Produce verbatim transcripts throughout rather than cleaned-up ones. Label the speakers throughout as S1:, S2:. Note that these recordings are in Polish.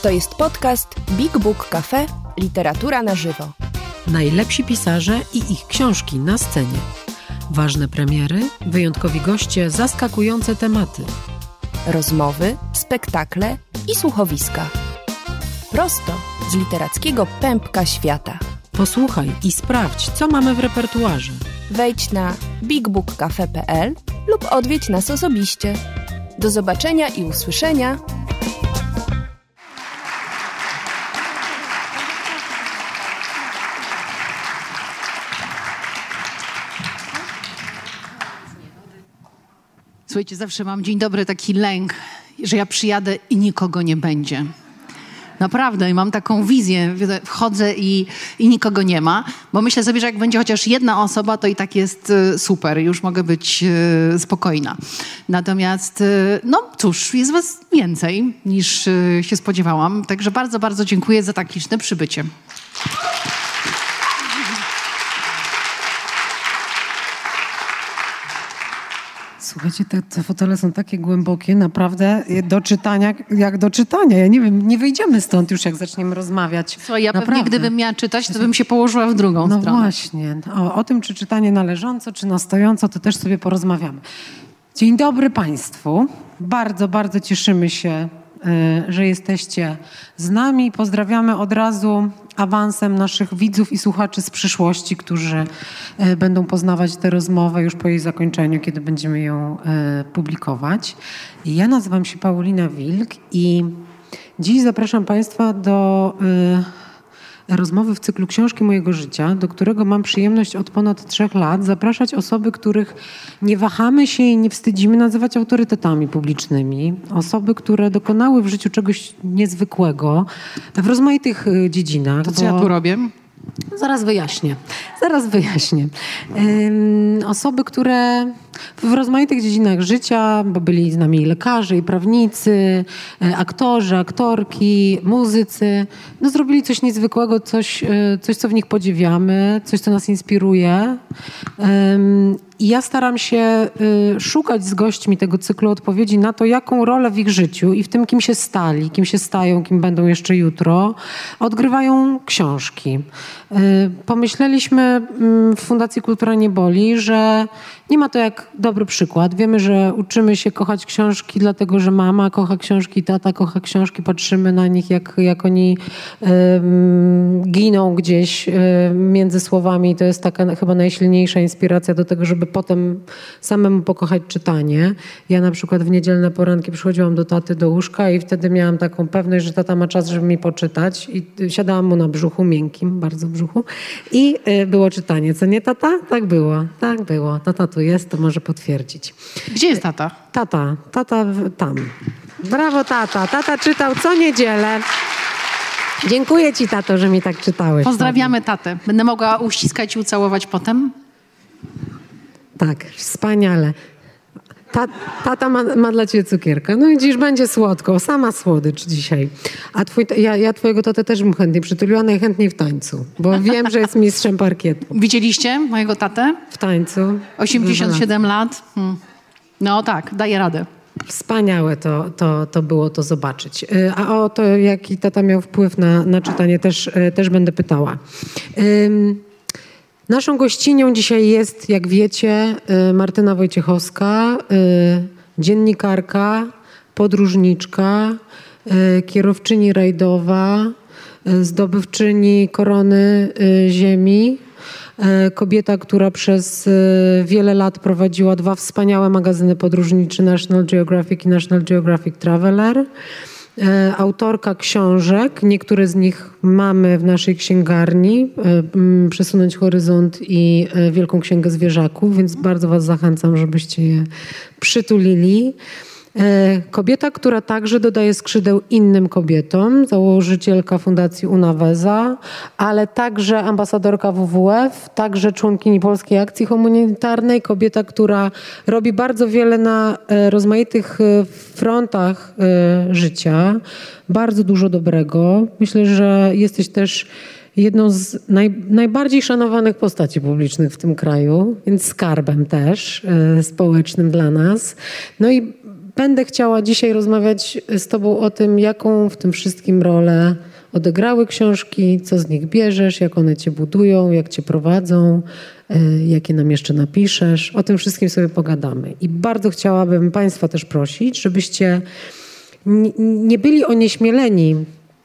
S1: To jest podcast Big Book Cafe – Literatura na żywo.
S2: Najlepsi pisarze i ich książki na scenie. Ważne premiery, wyjątkowi goście, zaskakujące tematy.
S1: Rozmowy, spektakle i słuchowiska. Prosto z literackiego pępka świata.
S2: Posłuchaj i sprawdź, co mamy w repertuarze.
S1: Wejdź na big book cafe kropka p l lub odwiedź nas osobiście. Do zobaczenia i usłyszenia.
S3: Słuchajcie, zawsze mam dzień dobry taki lęk, że ja przyjadę i nikogo nie będzie. Naprawdę, i mam taką wizję, wchodzę i, i nikogo nie ma, bo myślę sobie, że jak będzie chociaż jedna osoba, to i tak jest super, już mogę być spokojna. Natomiast, no cóż, jest was więcej niż się spodziewałam, także bardzo, bardzo dziękuję za tak liczne przybycie.
S4: Słuchajcie, te, te fotele są takie głębokie, naprawdę do czytania, jak do czytania. Ja nie wiem, nie wyjdziemy stąd już, jak zaczniemy rozmawiać.
S3: Słuchaj, ja
S4: naprawdę.
S3: Pewnie gdybym miała czytać, to bym się położyła w drugą
S4: no
S3: stronę.
S4: No właśnie. O, o tym, czy czytanie na leżąco, czy na stojąco, to też sobie porozmawiamy. Dzień dobry Państwu. Bardzo, bardzo cieszymy się, że jesteście z nami. Pozdrawiamy od razu awansem naszych widzów i słuchaczy z przyszłości, którzy będą poznawać tę rozmowę już po jej zakończeniu, kiedy będziemy ją publikować. Ja nazywam się Paulina Wilk i dziś zapraszam Państwa do rozmowy w cyklu Książki mojego życia, do którego mam przyjemność od ponad trzech lat zapraszać osoby, których nie wahamy się i nie wstydzimy nazywać autorytetami publicznymi. Osoby, które dokonały w życiu czegoś niezwykłego w rozmaitych dziedzinach.
S3: To co ja tu robię?
S4: Zaraz wyjaśnię. Zaraz wyjaśnię. Um, osoby, które w rozmaitych dziedzinach życia, bo byli z nami lekarze i prawnicy, aktorzy, aktorki, muzycy, no zrobili coś niezwykłego, coś, coś co w nich podziwiamy, coś, co nas inspiruje. Um, I ja staram się y, szukać z gośćmi tego cyklu odpowiedzi na to, jaką rolę w ich życiu i w tym, kim się stali, kim się stają, kim będą jeszcze jutro, odgrywają książki. Y, pomyśleliśmy y, w Fundacji Kultura Nie Boli, że nie ma to jak dobry przykład. Wiemy, że uczymy się kochać książki, dlatego że mama kocha książki, tata kocha książki, patrzymy na nich, jak, jak oni y, giną gdzieś y, między słowami. To jest taka chyba najsilniejsza inspiracja do tego, żeby potem samemu pokochać czytanie. Ja na przykład w niedzielne poranki przychodziłam do taty do łóżka i wtedy miałam taką pewność, że tata ma czas, żeby mi poczytać i siadałam mu na brzuchu, miękkim, bardzo brzuchu i y, było czytanie. Co nie, tata? Tak było, tak było. Tata tu jest, to może potwierdzić.
S3: Gdzie jest tata?
S4: Tata, tata tam. Brawo tata, tata czytał co niedzielę. Dziękuję ci, tato, że mi tak czytałeś.
S3: Pozdrawiamy tatę. Będę mogła uściskać i ucałować potem?
S4: Tak, wspaniale. Ta, tata ma, ma dla ciebie cukierka. No i dziś będzie słodko, sama słodycz dzisiaj. A twój, ja, ja twojego tatę też bym chętnie przytuliła, najchętniej w tańcu, bo wiem, że jest mistrzem parkietu.
S3: Widzieliście mojego tatę?
S4: W tańcu.
S3: osiemdziesiąt siedem lat. Hmm. No tak, daje radę.
S4: Wspaniałe to, to, to było to zobaczyć. A o to, jaki tata miał wpływ na, na czytanie, też, też będę pytała. Um, Naszą gościnią dzisiaj jest, jak wiecie, Martyna Wojciechowska, dziennikarka, podróżniczka, kierowczyni rajdowa, zdobywczyni Korony Ziemi, kobieta, która przez wiele lat prowadziła dwa wspaniałe magazyny podróżnicze, National Geographic i National Geographic Traveler. Autorka książek, niektóre z nich mamy w naszej księgarni, Przesunąć horyzont i Wielką Księgę Zwierzaków, więc bardzo was zachęcam, żebyście je przytulili. Kobieta, która także dodaje skrzydeł innym kobietom, założycielka Fundacji Unaweza, ale także ambasadorka W W F, także członkini Polskiej Akcji Humanitarnej, kobieta, która robi bardzo wiele na rozmaitych frontach życia, bardzo dużo dobrego. Myślę, że jesteś też jedną z naj, najbardziej szanowanych postaci publicznych w tym kraju, więc skarbem też y, społecznym dla nas. No i będę chciała dzisiaj rozmawiać z tobą o tym, jaką w tym wszystkim rolę odegrały książki, co z nich bierzesz, jak one cię budują, jak cię prowadzą, jakie nam jeszcze napiszesz. O tym wszystkim sobie pogadamy. I bardzo chciałabym państwa też prosić, żebyście nie byli onieśmieleni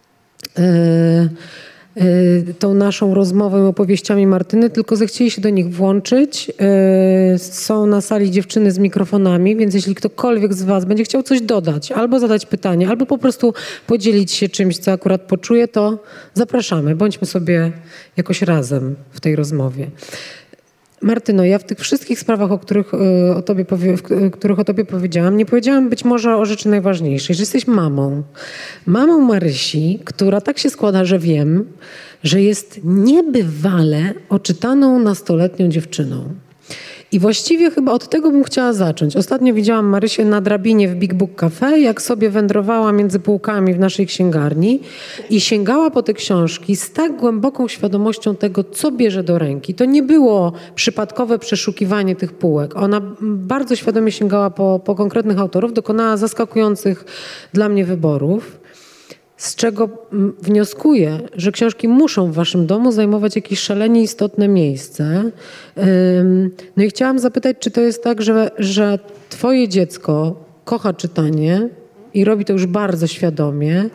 S4: tą naszą rozmową i opowieściami Martyny, tylko zechcieli się do nich włączyć. Są na sali dziewczyny z mikrofonami, więc jeśli ktokolwiek z was będzie chciał coś dodać, albo zadać pytanie, albo po prostu podzielić się czymś, co akurat poczuje, to zapraszamy. Bądźmy sobie jakoś razem w tej rozmowie. Martyno, ja w tych wszystkich sprawach, o których o tobie, powie, w których o tobie powiedziałam, nie powiedziałam być może o rzeczy najważniejszej, że jesteś mamą. Mamą Marysi, która tak się składa, że wiem, że jest niebywale oczytaną nastoletnią dziewczyną. I właściwie chyba od tego bym chciała zacząć. Ostatnio widziałam Marysię na drabinie w Big Book Cafe, jak sobie wędrowała między półkami w naszej księgarni i sięgała po te książki z tak głęboką świadomością tego, co bierze do ręki. To nie było przypadkowe przeszukiwanie tych półek. Ona bardzo świadomie sięgała po, po konkretnych autorów, dokonała zaskakujących dla mnie wyborów, z czego wnioskuję, że książki muszą w waszym domu zajmować jakieś szalenie istotne miejsce. No i chciałam zapytać, czy to jest tak, że, że twoje dziecko kocha czytanie i robi to już bardzo świadomie.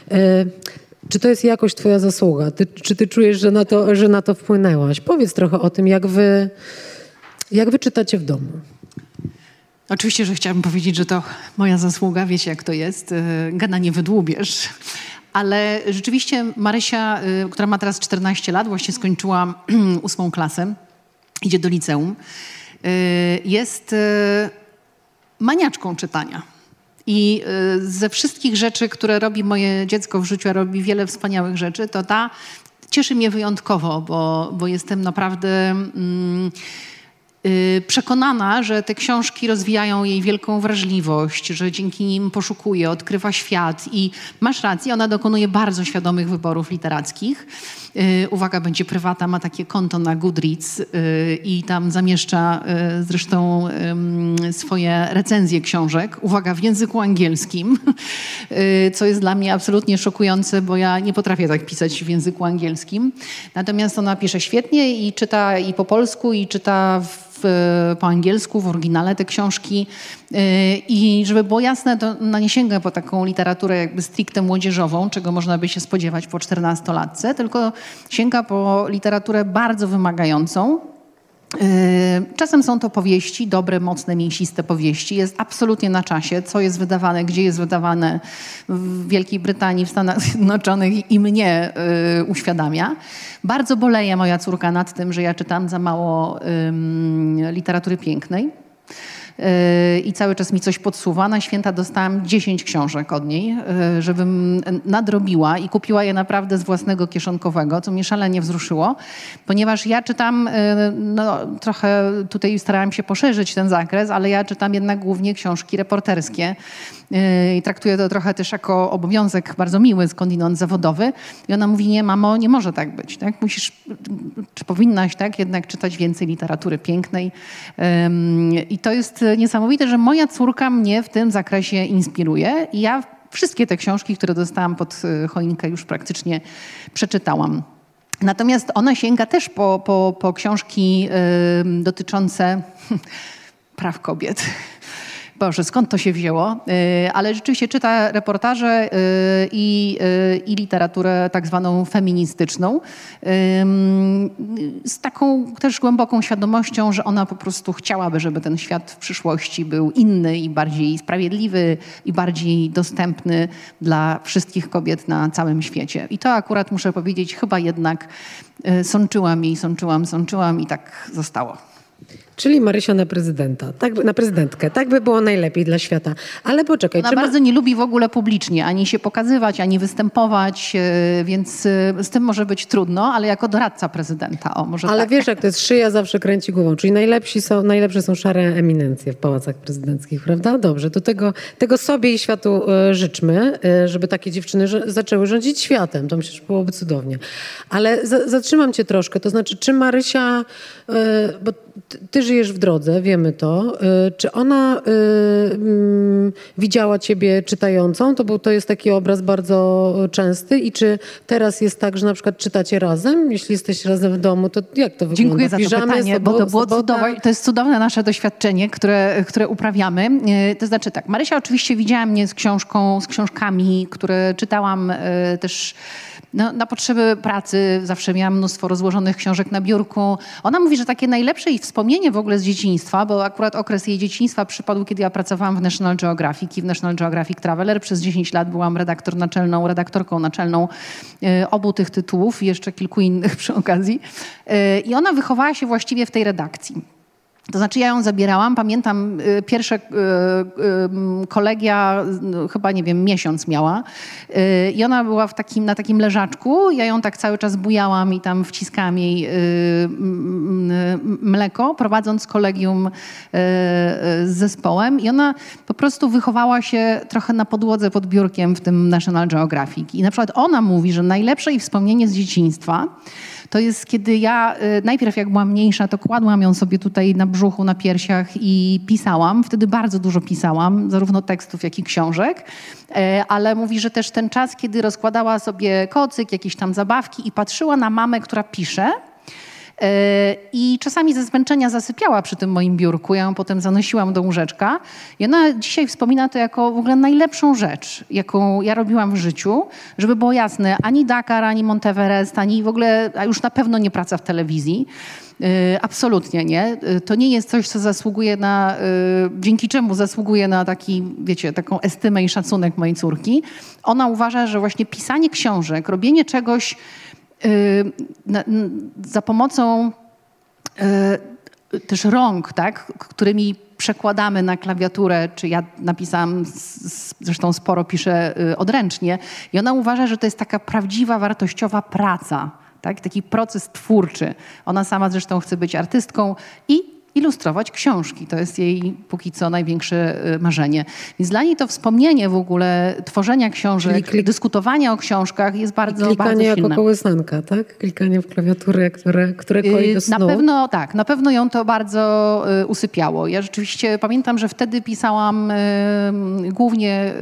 S4: Czy to jest jakoś twoja zasługa? Ty, czy ty czujesz, że na to, że na to wpłynęłaś? Powiedz trochę o tym, jak wy, jak wy czytacie w domu.
S3: Oczywiście, że chciałabym powiedzieć, że to moja zasługa, wiecie jak to jest, gada nie wydłubiesz. Ale rzeczywiście Marysia, która ma teraz czternaście lat, właśnie skończyła ósmą klasę, idzie do liceum, jest maniaczką czytania. I ze wszystkich rzeczy, które robi moje dziecko w życiu, a robi wiele wspaniałych rzeczy, to ta cieszy mnie wyjątkowo, bo, bo jestem naprawdę... Mm, przekonana, że te książki rozwijają jej wielką wrażliwość, że dzięki nim poszukuje, odkrywa świat i masz rację, ona dokonuje bardzo świadomych wyborów literackich. Uwaga, będzie prywata, ma takie konto na Goodreads i tam zamieszcza zresztą swoje recenzje książek. Uwaga, w języku angielskim, co jest dla mnie absolutnie szokujące, bo ja nie potrafię tak pisać w języku angielskim. Natomiast ona pisze świetnie i czyta i po polsku, i czyta w po angielsku, w oryginale te książki i żeby było jasne, to ona nie sięga po taką literaturę jakby stricte młodzieżową, czego można by się spodziewać po czternastolatce, tylko sięga po literaturę bardzo wymagającą. Czasem są to powieści, dobre, mocne, mięsiste powieści. Jest absolutnie na czasie, co jest wydawane, gdzie jest wydawane w Wielkiej Brytanii, w Stanach Zjednoczonych i mnie y, uświadamia. Bardzo boleje moja córka nad tym, że ja czytam za mało y, literatury pięknej. I cały czas mi coś podsuwa. Na święta dostałam dziesięć książek od niej, żebym nadrobiła i kupiła je naprawdę z własnego kieszonkowego, co mnie szalenie wzruszyło, ponieważ ja czytam, no trochę tutaj starałam się poszerzyć ten zakres, ale ja czytam jednak głównie książki reporterskie i traktuję to trochę też jako obowiązek bardzo miły, skądinąd zawodowy. I ona mówi, nie mamo, nie może tak być, tak? Musisz, czy powinnaś tak jednak czytać więcej literatury pięknej. I to jest niesamowite, że moja córka mnie w tym zakresie inspiruje i ja wszystkie te książki, które dostałam pod choinkę, już praktycznie przeczytałam. Natomiast ona sięga też po, po, po książki y, dotyczące praw kobiet. Boże, skąd to się wzięło? Y, ale rzeczywiście czyta reportaże y, i, y, i literaturę tak zwaną feministyczną y, z taką też głęboką świadomością, że ona po prostu chciałaby, żeby ten świat w przyszłości był inny i bardziej sprawiedliwy i bardziej dostępny dla wszystkich kobiet na całym świecie. I to akurat muszę powiedzieć, chyba jednak y, sączyłam jej, sączyłam, sączyłam i tak zostało.
S4: Czyli Marysia na prezydenta, tak, na prezydentkę. Tak by było najlepiej dla świata. Ale poczekaj.
S3: Ona
S4: trzeba...
S3: bardzo nie lubi w ogóle publicznie ani się pokazywać, ani występować, więc z tym może być trudno, ale jako doradca prezydenta. O, może
S4: ale
S3: tak.
S4: Wiesz, jak to jest, szyja zawsze kręci głową. Czyli najlepsi są, najlepsze są szare eminencje w pałacach prezydenckich, prawda? Dobrze, to tego, tego sobie i światu y, życzmy, y, żeby takie dziewczyny ż- zaczęły rządzić światem. To myślę, że byłoby cudownie. Ale z- zatrzymam cię troszkę. To znaczy, czy Marysia, y, bo ty, ty ty żyjesz w drodze, wiemy to. Czy ona y, y, widziała ciebie czytającą? To, był, to jest taki obraz bardzo częsty. I czy teraz jest tak, że na przykład czytacie razem? Jeśli jesteś razem w domu, to jak to wygląda?
S3: Dziękuję za to
S4: Piżamy,
S3: pytanie,
S4: sobo,
S3: bo to było
S4: sobota?
S3: cudowne. To jest cudowne nasze doświadczenie, które, które uprawiamy. To znaczy tak, Marysia oczywiście widziała mnie z książką, z książkami, które czytałam też no, na potrzeby pracy. Zawsze miałam mnóstwo rozłożonych książek na biurku. Ona mówi, że takie najlepsze jej wspomnienie w ogóle z dzieciństwa, bo akurat okres jej dzieciństwa przypadł, kiedy ja pracowałam w National Geographic i w National Geographic Traveler. Przez dziesięć lat byłam redaktor naczelną, redaktorką naczelną y, obu tych tytułów i jeszcze kilku innych przy okazji. Y, I ona wychowała się właściwie w tej redakcji. To znaczy ja ją zabierałam, pamiętam y, pierwsze y, y, kolegia, y, chyba nie wiem, miesiąc miała y, i ona była w takim, na takim leżaczku, ja ją tak cały czas bujałam i tam wciskałam jej y, y, mleko, prowadząc kolegium y, y, z zespołem i ona po prostu wychowała się trochę na podłodze pod biurkiem w tym National Geographic i na przykład ona mówi, że najlepsze jej wspomnienie z dzieciństwa to jest, kiedy ja y, najpierw jak byłam mniejsza, to kładłam ją sobie tutaj na brzuchu, na piersiach i pisałam. Wtedy bardzo dużo pisałam, zarówno tekstów, jak i książek. E, ale mówi, że też ten czas, kiedy rozkładała sobie kocyk, jakieś tam zabawki i patrzyła na mamę, która pisze. I czasami ze zmęczenia zasypiała przy tym moim biurku. Ja ją potem zanosiłam do łóżeczka. I ona dzisiaj wspomina to jako w ogóle najlepszą rzecz, jaką ja robiłam w życiu. Żeby było jasne, ani Dakar, ani Monteverest, ani w ogóle, a już na pewno nie praca w telewizji. Absolutnie nie. To nie jest coś, co zasługuje na, dzięki czemu zasługuje na taki, wiecie, taką estymę i szacunek mojej córki. Ona uważa, że właśnie pisanie książek, robienie czegoś Na, za pomocą y, też rąk, tak, którymi przekładamy na klawiaturę, czy ja napisałam, z, zresztą sporo piszę y, odręcznie, i ona uważa, że to jest taka prawdziwa, wartościowa praca, tak, taki proces twórczy. Ona sama zresztą chce być artystką i ilustrować książki. To jest jej póki co największe marzenie. Więc dla niej to wspomnienie w ogóle tworzenia książek, klik... dyskutowania o książkach jest bardzo,
S4: Klikanie
S3: bardzo silne.
S4: jako kołysanka, tak? Klikanie w klawiaturę, które, które koi do snu.
S3: Na pewno tak, na pewno ją to bardzo y, usypiało. Ja rzeczywiście pamiętam, że wtedy pisałam y, głównie,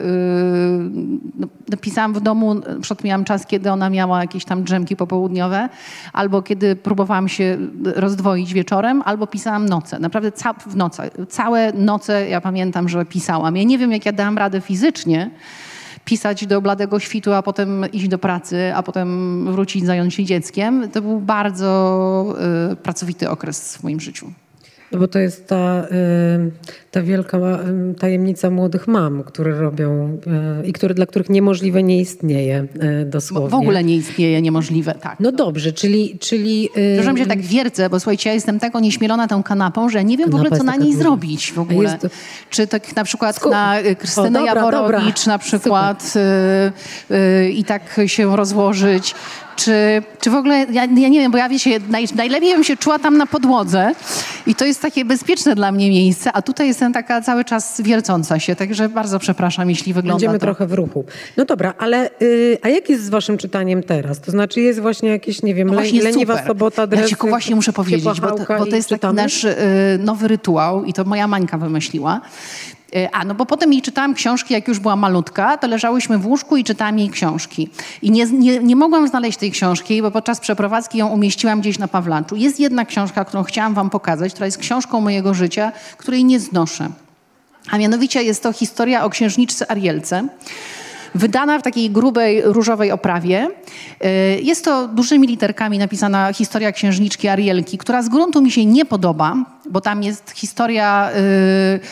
S3: y, no, pisałam w domu, na przykład miałam czas, kiedy ona miała jakieś tam drzemki popołudniowe, albo kiedy próbowałam się rozdwoić wieczorem, albo pisałam noc. Naprawdę ca- w nocy. Całe noce ja pamiętam, że pisałam. Ja nie wiem, jak ja dałam radę fizycznie pisać do bladego świtu, a potem iść do pracy, a potem wrócić, zająć się dzieckiem. To był bardzo y, pracowity okres w moim życiu.
S4: No bo to jest ta, ta wielka tajemnica młodych mam, które robią i które, dla których niemożliwe nie istnieje dosłownie.
S3: W ogóle nie istnieje niemożliwe, tak.
S4: No dobrze, czyli... czyli
S3: Przepraszam, że tak wiercę, bo słuchajcie, ja jestem tak onieśmielona tą kanapą, że nie wiem Kanapa w ogóle, co na niej duża. zrobić w ogóle. To... Czy tak na przykład Skup. na Krystynę o, dobra, Jaworowicz dobra. na przykład y, y, i tak się rozłożyć. Czy, czy w ogóle, ja, ja nie wiem, bo ja wiecie, naj, najlepiej bym się czuła tam na podłodze i to jest takie bezpieczne dla mnie miejsce, a tutaj jestem taka cały czas wiercąca się, także bardzo przepraszam, jeśli wygląda
S4: Będziemy
S3: to.
S4: trochę w ruchu. No dobra, ale yy, a jak jest z waszym czytaniem teraz? To znaczy jest właśnie jakieś, nie wiem, no właśnie leniwa super. sobota, dres,
S3: Ja ci właśnie muszę powiedzieć, bo to, bo to jest taki nasz y, nowy rytuał i to moja Mańka wymyśliła. A, no bo potem jej czytałam książki, jak już była malutka, to leżałyśmy w łóżku i czytałam jej książki. I nie, nie, nie mogłam znaleźć tej książki, bo podczas przeprowadzki ją umieściłam gdzieś na Pawlanczu. Jest jedna książka, którą chciałam wam pokazać, która jest książką mojego życia, której nie znoszę. A mianowicie jest to historia o księżniczce Arielce, wydana w takiej grubej, różowej oprawie. Jest to dużymi literkami napisana historia księżniczki Arielki, która z gruntu mi się nie podoba, bo tam jest historia... Yy,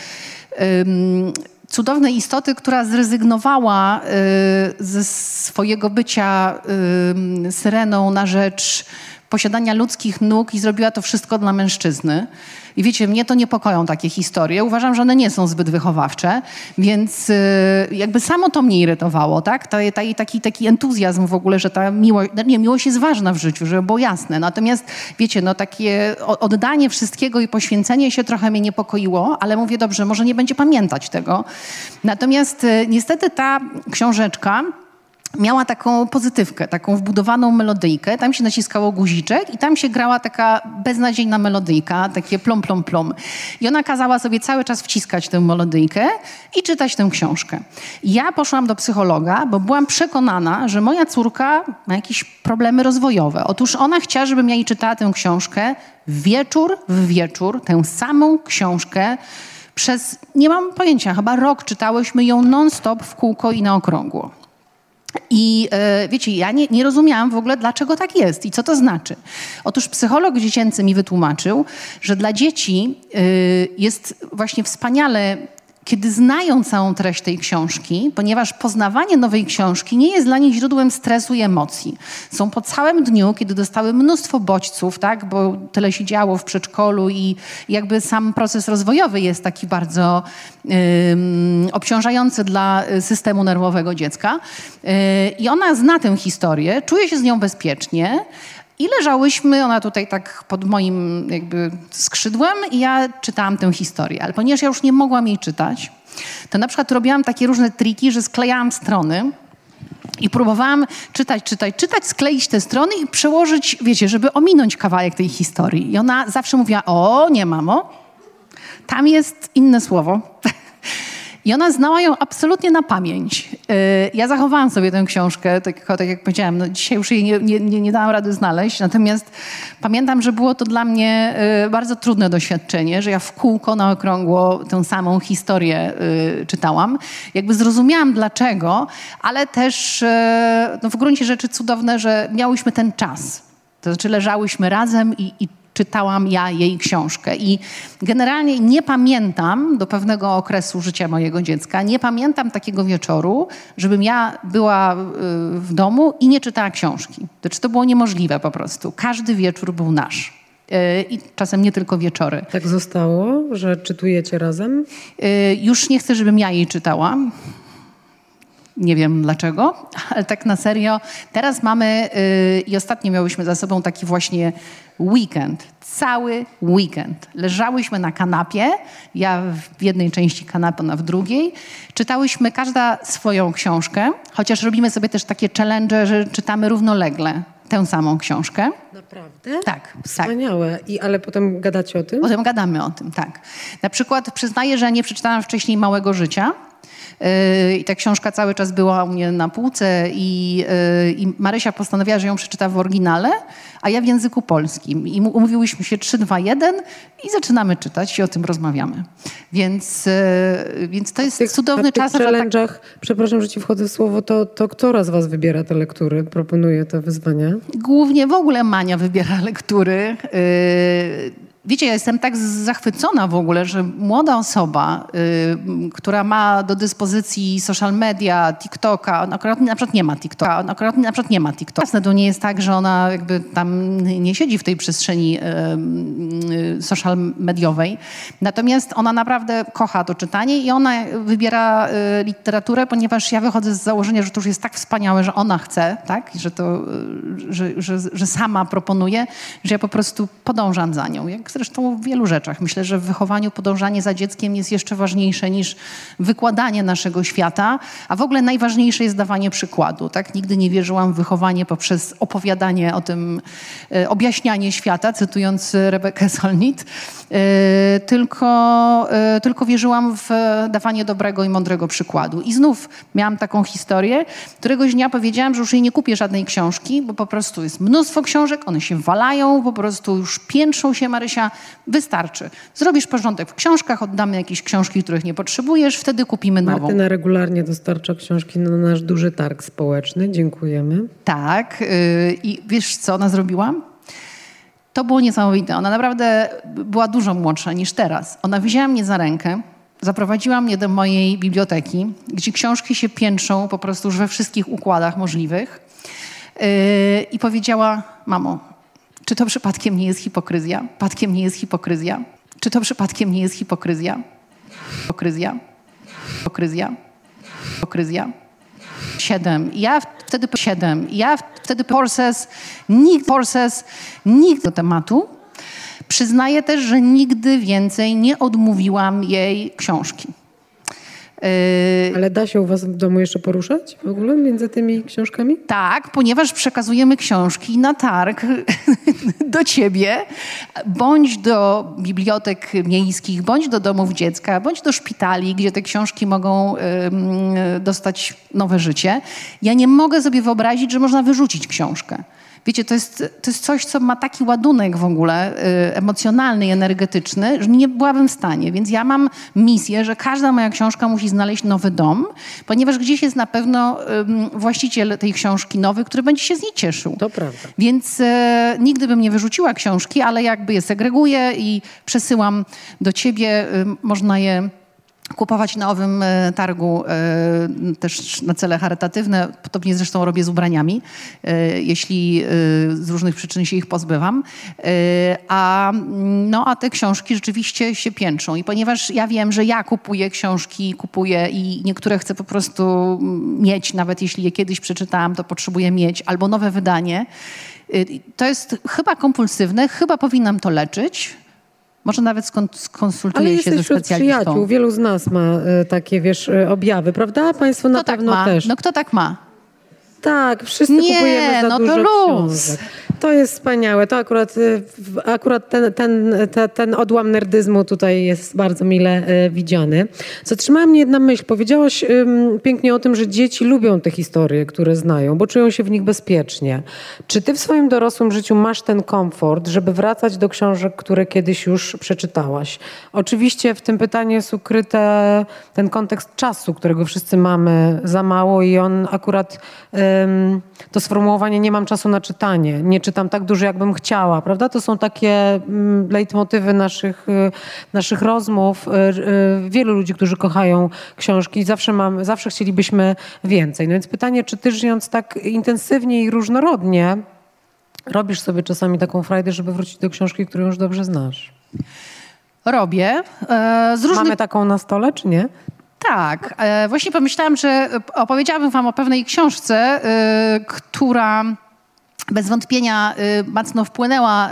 S3: cudownej istoty, która zrezygnowała ze swojego bycia syreną na rzecz posiadania ludzkich nóg i zrobiła to wszystko dla mężczyzny. I wiecie, mnie to niepokoją takie historie. Uważam, że one nie są zbyt wychowawcze, więc jakby samo to mnie irytowało, tak? Ta, ta, taki, taki entuzjazm w ogóle, że ta miłość, nie, miłość jest ważna w życiu, żeby było jasne. Natomiast wiecie, no takie oddanie wszystkiego i poświęcenie się trochę mnie niepokoiło, ale mówię, dobrze, może nie będzie pamiętać tego. Natomiast niestety ta książeczka miała taką pozytywkę, taką wbudowaną melodyjkę. Tam się naciskało guziczek i tam się grała taka beznadziejna melodyjka, takie plom, plom, plom. I ona kazała sobie cały czas wciskać tę melodyjkę i czytać tę książkę. Ja poszłam do psychologa, bo byłam przekonana, że moja córka ma jakieś problemy rozwojowe. Otóż ona chciała, żebym ja jej czytała tę książkę wieczór w wieczór, tę samą książkę. Przez, nie mam pojęcia, chyba rok czytałyśmy ją non-stop w kółko i na okrągło. I e, wiecie, ja nie, nie rozumiałam w ogóle, dlaczego tak jest i co to znaczy. Otóż psycholog dziecięcy mi wytłumaczył, że dla dzieci e, jest właśnie wspaniale, kiedy znają całą treść tej książki, ponieważ poznawanie nowej książki nie jest dla nich źródłem stresu i emocji. Są po całym dniu, kiedy dostały mnóstwo bodźców, tak, bo tyle się działo w przedszkolu i jakby sam proces rozwojowy jest taki bardzo um, obciążający dla systemu nerwowego dziecka. Yy, I ona zna tę historię, czuje się z nią bezpiecznie. I leżałyśmy, ona tutaj tak pod moim jakby skrzydłem i ja czytałam tę historię. Ale ponieważ ja już nie mogłam jej czytać, to na przykład robiłam takie różne triki, że sklejałam strony i próbowałam czytać, czytać, czytać, skleić te strony i przełożyć, wiecie, żeby ominąć kawałek tej historii. I ona zawsze mówiła, o nie mamo, tam jest inne słowo. I ona znała ją absolutnie na pamięć. Ja zachowałam sobie tę książkę, tak, tak jak powiedziałam, no dzisiaj już jej nie, nie, nie, nie dałam rady znaleźć, natomiast pamiętam, że było to dla mnie bardzo trudne doświadczenie, że ja w kółko na okrągło tę samą historię czytałam. Jakby zrozumiałam dlaczego, ale też no w gruncie rzeczy cudowne, że miałyśmy ten czas. To znaczy leżałyśmy razem i, i czytałam ja jej książkę i generalnie nie pamiętam do pewnego okresu życia mojego dziecka, nie pamiętam takiego wieczoru, żebym ja była w domu i nie czytała książki. Znaczy to było niemożliwe po prostu. Każdy wieczór był nasz. I czasem nie tylko wieczory.
S4: Tak zostało, że czytujecie razem?
S3: Już nie chcę, żebym ja jej czytała. Nie wiem dlaczego, ale tak na serio. Teraz mamy yy, i ostatnio miałyśmy za sobą taki właśnie weekend. Cały weekend. Leżałyśmy na kanapie, ja w jednej części kanapy, ona w drugiej. Czytałyśmy każda swoją książkę, chociaż robimy sobie też takie challenge, że czytamy równolegle tę samą książkę.
S4: Naprawdę?
S3: Tak.
S4: Wspaniałe.
S3: Tak.
S4: I, ale potem gadacie o tym?
S3: Potem gadamy o tym, tak. Na przykład przyznaję, że nie przeczytałam wcześniej Małego życia. I ta książka cały czas była u mnie na półce i, i Marysia postanowiła, że ją przeczyta w oryginale, a ja w języku polskim. I umówiłyśmy się trzy, dwa, jeden i zaczynamy czytać i o tym rozmawiamy. Więc, więc to jest tych, cudowny czas.
S4: W tych challenge'ach, tak... przepraszam, że ci wchodzę w słowo, to, to kto z was wybiera te lektury, proponuje te wyzwania?
S3: Głównie w ogóle Mania wybiera lektury. Wiecie, ja jestem tak zachwycona w ogóle, że młoda osoba, y, która ma do dyspozycji social media, TikToka, ona akurat na przykład nie ma TikToka, ona akurat na przykład nie ma TikToka. Jasne, to nie jest tak, że ona jakby tam nie siedzi w tej przestrzeni y, y, social mediowej. Natomiast ona naprawdę kocha to czytanie i ona wybiera y, literaturę, ponieważ ja wychodzę z założenia, że to już jest tak wspaniałe, że ona chce, tak? Że, to, y, że, że, że sama proponuje, że ja po prostu podążam za nią. Jak zresztą w wielu rzeczach. Myślę, że w wychowaniu podążanie za dzieckiem jest jeszcze ważniejsze niż wykładanie naszego świata, a w ogóle najważniejsze jest dawanie przykładu. Tak? Nigdy nie wierzyłam w wychowanie poprzez opowiadanie o tym, e, objaśnianie świata, cytując Rebekę Solnit, e, tylko, e, tylko wierzyłam w dawanie dobrego i mądrego przykładu. I znów miałam taką historię. Któregoś dnia powiedziałam, że już jej nie kupię żadnej książki, bo po prostu jest mnóstwo książek, one się walają, po prostu już piętrzą się, Marysia, wystarczy. Zrobisz porządek w książkach, oddamy jakieś książki, których nie potrzebujesz, wtedy kupimy nową.
S4: Martyna regularnie dostarcza książki na nasz duży targ społeczny. Dziękujemy.
S3: Tak. Yy, I wiesz, co ona zrobiła? To było niesamowite. Ona naprawdę była dużo młodsza niż teraz. Ona wzięła mnie za rękę, zaprowadziła mnie do mojej biblioteki, gdzie książki się piętrzą po prostu już we wszystkich układach możliwych. Yy, I powiedziała, mamo, czy to przypadkiem nie jest hipokryzja? Przypadkiem nie jest hipokryzja? Czy to przypadkiem nie jest hipokryzja? Hipokryzja? Hipokryzja? Hipokryzja? Siedem. I ja wtedy siedem. I ja wtedy forces, nigdy forces, nigdy do tematu. Przyznaję też, że nigdy więcej nie odmówiłam jej książki.
S4: Ale da się u was w domu jeszcze poruszać w ogóle między tymi książkami?
S3: Tak, ponieważ przekazujemy książki na targ do ciebie, bądź do bibliotek miejskich, bądź do domów dziecka, bądź do szpitali, gdzie te książki mogą y, dostać nowe życie. Ja nie mogę sobie wyobrazić, że można wyrzucić książkę. Wiecie, to jest, to jest coś, co ma taki ładunek w ogóle y, emocjonalny i energetyczny, że nie byłabym w stanie. Więc ja mam misję, że każda moja książka musi znaleźć nowy dom, ponieważ gdzieś jest na pewno y, właściciel tej książki nowy, który będzie się z niej cieszył.
S4: To prawda.
S3: Więc y, nigdy bym nie wyrzuciła książki, ale jakby je segreguję i przesyłam do ciebie. Y, można je kupować na owym e, targu e, też na cele charytatywne. Podobnie zresztą robię z ubraniami, e, jeśli e, z różnych przyczyn się ich pozbywam. E, a, no, a te książki rzeczywiście się piętrzą. I ponieważ ja wiem, że ja kupuję książki, kupuję i niektóre chcę po prostu mieć, nawet jeśli je kiedyś przeczytałam, to potrzebuję mieć, albo nowe wydanie. E, to jest chyba kompulsywne, chyba powinnam to leczyć. Może nawet skon- skonsultuję się ze specjalistą.
S4: Ale jesteś przyjaciół. Wielu z nas ma y, takie, wiesz, y, objawy, prawda? Państwo
S3: kto
S4: na
S3: tak
S4: pewno
S3: ma?
S4: też.
S3: No kto tak ma?
S4: Tak, wszyscy
S3: Nie,
S4: kupujemy za
S3: no to
S4: dużo
S3: luz.
S4: książek. To jest wspaniałe. To akurat, y, w- akurat ten, ten, te, ten odłam nerdyzmu tutaj jest bardzo mile y, widziany. Zatrzymała mnie jedna myśl. Powiedziałaś ym, pięknie o tym, że dzieci lubią te historie, które znają, bo czują się w nich bezpiecznie. Czy ty w swoim dorosłym życiu masz ten komfort, żeby wracać do książek, które kiedyś już przeczytałaś? Oczywiście w tym pytaniu jest ukryte ten kontekst czasu, którego wszyscy mamy za mało i on akurat... Ym, to sformułowanie nie mam czasu na czytanie, nie czytam tak dużo, jakbym chciała, prawda? To są takie mm, leitmotywy naszych, y, naszych rozmów. Y, y, wielu ludzi, którzy kochają książki, zawsze, mam, zawsze chcielibyśmy więcej. No więc pytanie, czy ty żyjąc tak intensywnie i różnorodnie, robisz sobie czasami taką frajdę, żeby wrócić do książki, którą już dobrze znasz?
S3: Robię. E, z różnych...
S4: Mamy taką na stole, czy nie?
S3: Tak. E, właśnie pomyślałam, że opowiedziałabym wam o pewnej książce, e, która bez wątpienia e, mocno wpłynęła e,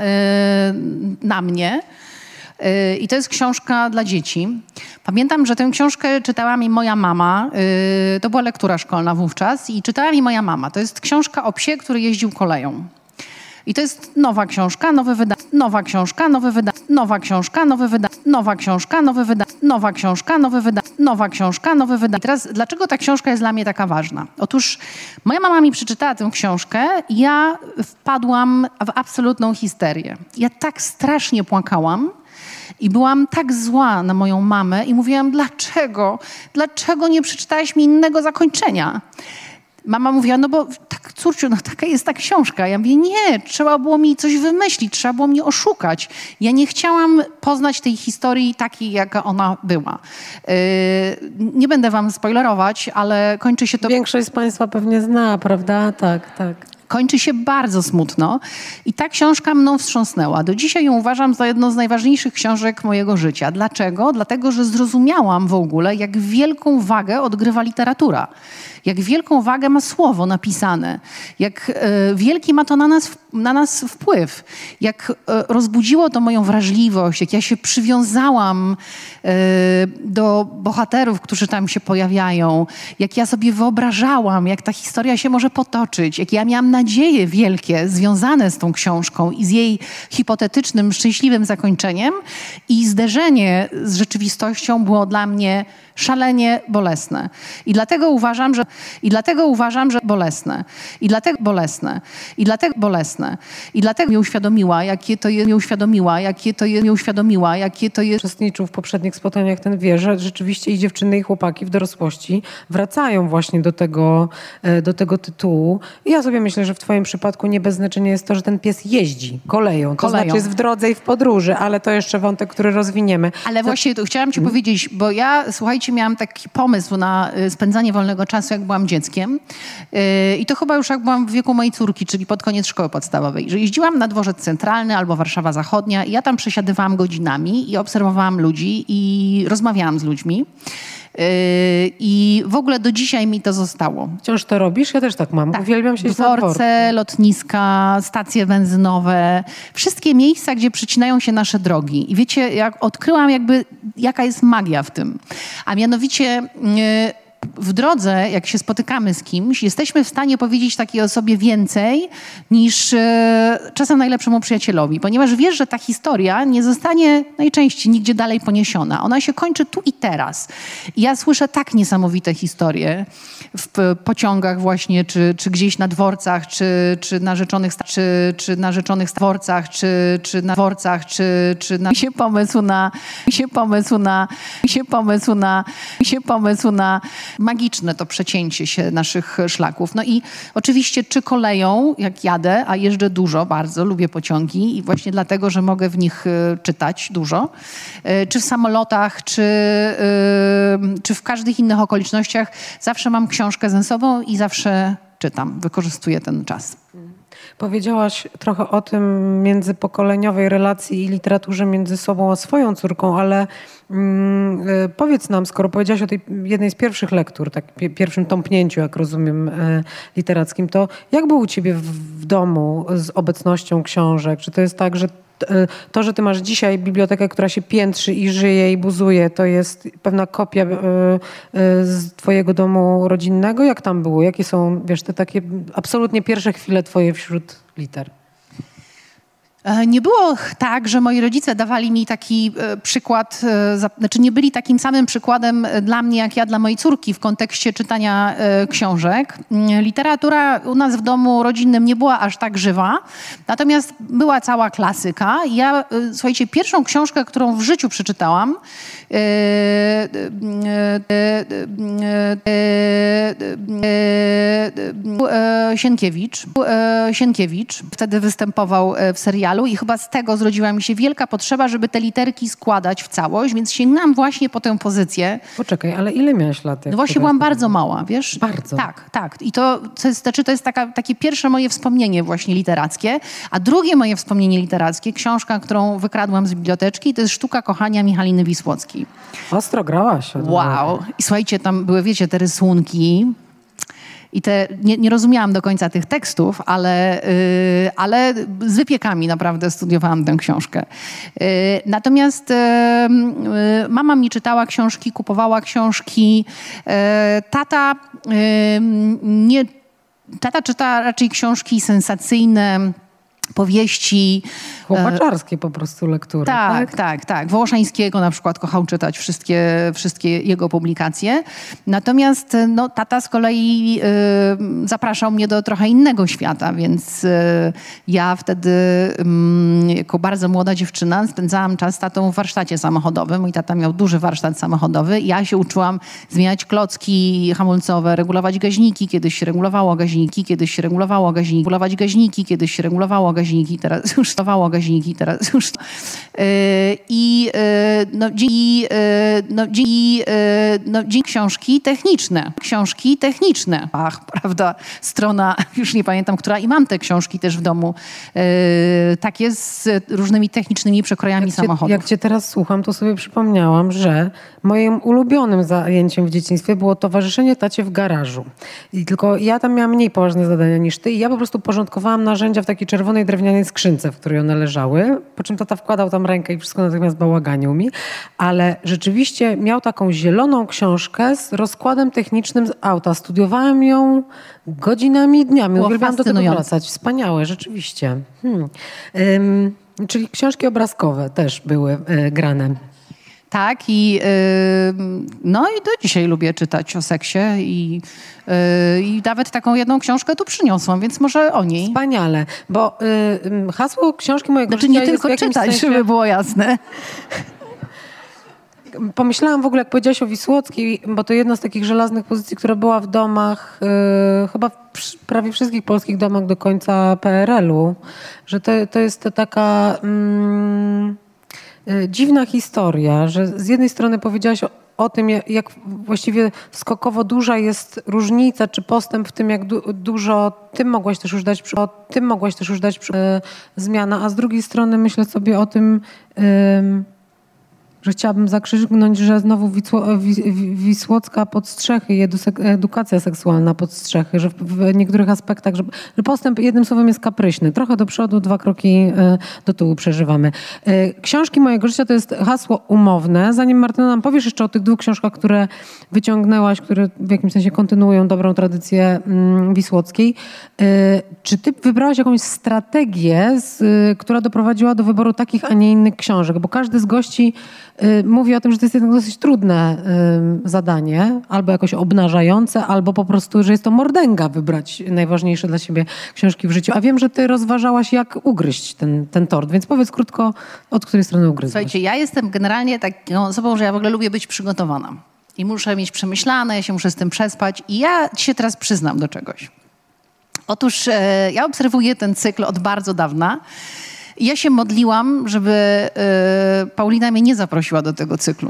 S3: na mnie. E, I to jest książka dla dzieci. Pamiętam, że tę książkę czytała mi moja mama. E, to była lektura szkolna wówczas i czytała mi moja mama. To jest książka o psie, który jeździł koleją. I to jest nowa książka, nowy wydanie, nowa książka, nowy wydanie, nowa książka, nowy wydanie, nowa książka, nowy wydanie, nowa książka, nowy wydanie, nowa książka, nowy wydanie. Teraz dlaczego ta książka jest dla mnie taka ważna? Otóż moja mama mi przeczytała tę książkę i ja wpadłam w absolutną histerię. Ja tak strasznie płakałam i byłam tak zła na moją mamę i mówiłam, dlaczego? Dlaczego nie przeczytałaś mi innego zakończenia? Mama mówiła, no bo tak, córciu, no taka jest ta książka. Ja mówię, nie, trzeba było mi coś wymyślić, trzeba było mnie oszukać. Ja nie chciałam poznać tej historii takiej, jaka ona była. Yy, nie będę wam spoilerować, ale kończy się to...
S4: Większość z państwa pewnie zna, prawda? Tak, tak.
S3: Kończy się bardzo smutno i ta książka mną wstrząsnęła. Do dzisiaj ją uważam za jedną z najważniejszych książek mojego życia. Dlaczego? Dlatego, że zrozumiałam w ogóle, jak wielką wagę odgrywa literatura. Jak wielką wagę ma słowo napisane. Jak e, wielki ma to na nas, na nas wpływ. Jak e, rozbudziło to moją wrażliwość. Jak ja się przywiązałam e, do bohaterów, którzy tam się pojawiają. Jak ja sobie wyobrażałam, jak ta historia się może potoczyć. Jak ja miałam nadzieje wielkie związane z tą książką i z jej hipotetycznym, szczęśliwym zakończeniem. I zderzenie z rzeczywistością było dla mnie szalenie bolesne. I dlatego uważam, że i dlatego uważam, że bolesne. I dlatego bolesne. I dlatego bolesne. I dlatego mnie uświadomiła, jakie to jest, mnie uświadomiła, jakie to jest, mnie uświadomiła, jakie to jest.
S4: Uczestniczył w poprzednich spotkaniach, ten wie, że rzeczywiście i dziewczyny, i chłopaki w dorosłości wracają właśnie do tego, do tego tytułu. I ja sobie myślę, że w twoim przypadku nie bez znaczenia jest to, że ten pies jeździ koleją. To
S3: Koleją.
S4: znaczy jest w drodze i w podróży, ale to jeszcze wątek, który rozwiniemy.
S3: Ale właśnie to chciałam ci powiedzieć, bo ja, słuchajcie, miałam taki pomysł na y, spędzanie wolnego czasu, jak byłam dzieckiem. Yy, I to chyba już jak byłam w wieku mojej córki, czyli pod koniec szkoły podstawowej, że jeździłam na dworzec centralny albo Warszawa Zachodnia i ja tam przesiadywałam godzinami i obserwowałam ludzi i rozmawiałam z ludźmi. I w ogóle do dzisiaj mi to zostało.
S4: Wciąż to robisz? Ja też tak mam.
S3: Tak.
S4: Uwielbiam się
S3: Dworce,
S4: na dworcu.
S3: lotniska, stacje benzynowe, wszystkie miejsca, gdzie przecinają się nasze drogi. I wiecie, jak odkryłam jakby, jaka jest magia w tym. A mianowicie w drodze, jak się spotykamy z kimś, jesteśmy w stanie powiedzieć takiej osobie więcej niż e, czasem najlepszemu przyjacielowi, ponieważ wiesz, że ta historia nie zostanie najczęściej nigdzie dalej poniesiona. Ona się kończy tu i teraz. I ja słyszę tak niesamowite historie w pociągach właśnie, czy, czy gdzieś na dworcach, czy, czy na rzeczonych, czy, czy na rzeczonych dworcach, czy, czy na dworcach, czy, czy na... Mi się pomysł na... Mi się pomysł na... Mi się pomysł na... Mi się pomysł na... Magiczne to przecięcie się naszych szlaków. No i oczywiście czy koleją, jak jadę, a jeżdżę dużo, bardzo, lubię pociągi i właśnie dlatego, że mogę w nich y, czytać dużo, y, czy w samolotach, czy, y, czy w każdych innych okolicznościach, zawsze mam książkę ze sobą i zawsze czytam, wykorzystuję ten czas.
S4: Powiedziałaś trochę o tym międzypokoleniowej relacji i literaturze między sobą a swoją córką, ale mm, y, powiedz nam, skoro powiedziałaś o tej jednej z pierwszych lektur, tak pi- pierwszym tąpnięciu, jak rozumiem, y, literackim, to jak było u ciebie w, w domu z obecnością książek? Czy to jest tak, że to, że ty masz dzisiaj bibliotekę, która się piętrzy i żyje i buzuje, to jest pewna kopia y, y, z twojego domu rodzinnego? Jak tam było? Jakie są, wiesz, te takie absolutnie pierwsze chwile twoje wśród liter?
S3: Nie było tak, że moi rodzice dawali mi taki przykład, znaczy nie byli takim samym przykładem dla mnie, jak ja dla mojej córki w kontekście czytania książek. Literatura u nas w domu rodzinnym nie była aż tak żywa, natomiast była cała klasyka. Ja, słuchajcie, pierwszą książkę, którą w życiu przeczytałam, Sienkiewicz. Sienkiewicz wtedy występował w serialu i chyba z tego zrodziła mi się wielka potrzeba, żeby te literki składać w całość, więc sięgnęłam właśnie po tę pozycję.
S4: Poczekaj, ale ile miałaś lat?
S3: No właśnie byłam bardzo mała, wiesz?
S4: Bardzo?
S3: Tak, tak. I to, to jest, znaczy, to jest taka, takie pierwsze moje wspomnienie właśnie literackie, a drugie moje wspomnienie literackie, książka, którą wykradłam z biblioteczki, to jest Sztuka kochania Michaliny Wisłockiej.
S4: Ostro grałaś.
S3: Wow. I słuchajcie, tam były, wiecie, te rysunki. I te, nie, nie rozumiałam do końca tych tekstów, ale, yy, ale z wypiekami naprawdę studiowałam tę książkę. Yy, natomiast yy, mama mi czytała książki, kupowała książki. Yy, tata, yy, nie, tata czyta raczej książki sensacyjne, powieści.
S4: Chłopaczarskie po prostu lektury.
S3: Tak,
S4: tak,
S3: tak, tak. Wołoszańskiego na przykład kochał czytać wszystkie, wszystkie jego publikacje. Natomiast no, tata z kolei y, zapraszał mnie do trochę innego świata, więc y, ja wtedy y, jako bardzo młoda dziewczyna spędzałam czas z tatą w warsztacie samochodowym. Mój tata miał duży warsztat samochodowy. Ja się uczyłam zmieniać klocki hamulcowe, regulować gaźniki, kiedyś się regulowało gaźniki, kiedyś się regulowało gaźniki, regulować gaźniki, kiedyś się regulowało gaźniki, teraz już stawało gaźniki, teraz już. Yy, I yy, no, dzięki, yy, no, dzięki, yy, no, dzięki książki techniczne. Książki techniczne. Ach, prawda, strona, już nie pamiętam, która, i mam te książki też w domu. Yy, takie z różnymi technicznymi przekrojami
S4: jak
S3: samochodów.
S4: Cię, jak cię teraz słucham, to sobie przypomniałam, że moim ulubionym zajęciem w dzieciństwie było towarzyszenie tacie w garażu. I tylko ja tam miałam mniej poważne zadania niż ty i ja po prostu porządkowałam narzędzia w takiej czerwonej drewnianej skrzynce, w której one leżały, po czym tata wkładał tam rękę i wszystko natychmiast bałaganił mi, ale rzeczywiście miał taką zieloną książkę z rozkładem technicznym z auta. Studiowałam ją godzinami i dniami.
S3: Było
S4: Uwielbiałam do tego
S3: fascynujące.
S4: wracać. Wspaniałe, rzeczywiście. Hmm. Ym, czyli książki obrazkowe też były y, grane.
S3: Tak, i yy, no i do dzisiaj lubię czytać o seksie i, yy, i nawet taką jedną książkę tu przyniosłam, więc może o niej.
S4: Wspaniale, bo y, hasło książki mojego
S3: Znaczy
S4: życia
S3: nie tylko
S4: jest w jakimś
S3: czytać,
S4: sensie...
S3: żeby było jasne.
S4: Pomyślałam w ogóle, jak powiedziałaś o Wisłockiej, bo to jedna z takich żelaznych pozycji, która była w domach, yy, chyba w przy, prawie wszystkich polskich domach do końca P R L u, że to, to jest to taka mm, yy, dziwna historia, że z jednej strony powiedziałaś o, o tym, jak, jak właściwie skokowo duża jest różnica czy postęp w tym, jak du, dużo tym mogłaś też już dać, o tym mogłaś też już dać yy, zmiana, a z drugiej strony myślę sobie o tym, yy, że chciałabym zakrzyknąć, że znowu Wisło, Wisłocka Podstrzechy i edukacja seksualna Podstrzechy, że w, w niektórych aspektach, że, że postęp jednym słowem jest kapryśny. Trochę do przodu, dwa kroki do tyłu przeżywamy. Książki mojego życia to jest hasło umowne. Zanim Martyna nam powiesz jeszcze o tych dwóch książkach, które wyciągnęłaś, które w jakimś sensie kontynuują dobrą tradycję wisłockiej. Czy ty wybrałaś jakąś strategię, z, która doprowadziła do wyboru takich, a nie innych książek? Bo każdy z gości y, mówi o tym, że to jest jednak dosyć trudne y, zadanie, albo jakoś obnażające, albo po prostu, że jest to mordęga wybrać najważniejsze dla siebie książki w życiu. A wiem, że ty rozważałaś, jak ugryźć ten, ten tort, więc powiedz krótko, od której strony ugryzłaś.
S3: Słuchajcie, ja jestem generalnie taką osobą, że ja w ogóle lubię być przygotowana. I muszę mieć przemyślane, ja się muszę z tym przespać. I ja się teraz przyznam do czegoś. Otóż e, ja obserwuję ten cykl od bardzo dawna. I ja się modliłam, żeby e, Paulina mnie nie zaprosiła do tego cyklu.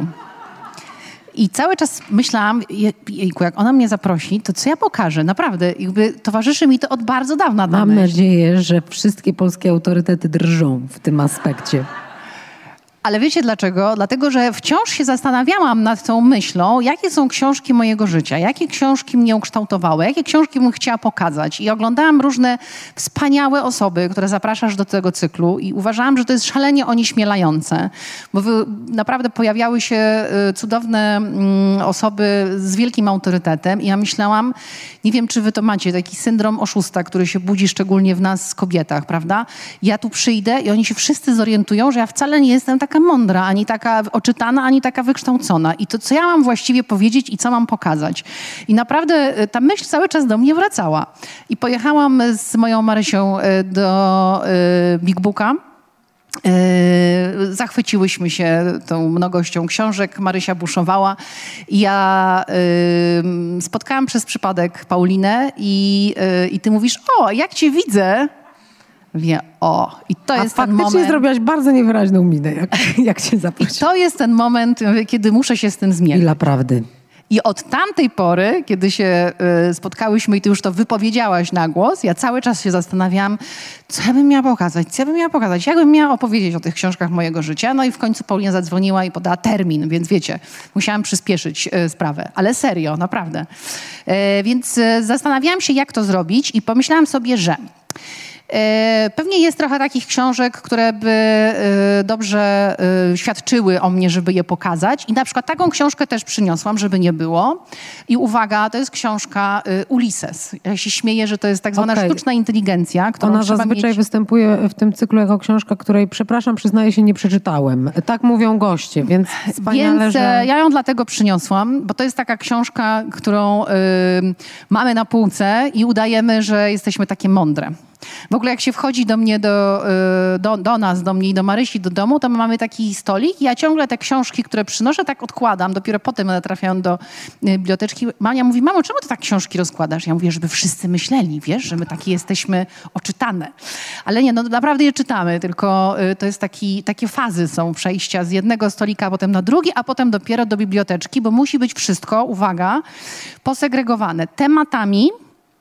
S3: I cały czas myślałam, jejku, jak ona mnie zaprosi, to co ja pokażę? Naprawdę, jakby towarzyszy mi to od bardzo dawna.
S4: Mam nadzieję, że wszystkie polskie autorytety drżą w tym aspekcie.
S3: Ale wiecie dlaczego? Dlatego, że wciąż się zastanawiałam nad tą myślą, jakie są książki mojego życia, jakie książki mnie ukształtowały, jakie książki bym chciała pokazać. I oglądałam różne wspaniałe osoby, które zapraszasz do tego cyklu i uważałam, że to jest szalenie onieśmielające, bo naprawdę pojawiały się cudowne osoby z wielkim autorytetem i ja myślałam, nie wiem, czy wy to macie, taki syndrom oszusta, który się budzi szczególnie w nas kobietach, prawda? Ja tu przyjdę i oni się wszyscy zorientują, że ja wcale nie jestem taka mądra, ani taka oczytana, ani taka wykształcona. I to, co ja mam właściwie powiedzieć i co mam pokazać. I naprawdę ta myśl cały czas do mnie wracała. I pojechałam z moją Marysią do Big Booka. Zachwyciłyśmy się tą mnogością książek. Marysia buszowała. I ja spotkałam przez przypadek Paulinę i, i ty mówisz, o, jak cię widzę, wie, o, i to
S4: A
S3: jest ten moment.
S4: faktycznie zrobiłaś bardzo niewyraźną minę, jak, jak cię zaprosiła.
S3: I to jest ten moment, kiedy muszę się z tym zmierzyć.
S4: Chwila prawdy.
S3: I od tamtej pory, kiedy się y, spotkałyśmy i ty już to wypowiedziałaś na głos, ja cały czas się zastanawiałam, co ja bym miała pokazać, co ja bym miała pokazać, jak bym miała opowiedzieć o tych książkach mojego życia. No i w końcu Paulina zadzwoniła i podała termin, więc wiecie, musiałam przyspieszyć y, sprawę. Ale serio, naprawdę. Y, więc y, zastanawiałam się, jak to zrobić i pomyślałam sobie, że pewnie jest trochę takich książek, które by dobrze świadczyły o mnie, żeby je pokazać. I na przykład taką książkę też przyniosłam, żeby nie było. I uwaga, to jest książka Ulises. Ja się śmieję, że to jest tak zwana okay. sztuczna inteligencja, którą
S4: Ona
S3: trzeba
S4: zazwyczaj
S3: mieć...
S4: występuje w tym cyklu jako książka, której, przepraszam, przyznaję się, nie przeczytałem. Tak mówią goście, więc wspaniale,
S3: Więc
S4: że...
S3: ja ją dlatego przyniosłam, bo to jest taka książka, którą y, mamy na półce i udajemy, że jesteśmy takie mądre. W ogóle jak się wchodzi do mnie, do, do, do nas, do mnie i do Marysi, do domu, to my mamy taki stolik i ja ciągle te książki, które przynoszę, tak odkładam. Dopiero potem one trafiają do biblioteczki. Mania mówi, mamo, czemu ty tak książki rozkładasz? Ja mówię, żeby wszyscy myśleli, wiesz, że my takie jesteśmy oczytane. Ale nie, no naprawdę je czytamy, tylko to jest taki, takie fazy są przejścia z jednego stolika potem na drugi, a potem dopiero do biblioteczki, bo musi być wszystko, uwaga, posegregowane tematami,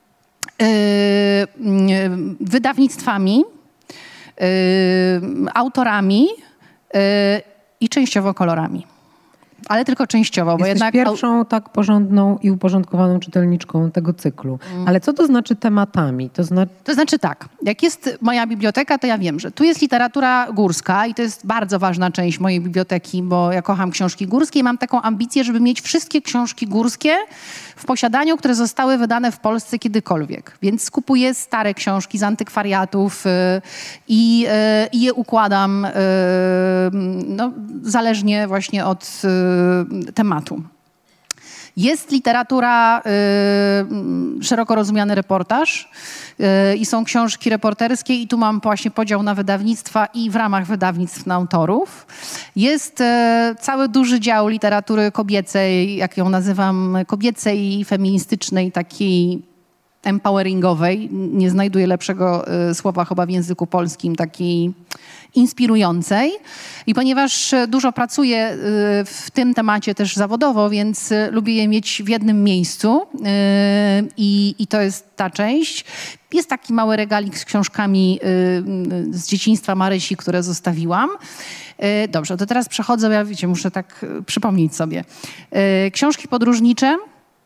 S3: Yy, wydawnictwami, yy, autorami yy, i częściowo kolorami. Ale tylko częściowo, bo
S4: Jesteś
S3: jednak...
S4: pierwszą tak porządną i uporządkowaną czytelniczką tego cyklu. Mm. Ale co to znaczy tematami? To, zna...
S3: to znaczy tak, jak jest moja biblioteka, to ja wiem, że tu jest literatura górska i to jest bardzo ważna część mojej biblioteki, bo ja kocham książki górskie i mam taką ambicję, żeby mieć wszystkie książki górskie w posiadaniu, które zostały wydane w Polsce kiedykolwiek. Więc skupuję stare książki z antykwariatów yy, i, yy, i je układam yy, no, zależnie właśnie od yy, tematu. Jest literatura, y, szeroko rozumiany reportaż y, i są książki reporterskie i tu mam właśnie podział na wydawnictwa i w ramach wydawnictw na autorów. Jest y, cały duży dział literatury kobiecej, jak ją nazywam, kobiecej, feministycznej, takiej empoweringowej. Nie znajduję lepszego y, słowa chyba w języku polskim, takiej inspirującej. I ponieważ dużo pracuję y, w tym temacie też zawodowo, więc y, lubię je mieć w jednym miejscu y, i, i to jest ta część. Jest taki mały regalik z książkami y, z dzieciństwa Marysi, które zostawiłam. Y, dobrze, to teraz przechodzę, ja wiecie, muszę tak y, przypomnieć sobie. Y, książki podróżnicze.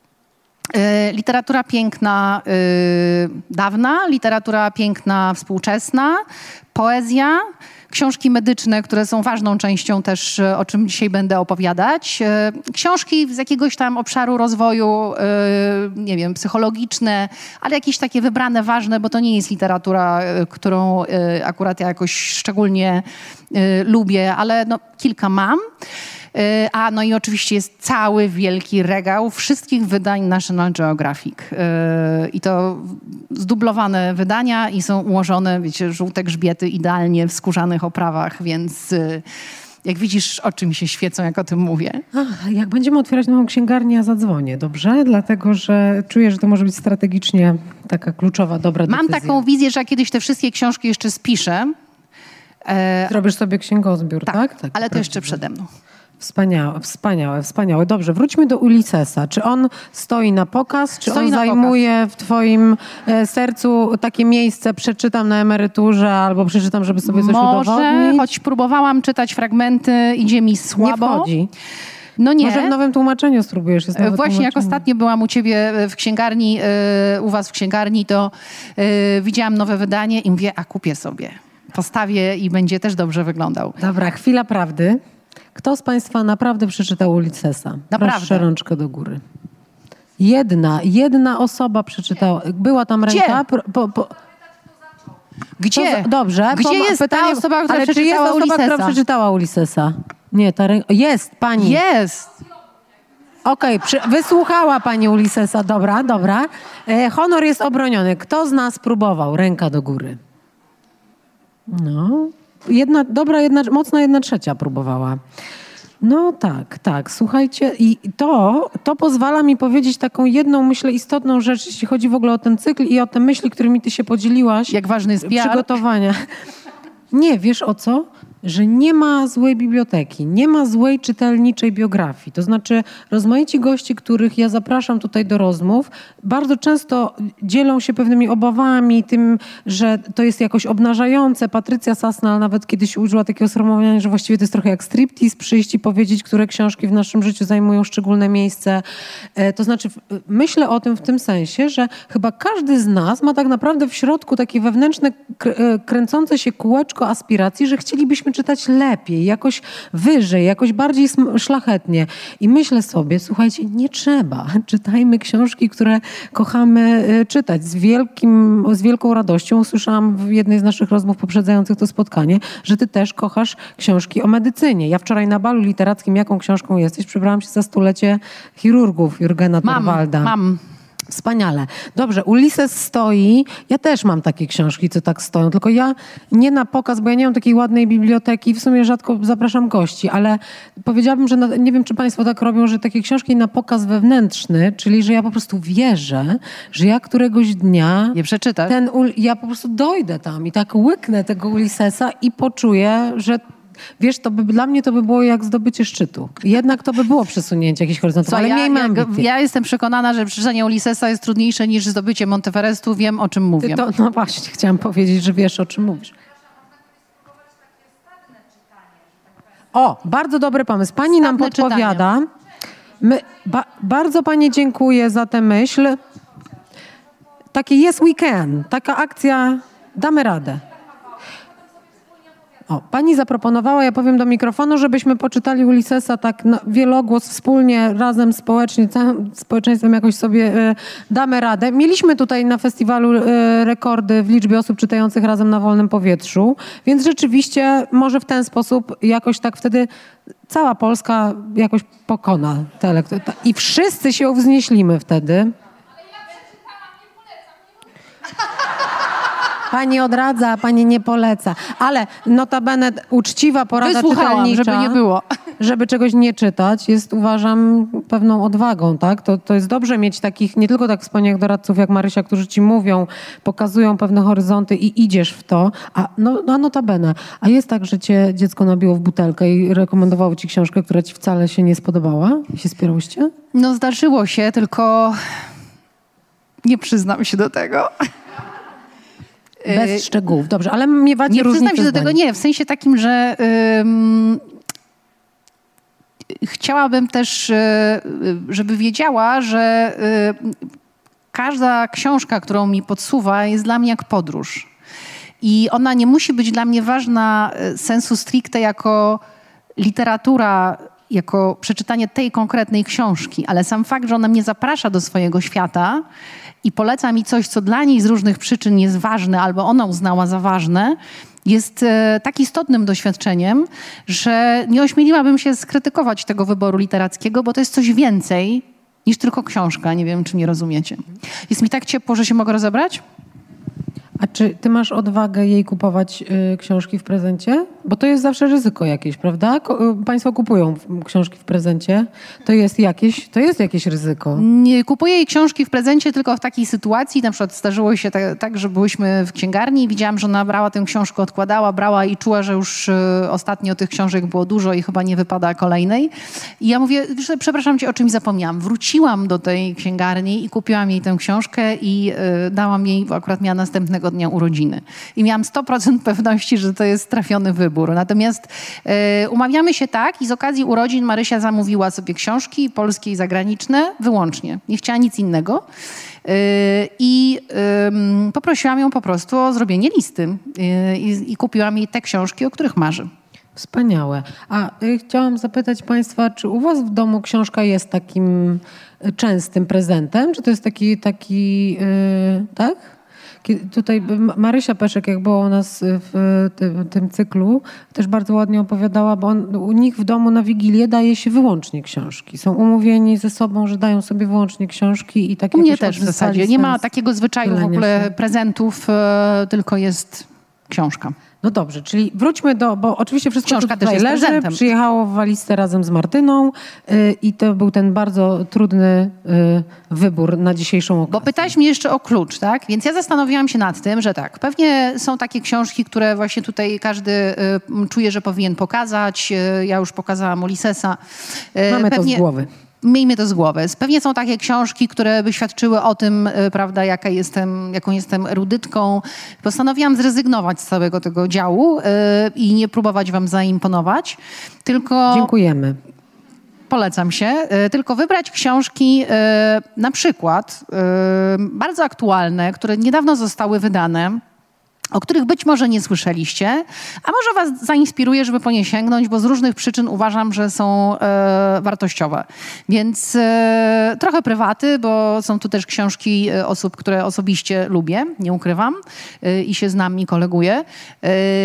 S3: Y, literatura piękna y, dawna, literatura piękna współczesna, poezja, książki medyczne, które są ważną częścią też, y, o czym dzisiaj będę opowiadać, y, książki z jakiegoś tam obszaru rozwoju, y, nie wiem, psychologiczne, ale jakieś takie wybrane, ważne, bo to nie jest literatura, y, którą y, akurat ja jakoś szczególnie y, lubię, ale no, kilka mam. A no i oczywiście jest cały wielki regał wszystkich wydań National Geographic. I to zdublowane wydania i są ułożone, wiecie, żółte grzbiety idealnie w skórzanych oprawach, więc jak widzisz, oczy mi się świecą, jak o tym mówię.
S4: Ach, jak będziemy otwierać nową księgarnię, ja zadzwonię, dobrze? Dlatego, że czuję, że to może być strategicznie taka kluczowa, dobra decyzja.
S3: Mam taką wizję, że jak kiedyś te wszystkie książki jeszcze spiszę.
S4: Zrobisz sobie księgozbiór, tak?
S3: Tak,
S4: tak, tak
S3: ale to jeszcze przede mną.
S4: Wspaniałe, wspaniałe, wspaniałe. Dobrze, wróćmy do Ulyssesa. Czy on stoi na pokaz, czy
S3: Stoi
S4: on
S3: na
S4: zajmuje pokaz. w twoim e, sercu takie miejsce, przeczytam na emeryturze albo przeczytam, żeby sobie coś
S3: Może,
S4: udowodnić?
S3: choć próbowałam czytać fragmenty, idzie mi słabo.
S4: Nie wchodzi.
S3: No nie.
S4: Może w nowym tłumaczeniu spróbujesz. Jest nowe
S3: Właśnie jak
S4: tłumaczenie.
S3: ostatnio byłam u ciebie w księgarni, u was w księgarni, to widziałam nowe wydanie i mówię, a kupię sobie. Postawię i będzie też dobrze wyglądał.
S4: Dobra, chwila prawdy. Kto z państwa naprawdę przeczytał Ulyssesa?
S3: Naprawdę.
S4: Proszę rączkę do góry. Jedna, jedna osoba przeczytała. Była tam
S3: Gdzie?
S4: ręka. Po, po, po.
S3: Gdzie?
S4: To, dobrze.
S3: Gdzie
S4: po,
S3: jest
S4: pytanie,
S3: ta osoba, która
S4: ale czy jest
S3: przeczytała
S4: osoba, która
S3: Ulyssesa?
S4: przeczytała Ulyssesa? Nie, ta ręka. Jest, pani.
S3: Jest.
S4: Okej, okay, wysłuchała pani Ulyssesa. Dobra, dobra. E, honor jest obroniony. Kto z nas próbował? Ręka do góry. No, jedna, dobra, jedna, mocna jedna trzecia próbowała. No tak, tak, słuchajcie, i to, to pozwala mi powiedzieć taką jedną, myślę, istotną rzecz, jeśli chodzi w ogóle o ten cykl i o te myśli, którymi ty się podzieliłaś.
S3: Jak ważny jest P R?
S4: Przygotowania. Nie, wiesz o co? Że nie ma złej biblioteki, nie ma złej czytelniczej biografii. To znaczy rozmaici goście, których ja zapraszam tutaj do rozmów, bardzo często dzielą się pewnymi obawami, tym, że to jest jakoś obnażające. Patrycja Sasnal nawet kiedyś użyła takiego sformułowania, że właściwie to jest trochę jak striptease, przyjść i powiedzieć, które książki w naszym życiu zajmują szczególne miejsce. To znaczy myślę o tym w tym sensie, że chyba każdy z nas ma tak naprawdę w środku takie wewnętrzne, kręcące się kółeczko aspiracji, że chcielibyśmy czytać lepiej, jakoś wyżej, jakoś bardziej szlachetnie. I myślę sobie, słuchajcie, nie trzeba. Czytajmy książki, które kochamy czytać. Z, wielkim, z wielką radością usłyszałam w jednej z naszych rozmów poprzedzających to spotkanie, że ty też kochasz książki o medycynie. Ja wczoraj na balu literackim, jaką książką jesteś, przebrałam się za stulecie chirurgów Jurgena
S3: Mam,
S4: Torwalda.
S3: mam.
S4: Wspaniale. Dobrze, Ulysses stoi. Ja też mam takie książki, co tak stoją, tylko ja nie na pokaz, bo ja nie mam takiej ładnej biblioteki. W sumie rzadko zapraszam gości, ale powiedziałabym, że na, nie wiem, czy państwo tak robią, że takie książki na pokaz wewnętrzny, czyli że ja po prostu wierzę, że ja któregoś dnia
S3: Nie przeczytasz?
S4: ten, ja po prostu dojdę tam i tak łyknę tego Ulyssesa i poczuję, że wiesz, to by, dla mnie to by było jak zdobycie szczytu. Jednak to by było przesunięcie jakichś horyzontów, ale
S3: ja,
S4: miejmy
S3: ja,
S4: ambicje.
S3: ja jestem przekonana, że przeczytanie Ulyssesa jest trudniejsze niż zdobycie Monteverestu. Wiem, o czym mówię.
S4: Ty to, no właśnie, chciałam powiedzieć, że wiesz, o czym mówisz. O, bardzo dobry pomysł. Pani
S3: Stadne
S4: nam podpowiada. My, ba, bardzo pani dziękuję za tę myśl. Takie yes we can, taka akcja, damy radę. O, pani zaproponowała, ja powiem do mikrofonu, żebyśmy poczytali Ulyssesa tak na wielogłos, wspólnie, razem, społecznie, całym społeczeństwem jakoś sobie y, damy radę. Mieliśmy tutaj na festiwalu y, rekordy w liczbie osób czytających razem na wolnym powietrzu, więc rzeczywiście może w ten sposób jakoś tak wtedy cała Polska jakoś pokona te lektury. I wszyscy się wznieślimy wtedy. Pani odradza, pani nie poleca. Ale notabene uczciwa porada czytelnicza,
S3: żeby nie było.
S4: Żeby czegoś nie czytać, jest uważam pewną odwagą, tak? To, to jest dobrze mieć takich, nie tylko tak wspaniałych doradców jak Marysia, którzy ci mówią, pokazują pewne horyzonty i idziesz w to. A no, no notabene, a jest tak, że cię dziecko nabiło w butelkę i rekomendowało ci książkę, która ci wcale się nie spodobała? I się spierałyście?
S3: No zdarzyło się, tylko nie przyznam się do tego.
S4: Bez szczegółów, dobrze, ale miewacie
S3: Nie
S4: różnice
S3: przyznam się do tego, nie, w sensie takim, że ym, chciałabym też, y, żeby wiedziała, że y, każda książka, którą mi podsuwa, jest dla mnie jak podróż. I ona nie musi być dla mnie ważna sensu stricte jako literatura, jako przeczytanie tej konkretnej książki, ale sam fakt, że ona mnie zaprasza do swojego świata i poleca mi coś, co dla niej z różnych przyczyn jest ważne albo ona uznała za ważne, jest tak istotnym doświadczeniem, że nie ośmieliłabym się skrytykować tego wyboru literackiego, bo to jest coś więcej niż tylko książka. Nie wiem, czy mnie rozumiecie. Jest mi tak ciepło, że się mogę rozebrać?
S4: A czy ty masz odwagę jej kupować y, książki w prezencie? Bo to jest zawsze ryzyko jakieś, prawda? Ko- państwo kupują książki w prezencie. To jest jakieś, to jest jakieś ryzyko.
S3: Nie kupuję jej książki w prezencie tylko w takiej sytuacji. Na przykład zdarzyło się tak, tak, że byłyśmy w księgarni i widziałam, że ona brała tę książkę, odkładała, brała i czuła, że już y, ostatnio tych książek było dużo i chyba nie wypada kolejnej. I ja mówię, wiesz, przepraszam cię, o czymś zapomniałam. Wróciłam do tej księgarni i kupiłam jej tę książkę i y, dałam jej, bo akurat miała następnego dnia urodziny. I miałam sto procent pewności, że to jest trafiony wybór. Natomiast y, umawiamy się tak i z okazji urodzin Marysia zamówiła sobie książki polskie i zagraniczne wyłącznie. Nie chciała nic innego. Yy, I yy, poprosiłam ją po prostu o zrobienie listy yy, i, i kupiłam jej te książki, o których marzy.
S4: Wspaniałe. A y, chciałam zapytać państwa, czy u was w domu książka jest takim y, częstym prezentem? Czy to jest taki, taki y, tak? Kiedy, tutaj Marysia Peszek, jak była u nas w tym, tym cyklu, też bardzo ładnie opowiadała, bo on, u nich w domu na Wigilię daje się wyłącznie książki. Są umówieni ze sobą, że dają sobie wyłącznie książki i tak
S3: U mnie
S4: jakoś
S3: też w zasadzie. Nie ma takiego zwyczaju w ogóle się. prezentów, yy, tylko jest książka.
S4: No dobrze, czyli wróćmy do, bo oczywiście wszystko
S3: Książka
S4: tutaj
S3: też jest
S4: leży,
S3: prezentem.
S4: Przyjechało w walizce razem z Martyną yy, i to był ten bardzo trudny yy, wybór na dzisiejszą okazję.
S3: Bo pytałeś mnie jeszcze o klucz, tak? Więc ja zastanowiłam się nad tym, że tak, pewnie są takie książki, które właśnie tutaj każdy y, czuje, że powinien pokazać. Y, ja już pokazałam Ulyssesa.
S4: Y, Mamy
S3: pewnie...
S4: to z głowy.
S3: Miejmy to z głowy. Pewnie są takie książki, które by świadczyły o tym, prawda, jaka jestem, jaką jestem erudytką. Postanowiłam zrezygnować z całego tego działu yy, i nie próbować wam zaimponować, tylko...
S4: Dziękujemy.
S3: Polecam się. Yy, tylko wybrać książki yy, na przykład yy, bardzo aktualne, które niedawno zostały wydane, o których być może nie słyszeliście, a może was zainspiruje, żeby po nie sięgnąć, bo z różnych przyczyn uważam, że są e, wartościowe. Więc e, trochę prywaty, bo są tu też książki osób, które osobiście lubię, nie ukrywam, e, i się z nami koleguję. E,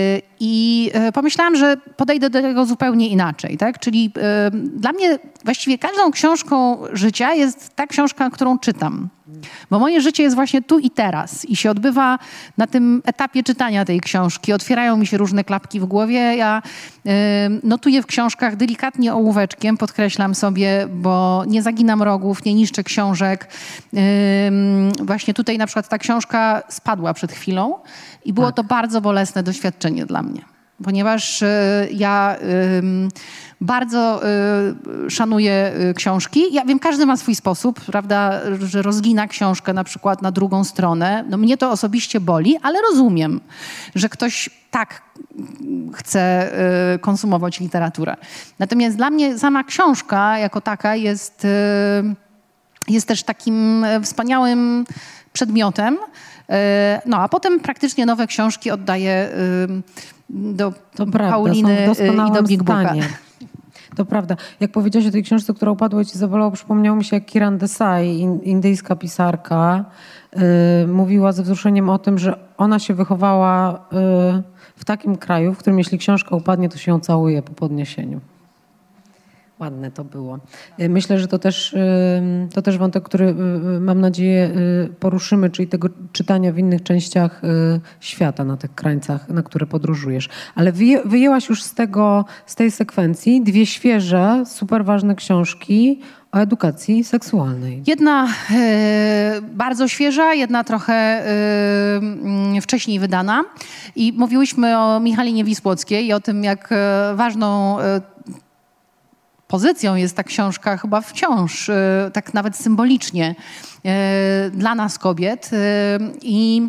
S3: I e, pomyślałam, że podejdę do tego zupełnie inaczej. Tak? Czyli e, dla mnie właściwie każdą książką życia jest ta książka, którą czytam. Bo moje życie jest właśnie tu i teraz i się odbywa na tym etapie czytania tej książki. Otwierają mi się różne klapki w głowie. Ja y, notuję w książkach delikatnie ołóweczkiem, podkreślam sobie, bo nie zaginam rogów, nie niszczę książek. Y, właśnie tutaj na przykład ta książka spadła przed chwilą i było tak. to bardzo bolesne doświadczenie dla mnie. Ponieważ y, ja y, bardzo y, szanuję y, książki. Ja wiem, każdy ma swój sposób, prawda, że rozgina książkę na przykład na drugą stronę. No mnie to osobiście boli, ale rozumiem, że ktoś tak chce y, konsumować literaturę. Natomiast dla mnie sama książka jako taka jest, y, jest też takim wspaniałym przedmiotem. No, a potem praktycznie nowe książki oddaję do
S4: to prawda,
S3: Pauliny i do Big Booka.
S4: To prawda. Jak powiedziałaś o tej książce, która upadła i ci zabolało, przypomniało mi się, jak Kiran Desai, indyjska pisarka, yy, mówiła ze wzruszeniem o tym, że ona się wychowała yy, w takim kraju, w którym jeśli książka upadnie, to się ją całuje po podniesieniu. Ładne to było. Myślę, że to też, to też wątek, który mam nadzieję poruszymy, czyli tego czytania w innych częściach świata, na tych krańcach, na które podróżujesz. Ale wyjęłaś już z tego, z tej sekwencji dwie świeże, super ważne książki o edukacji seksualnej.
S3: Jedna e, bardzo świeża, jedna trochę e, wcześniej wydana. I mówiłyśmy o Michalinie Wisłockiej i o tym, jak e, ważną e, pozycją jest ta książka chyba wciąż, e, tak nawet symbolicznie, e, dla nas kobiet. E, i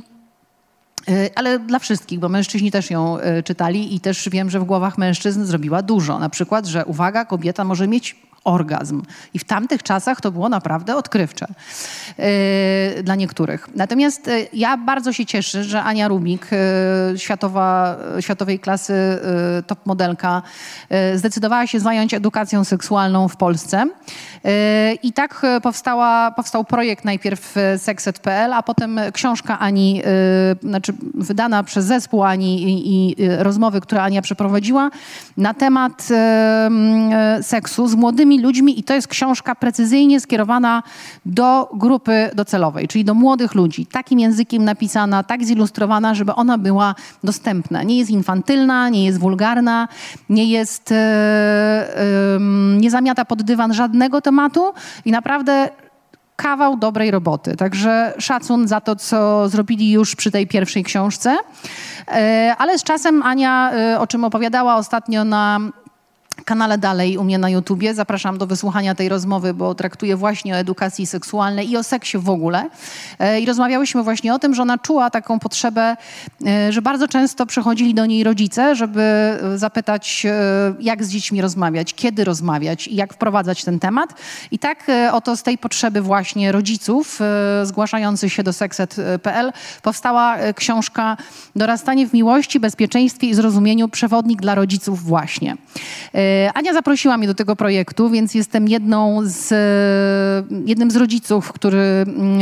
S3: ale dla wszystkich, bo mężczyźni też ją e, czytali i też wiem, że w głowach mężczyzn zrobiła dużo. Na przykład, że uwaga, kobieta może mieć orgazm. I w tamtych czasach to było naprawdę odkrywcze yy, dla niektórych. Natomiast yy, ja bardzo się cieszę, że Ania Rubik, yy, światowa, światowej klasy yy, top modelka, yy, zdecydowała się zająć edukacją seksualną w Polsce. Yy, I tak powstała, powstał projekt najpierw sekset kropka pe el, a potem książka Ani, yy, znaczy wydana przez zespół Ani i, i yy, rozmowy, które Ania przeprowadziła na temat yy, seksu z młodymi ludźmi i to jest książka precyzyjnie skierowana do grupy docelowej, czyli do młodych ludzi. Takim językiem napisana, tak zilustrowana, żeby ona była dostępna. Nie jest infantylna, nie jest wulgarna, nie jest, e, e, nie zamiata pod dywan żadnego tematu i naprawdę kawał dobrej roboty. Także szacun za to, co zrobili już przy tej pierwszej książce. E, ale z czasem Ania, e, o czym opowiadała ostatnio na kanale Dalej u mnie na YouTubie. Zapraszam do wysłuchania tej rozmowy, bo traktuję właśnie o edukacji seksualnej i o seksie w ogóle. I rozmawiałyśmy właśnie o tym, że ona czuła taką potrzebę, że bardzo często przychodzili do niej rodzice, żeby zapytać, jak z dziećmi rozmawiać, kiedy rozmawiać i jak wprowadzać ten temat. I tak oto z tej potrzeby właśnie rodziców zgłaszających się do sekset kropka pe el powstała książka Dorastanie w miłości, bezpieczeństwie i zrozumieniu. Przewodnik dla rodziców właśnie. Ania zaprosiła mnie do tego projektu, więc jestem jedną z, jednym z rodziców, który,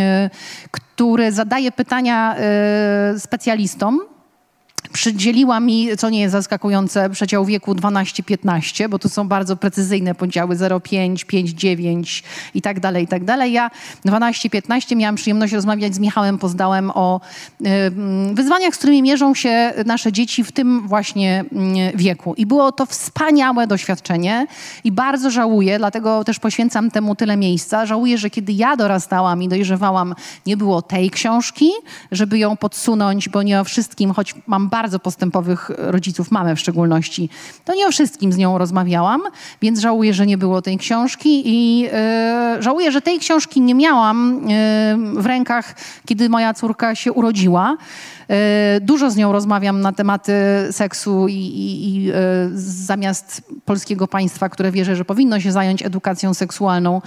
S3: który zadaje pytania specjalistom. Przydzieliła mi, co nie jest zaskakujące, przedział wieku dwanaście piętnaście, bo to są bardzo precyzyjne podziały zero pięć, pięć dziewięć i tak dalej, i tak dalej. Ja dwanaście piętnaście miałam przyjemność rozmawiać z Michałem Pozdałem o y, wyzwaniach, z którymi mierzą się nasze dzieci w tym właśnie y, wieku. I było to wspaniałe doświadczenie i bardzo żałuję, dlatego też poświęcam temu tyle miejsca. Żałuję, że kiedy ja dorastałam i dojrzewałam, nie było tej książki, żeby ją podsunąć, bo nie o wszystkim, choć mam bardzo postępowych rodziców, mamę w szczególności, to nie o wszystkim z nią rozmawiałam, więc żałuję, że nie było tej książki i yy, żałuję, że tej książki nie miałam yy, w rękach, kiedy moja córka się urodziła. Yy, dużo z nią rozmawiam na tematy seksu i, i, i yy, zamiast polskiego państwa, które wierzę, że powinno się zająć edukacją seksualną,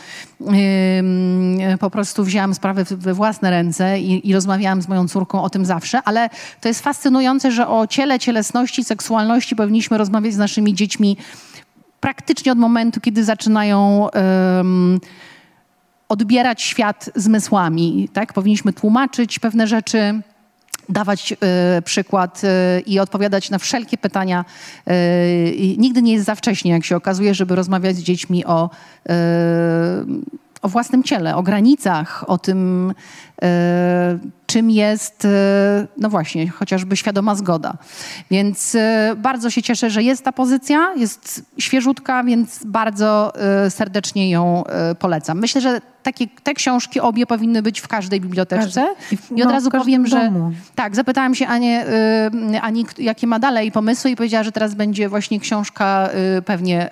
S3: yy, po prostu wzięłam sprawę we własne ręce i, i rozmawiałam z moją córką o tym zawsze, ale to jest fascynujące, że o ciele, cielesności, seksualności powinniśmy rozmawiać z naszymi dziećmi praktycznie od momentu, kiedy zaczynają um, odbierać świat zmysłami. Tak? Powinniśmy tłumaczyć pewne rzeczy, dawać y, przykład y, i odpowiadać na wszelkie pytania. Y, i nigdy nie jest za wcześnie, jak się okazuje, żeby rozmawiać z dziećmi o, y, o własnym ciele, o granicach, o tym, y, czym jest, y, no właśnie, chociażby świadoma zgoda. Więc y, bardzo się cieszę, że jest ta pozycja, jest świeżutka, więc bardzo y, serdecznie ją y, polecam. Myślę, że takie, te książki obie powinny być w każdej bibliotece. I od
S4: no,
S3: razu powiem, że
S4: domu.
S3: tak, zapytałam się Anię, y, Ani, jakie ma dalej pomysły i powiedziała, że teraz będzie właśnie książka y, pewnie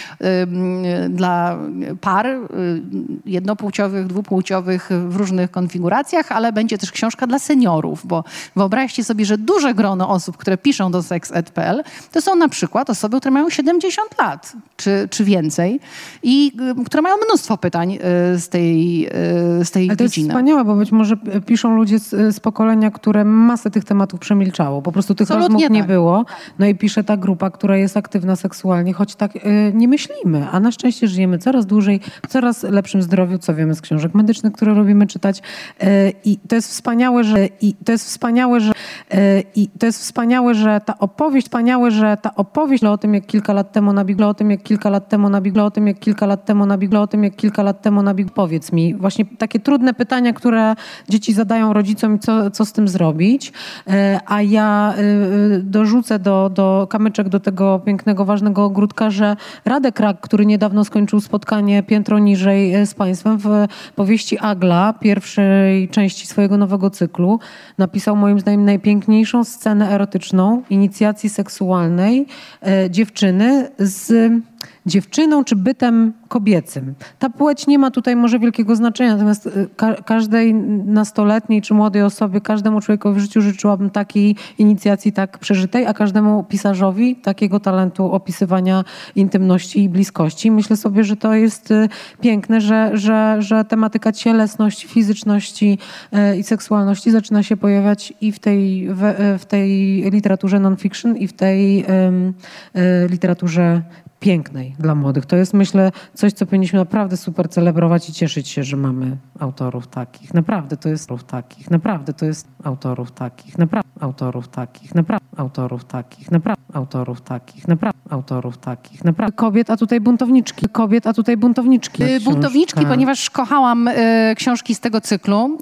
S3: y, dla par y, jednopłciowych, dwupłciowych w różnych konfiguracjach, ale będzie też książka dla seniorów, bo wyobraźcie sobie, że duże grono osób, które piszą do sekset kropka pe el, to są na przykład osoby, które mają siedemdziesiąt lat czy, czy więcej i y, które mają mnóstwo pytań y, z tej, y, z tej
S4: Ale to jest
S3: dziedziny.
S4: wspaniałe, bo być może piszą ludzie z, z pokolenia, które masę tych tematów przemilczało. Po prostu tych
S3: Absolutnie
S4: rozmów nie
S3: tak.
S4: było. No i pisze ta grupa, która jest aktywna seksualnie, choć tak y, nie myślimy. A na szczęście żyjemy coraz dłużej, w coraz lepszym zdrowiu, co wiemy z książek medycznych, które lubimy czytać. Y, I to jest wspaniałe, że, i to jest wspaniałe, że I to jest wspaniałe, że ta opowieść, wspaniałe, że ta opowieść o tym, jak kilka lat temu na Biglo, o tym, jak kilka lat temu na Biglo, o tym, jak kilka lat temu na Biglo, o tym, jak kilka lat temu na Biglo. Powiedz mi, właśnie takie trudne pytania, które dzieci zadają rodzicom i co, co z tym zrobić. A ja dorzucę do, do kamyczek do tego pięknego, ważnego ogródka, że Radek Rak, który niedawno skończył spotkanie piętro niżej z państwem, w powieści Agla, pierwszej części swojego nowego cyklu, napisał moim zdaniem najpiękniejszą scenę erotyczną inicjacji seksualnej e, dziewczyny z dziewczyną czy bytem kobiecym. Ta płeć nie ma tutaj może wielkiego znaczenia, natomiast ka- każdej nastoletniej czy młodej osobie, każdemu człowiekowi w życiu życzyłabym takiej inicjacji tak przeżytej, a każdemu pisarzowi takiego talentu opisywania intymności i bliskości. Myślę sobie, że to jest piękne, że, że, że tematyka cielesności, fizyczności e, i seksualności zaczyna się pojawiać i w tej, w, w tej literaturze non-fiction, i w tej e, e, literaturze pięknej dla młodych. To jest, myślę, coś, co powinniśmy naprawdę super celebrować i cieszyć się, że mamy autorów takich. Naprawdę to jest autorów takich. Naprawdę to jest autorów takich. Naprawdę autorów takich. Naprawdę autorów takich. Naprawdę autorów takich. Naprawdę autorów takich. Naprawdę kobiet, a tutaj buntowniczki. Kobiet, a tutaj buntowniczki.
S3: Buntowniczki,
S4: Książka.
S3: Ponieważ kochałam y, książki z tego cyklu.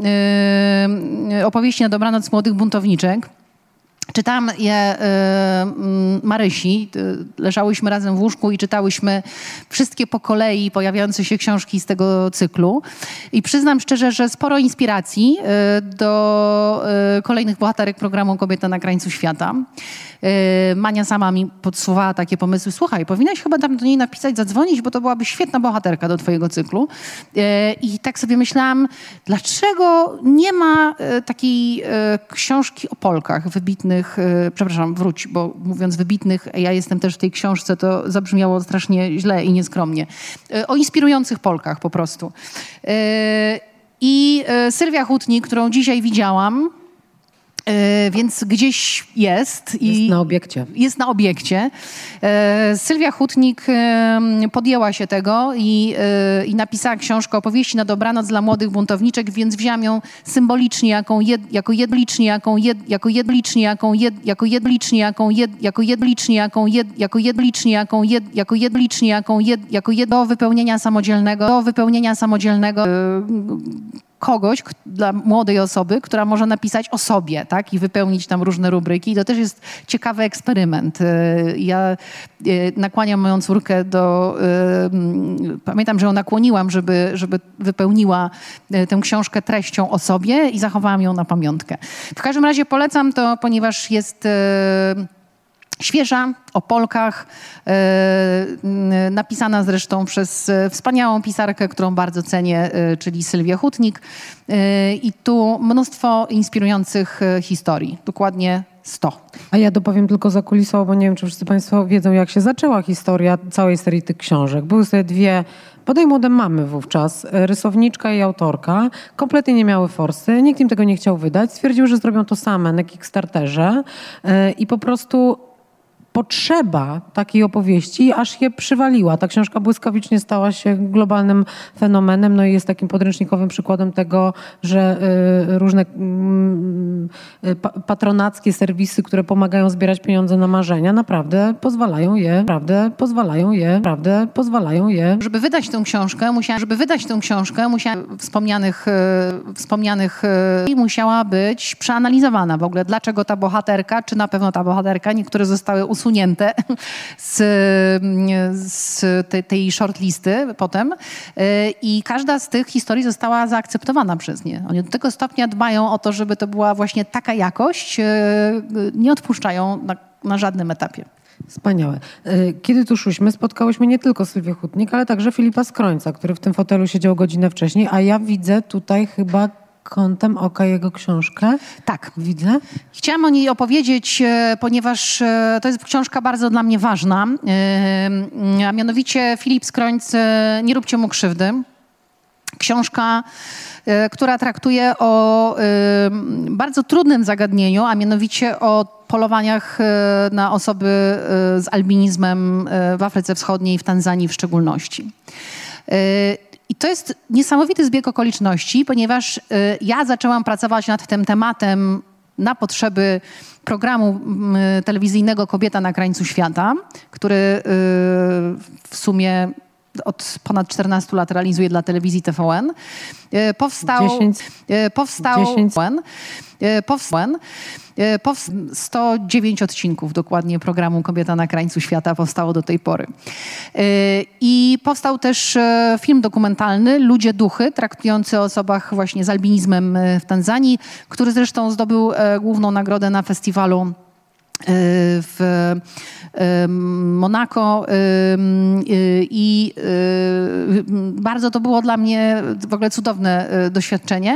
S3: Y, opowieści na dobranoc młodych buntowniczek. Czytałam je y, y, Marysi, y, leżałyśmy razem w łóżku i czytałyśmy wszystkie po kolei pojawiające się książki z tego cyklu. I przyznam szczerze, że sporo inspiracji y, do y, kolejnych bohaterek programu Kobieta na krańcu świata. Y, Mania sama mi podsuwała takie pomysły. Słuchaj, powinnaś chyba tam do niej napisać, zadzwonić, bo to byłaby świetna bohaterka do twojego cyklu. Y, I tak sobie myślałam, dlaczego nie ma y, takiej y, książki o Polkach wybitnych, przepraszam, wróć, bo mówiąc wybitnych, ja jestem też w tej książce, to zabrzmiało strasznie źle i nieskromnie. O inspirujących Polkach po prostu. I Sylwia Hutnik, którą dzisiaj widziałam, więc gdzieś jest. I
S4: jest na obiekcie.
S3: Jest na obiekcie. Sylwia Hutnik podjęła się tego i, i napisała książkę Opowieści na dobranoc dla młodych buntowniczek, więc wzięłam ją symbolicznie jaką jed, jako jedlicznie, jaką jed, jako jedlicznie, jaką jed, jako jedlicznie, jaką jed, jako jedlicznie, jaką jed, jako jedlicznie, jaką jed, jako jedlicznie, jaką jed, jako jed, do wypełnienia samodzielnego, do wypełnienia samodzielnego kogoś, dla młodej osoby, która może napisać o sobie, tak? I wypełnić tam różne rubryki. I to też jest ciekawy eksperyment. Ja nakłaniam moją córkę do... Pamiętam, że ją nakłoniłam, żeby, żeby wypełniła tę książkę treścią o sobie i zachowałam ją na pamiątkę. W każdym razie polecam to, ponieważ jest świeża, o Polkach, e, napisana zresztą przez wspaniałą pisarkę, którą bardzo cenię, e, czyli Sylwię Hutnik. E, I tu mnóstwo inspirujących e, historii, dokładnie sto.
S4: A ja dopowiem tylko zakulisowo, bo nie wiem, czy wszyscy państwo wiedzą, jak się zaczęła historia całej serii tych książek. Były sobie dwie, bodaj młode mamy wówczas, rysowniczka i autorka. Kompletnie nie miały forsy, nikt im tego nie chciał wydać. Stwierdziły, że zrobią to same na Kickstarterze e, i po prostu potrzeba takiej opowieści aż je przywaliła. Ta książka błyskawicznie stała się globalnym fenomenem, no i jest takim podręcznikowym przykładem tego, że y, różne y, pa, patronackie serwisy, które pomagają zbierać pieniądze na marzenia, naprawdę pozwalają je, naprawdę pozwalają je, naprawdę pozwalają je.
S3: Żeby wydać tę książkę, musiała, żeby wydać tę książkę, musiała wspomnianych, y, wspomnianych y, i musiała być przeanalizowana w ogóle, dlaczego ta bohaterka, czy na pewno ta bohaterka, niektóre zostały usunięte z, z tej, tej shortlisty potem i każda z tych historii została zaakceptowana przez nie. Oni do tego stopnia dbają o to, żeby to była właśnie taka jakość, nie odpuszczają na, na żadnym etapie.
S4: Wspaniałe. Kiedy tu szłyśmy, spotkałyśmy nie tylko Sylwię Hutnik, ale także Filipa Skrońca, który w tym fotelu siedział godzinę wcześniej, a ja widzę tutaj chyba kątem oka jego książkę.
S3: Tak.
S4: Widzę.
S3: Chciałam o niej opowiedzieć, ponieważ to jest książka bardzo dla mnie ważna, a mianowicie Filip Skrońc Nie róbcie mu krzywdy. Książka, która traktuje o bardzo trudnym zagadnieniu, a mianowicie o polowaniach na osoby z albinizmem w Afryce Wschodniej, w Tanzanii w szczególności. I to jest niesamowity zbieg okoliczności, ponieważ ja zaczęłam pracować nad tym tematem na potrzeby programu telewizyjnego Kobieta na krańcu świata, który w sumie od ponad czternastu lat realizuje dla telewizji T V N. Powstał...
S4: dziesięć.
S3: Powstał...
S4: dziesięć.
S3: Powstał... Powstał sto dziewięć odcinków dokładnie programu Kobieta na krańcu świata powstało do tej pory. I powstał też film dokumentalny Ludzie Duchy, traktujący o osobach właśnie z albinizmem w Tanzanii, który zresztą zdobył główną nagrodę na festiwalu w Monako i bardzo to było dla mnie w ogóle cudowne doświadczenie.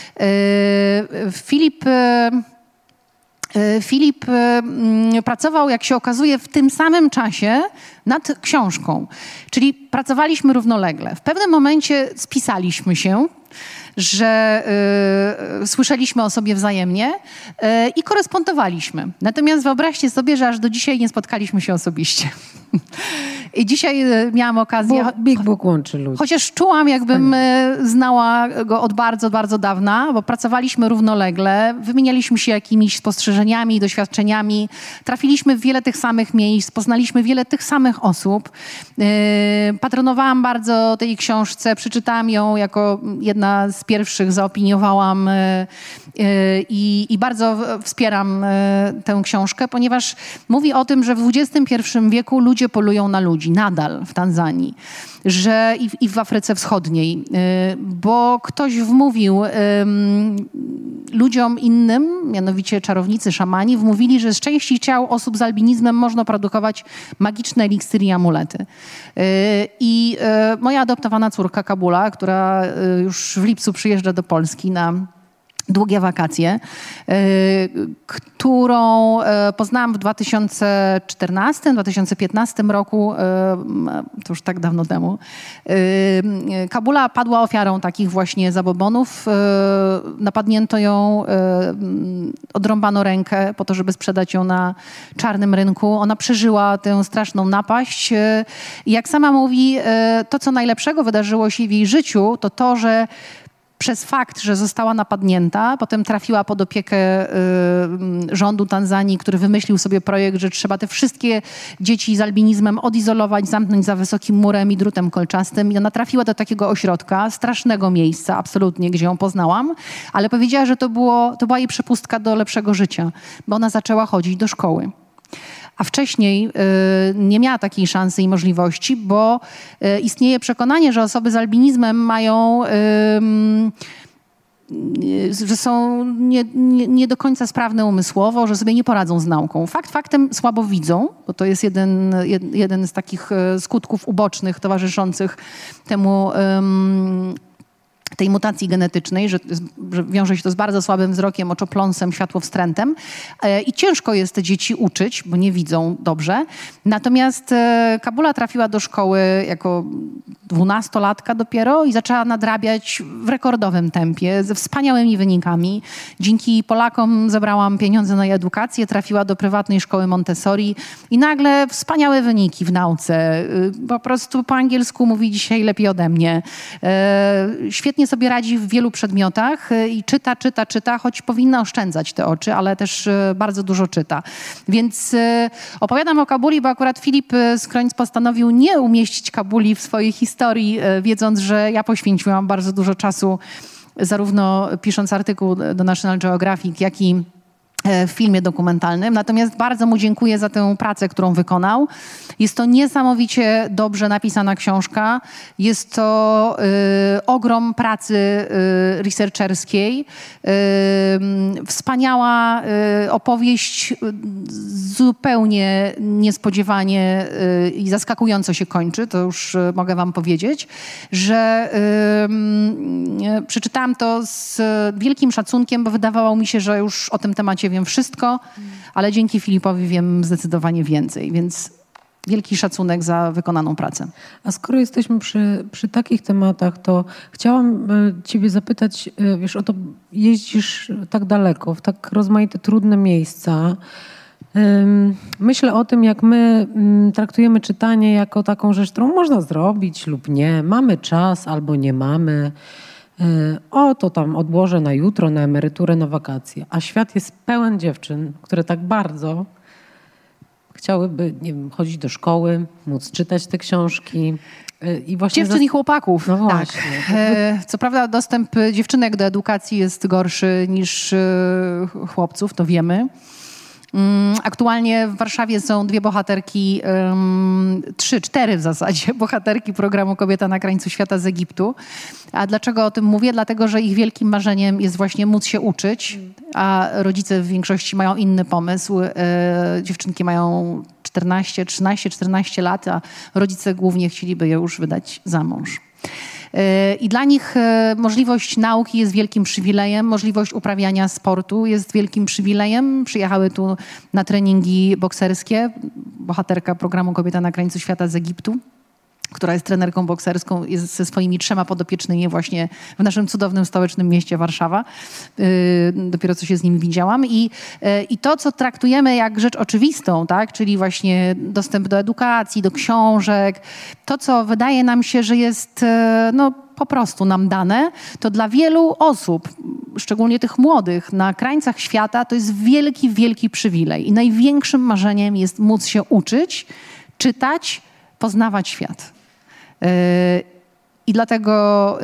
S3: Filip Filip pracował, jak się okazuje, w tym samym czasie nad książką. Czyli pracowaliśmy równolegle. W pewnym momencie spisaliśmy się, że y, słyszeliśmy o sobie wzajemnie y, i korespondowaliśmy. Natomiast wyobraźcie sobie, że aż do dzisiaj nie spotkaliśmy się osobiście. I dzisiaj y, miałam okazję...
S4: Bo Big Book łączy ludzi.
S3: Chociaż czułam, jakbym y, znała go od bardzo, bardzo dawna, bo pracowaliśmy równolegle, wymienialiśmy się jakimiś spostrzeżeniami, doświadczeniami, trafiliśmy w wiele tych samych miejsc, poznaliśmy wiele tych samych osób. Y, patronowałam bardzo tej książce, przeczytałam ją jako jedna z pierwszych, zaopiniowałam y, y, i bardzo wspieram y, tę książkę, ponieważ mówi o tym, że w dwudziestym pierwszym wieku ludzie polują na ludzi, nadal w Tanzanii, że i w, i w Afryce Wschodniej, y, bo ktoś wmówił y, ludziom innym, mianowicie czarownicy, szamani, wmówili, że z części ciał osób z albinizmem można produkować magiczne eliksiry i amulety. Y, I y, moja adoptowana córka Kabula, która y, już w lipcu przyjeżdża do Polski na długie wakacje, y, którą y, poznałam w dwa tysiące czternastym, dwa tysiące piętnastym roku, y, to już tak dawno temu. Y, Kabula padła ofiarą takich właśnie zabobonów. Y, napadnięto ją, y, odrąbano rękę po to, żeby sprzedać ją na czarnym rynku. Ona przeżyła tę straszną napaść. Y, I jak sama mówi, y, to co najlepszego wydarzyło się w jej życiu, to to, że przez fakt, że została napadnięta, potem trafiła pod opiekę y, rządu Tanzanii, który wymyślił sobie projekt, że trzeba te wszystkie dzieci z albinizmem odizolować, zamknąć za wysokim murem i drutem kolczastym. I ona trafiła do takiego ośrodka, strasznego miejsca, absolutnie, gdzie ją poznałam, ale powiedziała, że to, było, to była jej przepustka do lepszego życia, bo ona zaczęła chodzić do szkoły. A wcześniej y, nie miała takiej szansy i możliwości, bo y, istnieje przekonanie, że osoby z albinizmem mają, y, y, że są nie, nie, nie do końca sprawne umysłowo, że sobie nie poradzą z nauką. Fakt faktem słabo widzą, bo to jest jeden, jed, jeden z takich y, skutków ubocznych towarzyszących temu y, tej mutacji genetycznej, że, że wiąże się to z bardzo słabym wzrokiem, oczopląsem, światłowstrętem e, i ciężko jest te dzieci uczyć, bo nie widzą dobrze. Natomiast e, Kabula trafiła do szkoły jako dwunastolatka dopiero i zaczęła nadrabiać w rekordowym tempie, ze wspaniałymi wynikami. Dzięki Polakom zebrałam pieniądze na jej edukację, trafiła do prywatnej szkoły Montessori i nagle wspaniałe wyniki w nauce. E, po prostu po angielsku mówi dzisiaj lepiej ode mnie. E, świetnie sobie radzi w wielu przedmiotach i czyta, czyta, czyta, choć powinna oszczędzać te oczy, ale też bardzo dużo czyta. Więc opowiadam o Kabuli, bo akurat Filip Skrońc postanowił nie umieścić Kabuli w swojej historii, wiedząc, że ja poświęciłam bardzo dużo czasu, zarówno pisząc artykuł do National Geographic, jak i w filmie dokumentalnym. Natomiast bardzo mu dziękuję za tę pracę, którą wykonał. Jest to niesamowicie dobrze napisana książka. Jest to y, ogrom pracy y, researcherskiej. Y, wspaniała y, opowieść, y, zupełnie niespodziewanie y, i zaskakująco się kończy. To już y, mogę wam powiedzieć, że y, y, przeczytałam to z wielkim szacunkiem, bo wydawało mi się, że już o tym temacie wiem wszystko, ale dzięki Filipowi wiem zdecydowanie więcej, więc wielki szacunek za wykonaną pracę.
S4: A skoro jesteśmy przy, przy takich tematach, to chciałam ciebie zapytać, wiesz, o to jeździsz tak daleko, w tak rozmaite, trudne miejsca. Myślę o tym, jak my traktujemy czytanie jako taką rzecz, którą można zrobić lub nie. Mamy czas albo nie mamy. o, to tam odłożę na jutro, na emeryturę, na wakacje. A świat jest pełen dziewczyn, które tak bardzo chciałyby, nie wiem, chodzić do szkoły, móc czytać te książki.
S3: I właśnie Dziewczyn zas... i chłopaków.
S4: No właśnie.
S3: Tak. E, co prawda dostęp dziewczynek do edukacji jest gorszy niż e, chłopców, to wiemy. Aktualnie w Warszawie są dwie bohaterki, um, trzy, cztery w zasadzie, bohaterki programu Kobieta na krańcu świata z Egiptu. A dlaczego o tym mówię? Dlatego, że ich wielkim marzeniem jest właśnie móc się uczyć, a rodzice w większości mają inny pomysł. E, dziewczynki mają czternaście, trzynaście, czternaście lat, a rodzice głównie chcieliby je już wydać za mąż. I dla nich możliwość nauki jest wielkim przywilejem, możliwość uprawiania sportu jest wielkim przywilejem. Przyjechały tu na treningi bokserskie, bohaterka programu Kobieta na krańcu świata z Egiptu, która jest trenerką bokserską, jest ze swoimi trzema podopiecznymi właśnie w naszym cudownym stołecznym mieście Warszawa. Yy, dopiero co się z nimi widziałam. I, yy, I to, co traktujemy jak rzecz oczywistą, tak? Czyli właśnie dostęp do edukacji, do książek, to, co wydaje nam się, że jest yy, no, po prostu nam dane, to dla wielu osób, szczególnie tych młodych, na krańcach świata, to jest wielki, wielki przywilej. I największym marzeniem jest móc się uczyć, czytać, poznawać świat. I dlatego,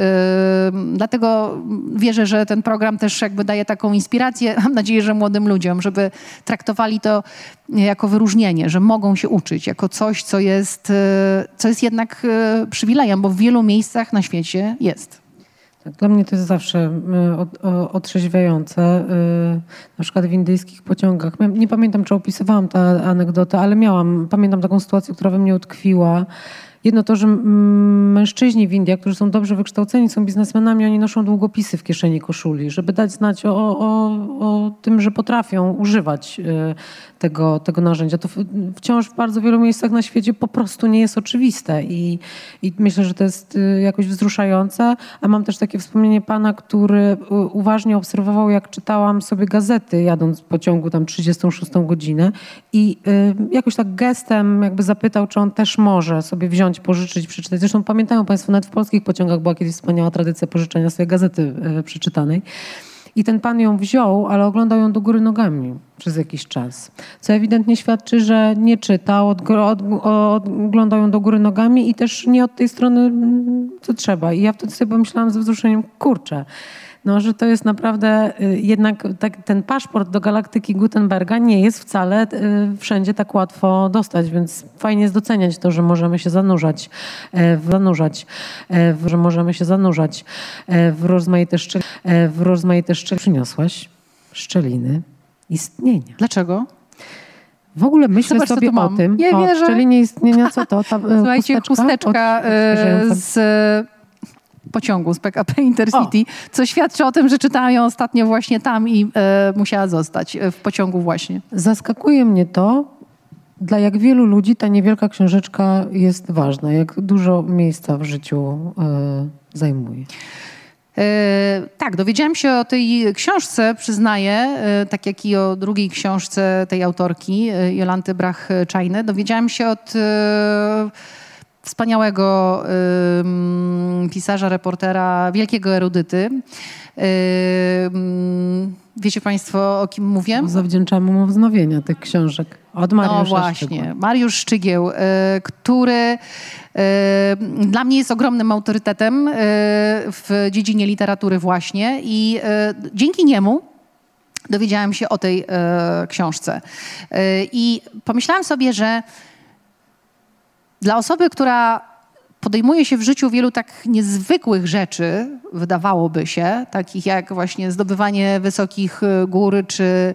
S3: dlatego wierzę, że ten program też jakby daje taką inspirację, mam nadzieję, że młodym ludziom, żeby traktowali to jako wyróżnienie, że mogą się uczyć, jako coś, co jest, co jest jednak przywilejem, bo w wielu miejscach na świecie jest.
S4: Tak, dla mnie to jest zawsze otrzeźwiające. Na przykład w indyjskich pociągach. Nie pamiętam, czy opisywałam tę anegdotę, ale miałam, pamiętam taką sytuację, która we mnie utkwiła. Jedno to, że mężczyźni w Indiach, którzy są dobrze wykształceni, są biznesmenami, oni noszą długopisy w kieszeni koszuli, żeby dać znać o, o, o tym, że potrafią używać tego, tego narzędzia. To wciąż w bardzo wielu miejscach na świecie po prostu nie jest oczywiste i, i myślę, że to jest jakoś wzruszające. A mam też takie wspomnienie pana, który uważnie obserwował, jak czytałam sobie gazety, jadąc w pociągu tam trzydziestą szóstą godzinę i jakoś tak gestem jakby zapytał, czy on też może sobie wziąć, pożyczyć, przeczytać. Zresztą pamiętają państwo, nawet w polskich pociągach była kiedyś wspaniała tradycja pożyczenia sobie gazety e, przeczytanej. I ten pan ją wziął, ale oglądał ją do góry nogami przez jakiś czas. Co ewidentnie świadczy, że nie czytał, od, od, od, oglądał ją do góry nogami i też nie od tej strony, co trzeba. I ja wtedy sobie pomyślałam ze wzruszeniem, kurczę, no, że to jest naprawdę jednak tak, ten paszport do galaktyki Gutenberga nie jest wcale y, wszędzie tak łatwo dostać, więc fajnie jest doceniać to, że możemy się zanurzać, e, w, zanurzać e, w, że możemy się zanurzać e, w rozmaite szczeliny. E, w rozmaite szczeliny. Przyniosłaś szczeliny istnienia.
S3: Dlaczego?
S4: W ogóle myślę Zobacz, sobie o tym,
S3: Nie
S4: o
S3: wierzę.
S4: szczelinie istnienia, co to? Ta,
S3: Słuchajcie, chusteczka, chusteczka
S4: od,
S3: z pociągu z P K P Intercity, o. co świadczy o tym, że czytałam ją ostatnio właśnie tam i e, musiała zostać w pociągu właśnie.
S4: Zaskakuje mnie to, dla jak wielu ludzi ta niewielka książeczka jest ważna, jak dużo miejsca w życiu e, zajmuje.
S3: E, tak, dowiedziałam się o tej książce, przyznaję, e, tak jak i o drugiej książce tej autorki, e, Jolanty Brach-Czajny. Dowiedziałam się od e, wspaniałego y, pisarza, reportera, wielkiego erudyty. Y, wiecie państwo, o kim mówię?
S4: Zawdzięczamy mu wznowienia tych książek. Od Mariusza
S3: No właśnie, Szczygieł. Mariusz Szczygieł, y, który y, dla mnie jest ogromnym autorytetem y, w dziedzinie literatury właśnie i y, dzięki niemu dowiedziałam się o tej y, książce. Y, I pomyślałam sobie, że dla osoby, która podejmuje się w życiu wielu tak niezwykłych rzeczy, wydawałoby się, takich jak właśnie zdobywanie wysokich gór, czy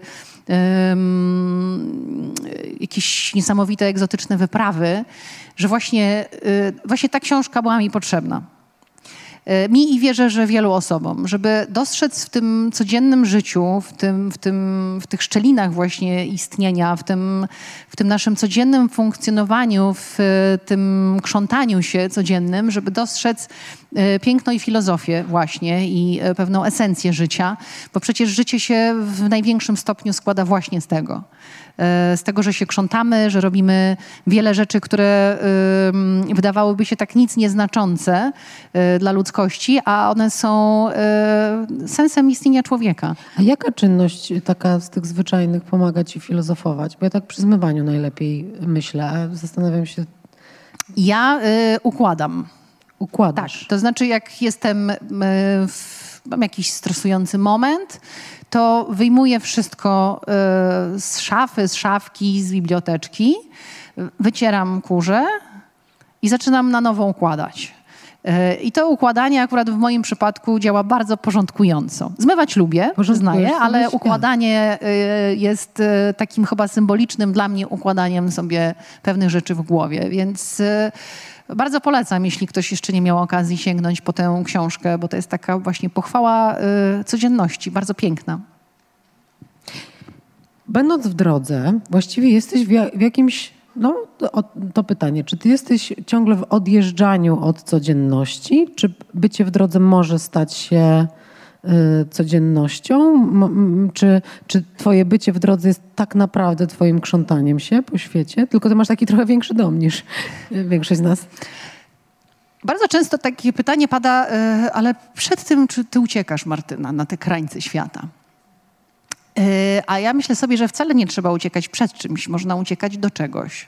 S3: um, jakieś niesamowite, egzotyczne wyprawy, że właśnie, y, właśnie ta książka była mi potrzebna. Mi i wierzę, że wielu osobom, żeby dostrzec w tym codziennym życiu, w, tym, w, tym, w tych szczelinach właśnie istnienia, w tym, w tym naszym codziennym funkcjonowaniu, w tym krzątaniu się codziennym, żeby dostrzec piękno i filozofię właśnie i pewną esencję życia, bo przecież życie się w największym stopniu składa właśnie z tego. Z tego, że się krzątamy, że robimy wiele rzeczy, które y, wydawałyby się tak nic nieznaczące y, dla ludzkości, a one są y, sensem istnienia człowieka.
S4: A jaka czynność taka z tych zwyczajnych pomaga ci filozofować? Bo ja tak przy zmywaniu najlepiej myślę, a zastanawiam się...
S3: Ja y, układam.
S4: Układasz?
S3: Tak, to znaczy jak jestem, y, w, mam jakiś stresujący moment, to wyjmuję wszystko y, z szafy, z szafki, z biblioteczki, wycieram kurze i zaczynam na nowo układać. Y, I to układanie akurat w moim przypadku działa bardzo porządkująco. Zmywać lubię, przyznaję, ale układanie y, jest y, takim chyba symbolicznym dla mnie układaniem sobie pewnych rzeczy w głowie, więc... Y, Bardzo polecam, jeśli ktoś jeszcze nie miał okazji sięgnąć po tę książkę, bo to jest taka właśnie pochwała y, codzienności, bardzo piękna.
S4: Będąc w drodze, właściwie jesteś w, ja, w jakimś, no to, to pytanie, czy ty jesteś ciągle w odjeżdżaniu od codzienności, czy bycie w drodze może stać się y, codziennością, M- czy, czy twoje bycie w drodze jest tak naprawdę twoim krzątaniem się po świecie, tylko ty masz taki trochę większy dom niż większość z nas.
S3: Bardzo często takie pytanie pada, y, ale przed tym, czy ty uciekasz, Martyna, na te krańce świata? Y, a ja myślę sobie, że wcale nie trzeba uciekać przed czymś, można uciekać do czegoś.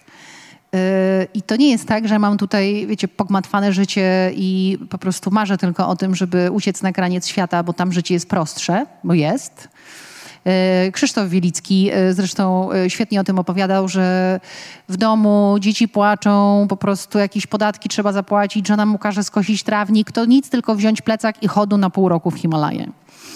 S3: I to nie jest tak, że mam tutaj, wiecie, pogmatwane życie i po prostu marzę tylko o tym, żeby uciec na kraniec świata, bo tam życie jest prostsze, bo jest. Krzysztof Wielicki zresztą świetnie o tym opowiadał, że w domu dzieci płaczą, po prostu jakieś podatki trzeba zapłacić, żona mu każe skosić trawnik, to nic, tylko wziąć plecak i chodu na pół roku w Himalaje.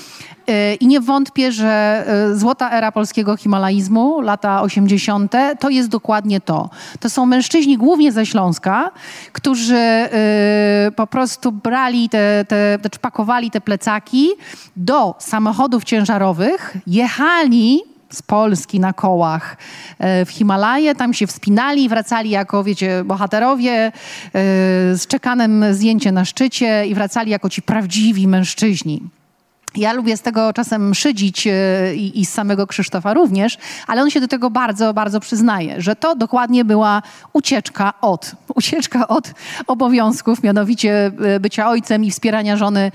S3: I nie wątpię, że złota era polskiego himalaizmu, lata osiemdziesiąte, to jest dokładnie to. To są mężczyźni głównie ze Śląska, którzy po prostu brali te, te, znaczy pakowali te plecaki do samochodów ciężarowych, jechali z Polski na kołach w Himalaje, tam się wspinali, wracali jako, wiecie, bohaterowie z czekanem zdjęcie na szczycie i wracali jako ci prawdziwi mężczyźni. Ja lubię z tego czasem szydzić i, i z samego Krzysztofa również, ale on się do tego bardzo, bardzo przyznaje, że to dokładnie była ucieczka od, ucieczka od obowiązków, mianowicie bycia ojcem i wspierania żony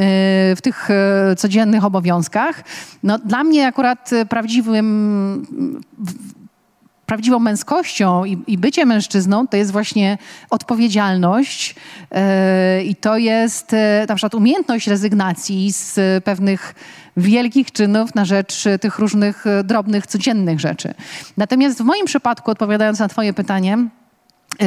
S3: w tych codziennych obowiązkach. No, dla mnie akurat prawdziwym... Prawdziwą męskością i, i bycie mężczyzną to jest właśnie odpowiedzialność yy, i to jest yy, na przykład umiejętność rezygnacji z yy, pewnych wielkich czynów na rzecz yy, tych różnych yy, drobnych, codziennych rzeczy. Natomiast w moim przypadku, odpowiadając na twoje pytanie, yy,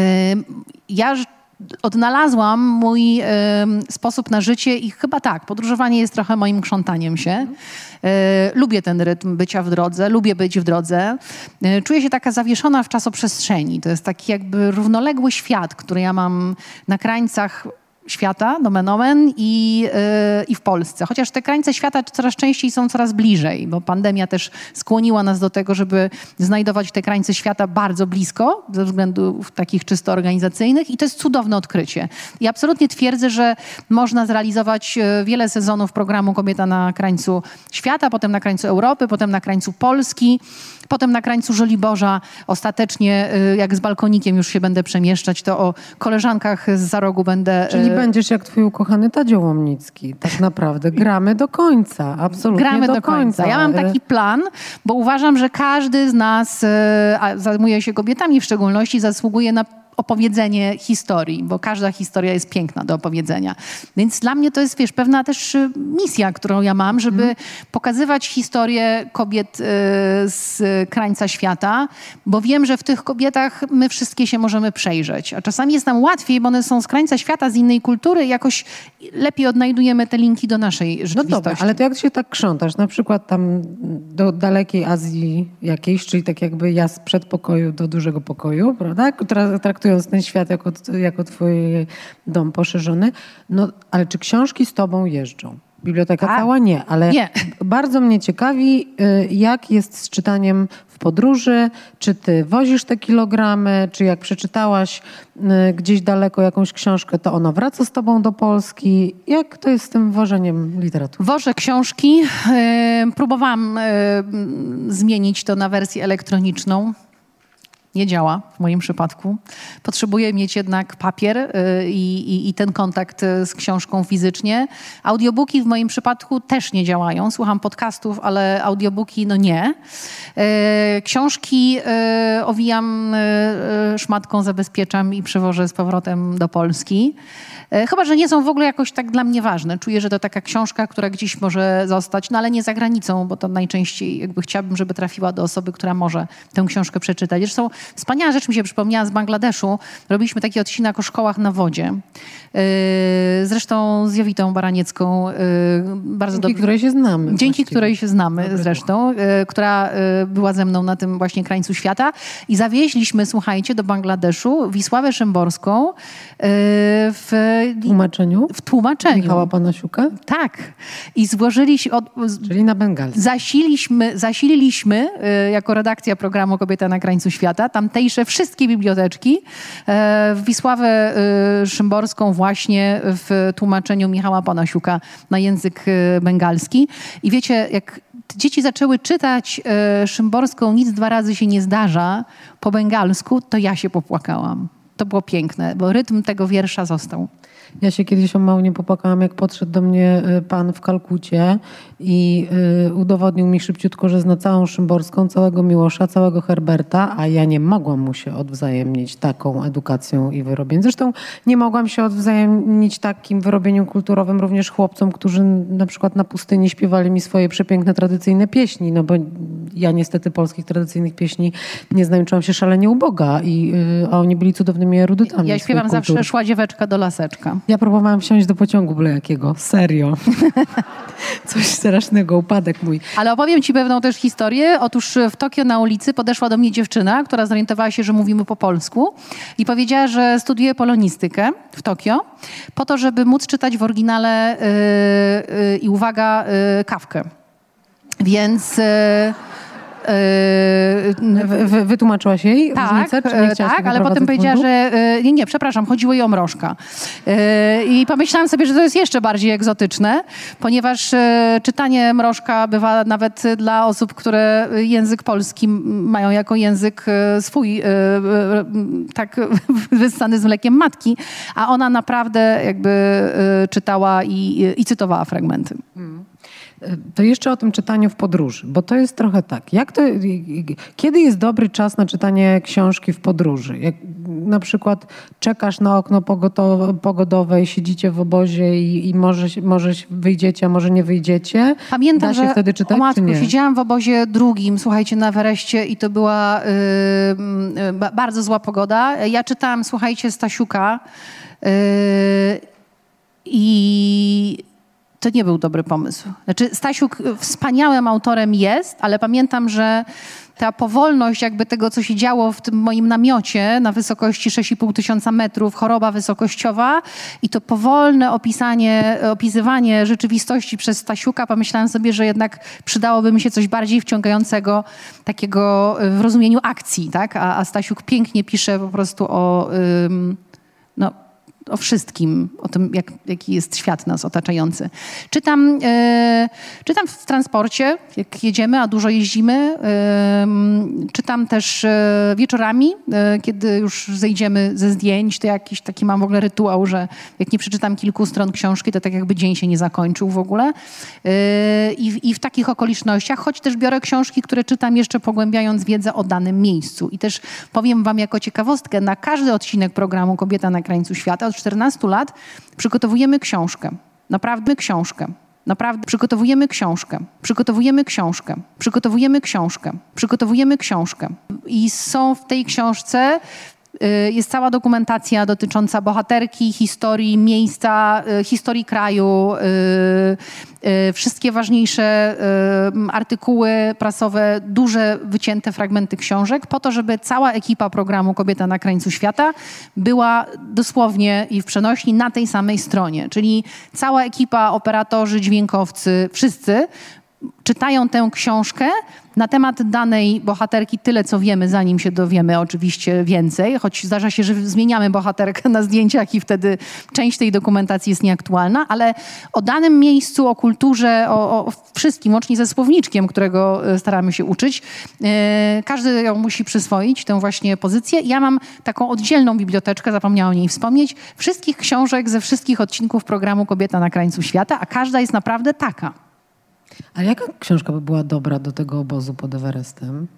S3: ja odnalazłam mój y, sposób na życie i chyba tak, podróżowanie jest trochę moim krzątaniem się. Y, lubię ten rytm bycia w drodze, lubię być w drodze. Y, czuję się taka zawieszona w czasoprzestrzeni. To jest taki jakby równoległy świat, który ja mam na krańcach świata, nomen omen, i, yy, i w Polsce. Chociaż te krańce świata coraz częściej są coraz bliżej, bo pandemia też skłoniła nas do tego, żeby znajdować te krańce świata bardzo blisko, ze względów takich czysto organizacyjnych, i to jest cudowne odkrycie. I absolutnie twierdzę, że można zrealizować wiele sezonów programu Kobieta na krańcu świata, potem na krańcu Europy, potem na krańcu Polski, potem na krańcu Żoliborza. Ostatecznie, jak z balkonikiem już się będę przemieszczać, to o koleżankach z za rogu będę...
S4: Czyli będziesz jak twój ukochany Tadzio Łomnicki. Tak naprawdę gramy do końca. Absolutnie
S3: gramy
S4: do,
S3: do końca.
S4: końca.
S3: Ja mam taki plan, bo uważam, że każdy z nas, a zajmuje się kobietami w szczególności, zasługuje na opowiedzenie historii, bo każda historia jest piękna do opowiedzenia. Więc dla mnie to jest, wiesz, pewna też misja, którą ja mam, żeby mm. pokazywać historię kobiet y, z krańca świata, bo wiem, że w tych kobietach my wszystkie się możemy przejrzeć. A czasami jest nam łatwiej, bo one są z krańca świata, z innej kultury i jakoś lepiej odnajdujemy te linki do naszej rzeczywistości.
S4: No dobra, ale to jak się tak krzątasz, na przykład tam do dalekiej Azji jakiejś, czyli tak jakby ja z przedpokoju do dużego pokoju, prawda? Traktując ten świat jako, jako twój dom poszerzony. No, ale czy książki z tobą jeżdżą? biblioteka
S3: Tak.
S4: cała nie, ale
S3: Nie.
S4: bardzo mnie ciekawi, y, jak jest z czytaniem w podróży, czy ty wozisz te kilogramy, czy jak przeczytałaś y, gdzieś daleko jakąś książkę, to ona wraca z tobą do Polski. Jak to jest z tym wożeniem literatury?
S3: Wożę książki. E, próbowałam e, zmienić to na wersję elektroniczną. Nie działa w moim przypadku. Potrzebuję mieć jednak papier y, i, i ten kontakt y, z książką fizycznie. Audiobooki w moim przypadku też nie działają. Słucham podcastów, ale audiobooki no nie. Y, książki y, owijam y, y, szmatką, zabezpieczam i przywożę z powrotem do Polski. Y, chyba że nie są w ogóle jakoś tak dla mnie ważne. Czuję, że to taka książka, która gdzieś może zostać, no ale nie za granicą, bo to najczęściej jakby chciałabym, żeby trafiła do osoby, która może tę książkę przeczytać. Zresztą wspaniała rzecz mi się przypomniała z Bangladeszu. Robiliśmy taki odcinek o szkołach na wodzie. Yy, zresztą z Jowitą Baraniecką. Yy, bardzo
S4: Dzięki
S3: dob-
S4: której się znamy.
S3: Dzięki
S4: właściwie.
S3: której się znamy
S4: Dobry
S3: zresztą, yy, która yy, była ze mną na tym właśnie krańcu świata. I zawieźliśmy, słuchajcie, do Bangladeszu Wisławę Szymborską yy, w,
S4: W tłumaczeniu
S3: w tłumaczeniu.
S4: Michała Panasiuka,
S3: Tak. I złożyliśmy... Od,
S4: czyli na bengalskim.
S3: Zasiliśmy, zasililiśmy y, jako redakcja programu Kobieta na krańcu świata tamtejsze wszystkie biblioteczki e, w Wisławę y, Szymborską właśnie w tłumaczeniu Michała Panasiuka na język y, bengalski. I wiecie, jak dzieci zaczęły czytać y, Szymborską Nic dwa razy się nie zdarza po bengalsku, to ja się popłakałam. To było piękne, bo rytm tego wiersza został.
S4: Ja się kiedyś o mało nie popłakałam, jak podszedł do mnie y, pan w Kalkucie i y, udowodnił mi szybciutko, że zna całą Szymborską, całego Miłosza, całego Herberta, a ja nie mogłam mu się odwzajemnić taką edukacją i wyrobieniem. Zresztą nie mogłam się odwzajemnić takim wyrobieniem kulturowym również chłopcom, którzy na przykład na pustyni śpiewali mi swoje przepiękne, tradycyjne pieśni, no bo ja niestety polskich tradycyjnych pieśni nie znam, czułam się szalenie uboga, i, y, a oni byli cudownymi erudytami.
S3: Ja śpiewam zawsze
S4: kultury.
S3: Szła dzieweczka do laseczka.
S4: Ja próbowałam wsiąść do pociągu byle jakiego. Serio. Coś strasznego, upadek mój.
S3: Ale opowiem ci pewną też historię. Otóż w Tokio na ulicy podeszła do mnie dziewczyna, która zorientowała się, że mówimy po polsku i powiedziała, że studiuje polonistykę w Tokio po to, żeby móc czytać w oryginale yy, yy, i uwaga, yy, Kafkę. Więc... Yy,
S4: Wy, wy, wytłumaczyłaś jej
S3: tak,
S4: różnicę? Czy nie chciałaś
S3: tak,
S4: tego
S3: ale potem
S4: prowadzać
S3: powiedziała,
S4: błędu?
S3: że... Nie, nie, przepraszam, chodziło jej o mrożka. I pomyślałam sobie, że to jest jeszcze bardziej egzotyczne, ponieważ czytanie mrożka bywa nawet dla osób, które język polski mają jako język swój, tak wyssany z mlekiem matki, a ona naprawdę jakby czytała i, i cytowała fragmenty.
S4: Hmm. To jeszcze o tym czytaniu w podróży, bo to jest trochę tak. Jak to, kiedy jest dobry czas na czytanie książki w podróży? Jak na przykład czekasz na okno pogotowe, pogodowe i siedzicie w obozie i, i może, może wyjdziecie, a może nie wyjdziecie.
S3: Pamiętam,
S4: da się
S3: że
S4: wtedy czytać,
S3: o matko,
S4: czy nie?
S3: siedziałam w obozie drugim, słuchajcie, na Wereście i to była yy, yy, bardzo zła pogoda. Ja czytałam, słuchajcie, Stasiuka yy, i... To nie był dobry pomysł. Znaczy, Stasiuk wspaniałym autorem jest, ale pamiętam, że ta powolność jakby tego, co się działo w tym moim namiocie na wysokości sześć i pół tysiąca metrów, choroba wysokościowa i to powolne opisanie, opisywanie rzeczywistości przez Stasiuka, pomyślałam sobie, że jednak przydałoby mi się coś bardziej wciągającego, takiego w rozumieniu akcji, tak? A, a Stasiuk pięknie pisze po prostu o... Ym, no, o wszystkim, o tym, jak, jaki jest świat nas otaczający. Czytam, e, czytam w transporcie, jak jedziemy, a dużo jeździmy. E, czytam też e, wieczorami, e, kiedy już zejdziemy ze zdjęć, to jakiś taki mam w ogóle rytuał, że jak nie przeczytam kilku stron książki, to tak jakby dzień się nie zakończył w ogóle. E, i, I w takich okolicznościach, choć też biorę książki, które czytam jeszcze pogłębiając wiedzę o danym miejscu. I też powiem wam jako ciekawostkę, na każdy odcinek programu Kobieta na krańcu świata od czternastu lat przygotowujemy książkę. Naprawdę książkę. Naprawdę przygotowujemy książkę. Przygotowujemy książkę. Przygotowujemy książkę. Przygotowujemy książkę. I są w tej książce Jest cała dokumentacja dotycząca bohaterki, historii, miejsca, historii kraju, wszystkie ważniejsze artykuły prasowe, duże wycięte fragmenty książek, po to, żeby cała ekipa programu Kobieta na krańcu świata była dosłownie i w przenośni na tej samej stronie. Czyli cała ekipa, operatorzy, dźwiękowcy, wszyscy czytają tę książkę na temat danej bohaterki, tyle co wiemy, zanim się dowiemy oczywiście więcej, choć zdarza się, że zmieniamy bohaterkę na zdjęciach i wtedy część tej dokumentacji jest nieaktualna, ale o danym miejscu, o kulturze, o, o wszystkim, łącznie ze słowniczkiem, którego staramy się uczyć. Yy, każdy ją musi przyswoić, tę właśnie pozycję. Ja mam taką oddzielną biblioteczkę, zapomniałam o niej wspomnieć, wszystkich książek ze wszystkich odcinków programu Kobieta na krańcu świata, a każda jest naprawdę taka.
S4: Ale jaka książka by była dobra do tego obozu pod Everestem?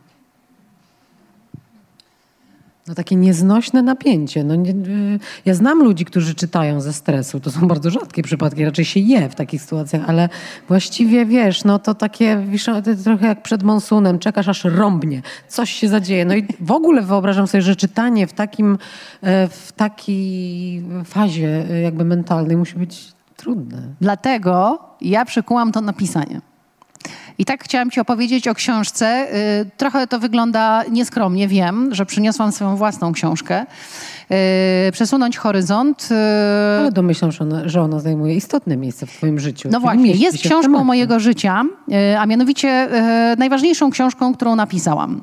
S4: No takie nieznośne napięcie. No nie, ja znam ludzi, którzy czytają ze stresu. To są bardzo rzadkie przypadki. Raczej się je w takich sytuacjach, ale właściwie wiesz, no to takie wiszą, to trochę jak przed monsunem. Czekasz aż rąbnie. Coś się zadzieje. No i w ogóle wyobrażam sobie, że czytanie w takim, w takiej fazie jakby mentalnej musi być trudne.
S3: Dlatego ja przykułam to na pisanie. I tak chciałam ci opowiedzieć o książce. Trochę to wygląda nieskromnie, wiem, że przyniosłam swoją własną książkę. Przesunąć horyzont.
S4: Ale domyślam, że ona, że ona zajmuje istotne miejsce w twoim życiu.
S3: No właśnie, jest książką mojego życia, a mianowicie najważniejszą książką, którą napisałam.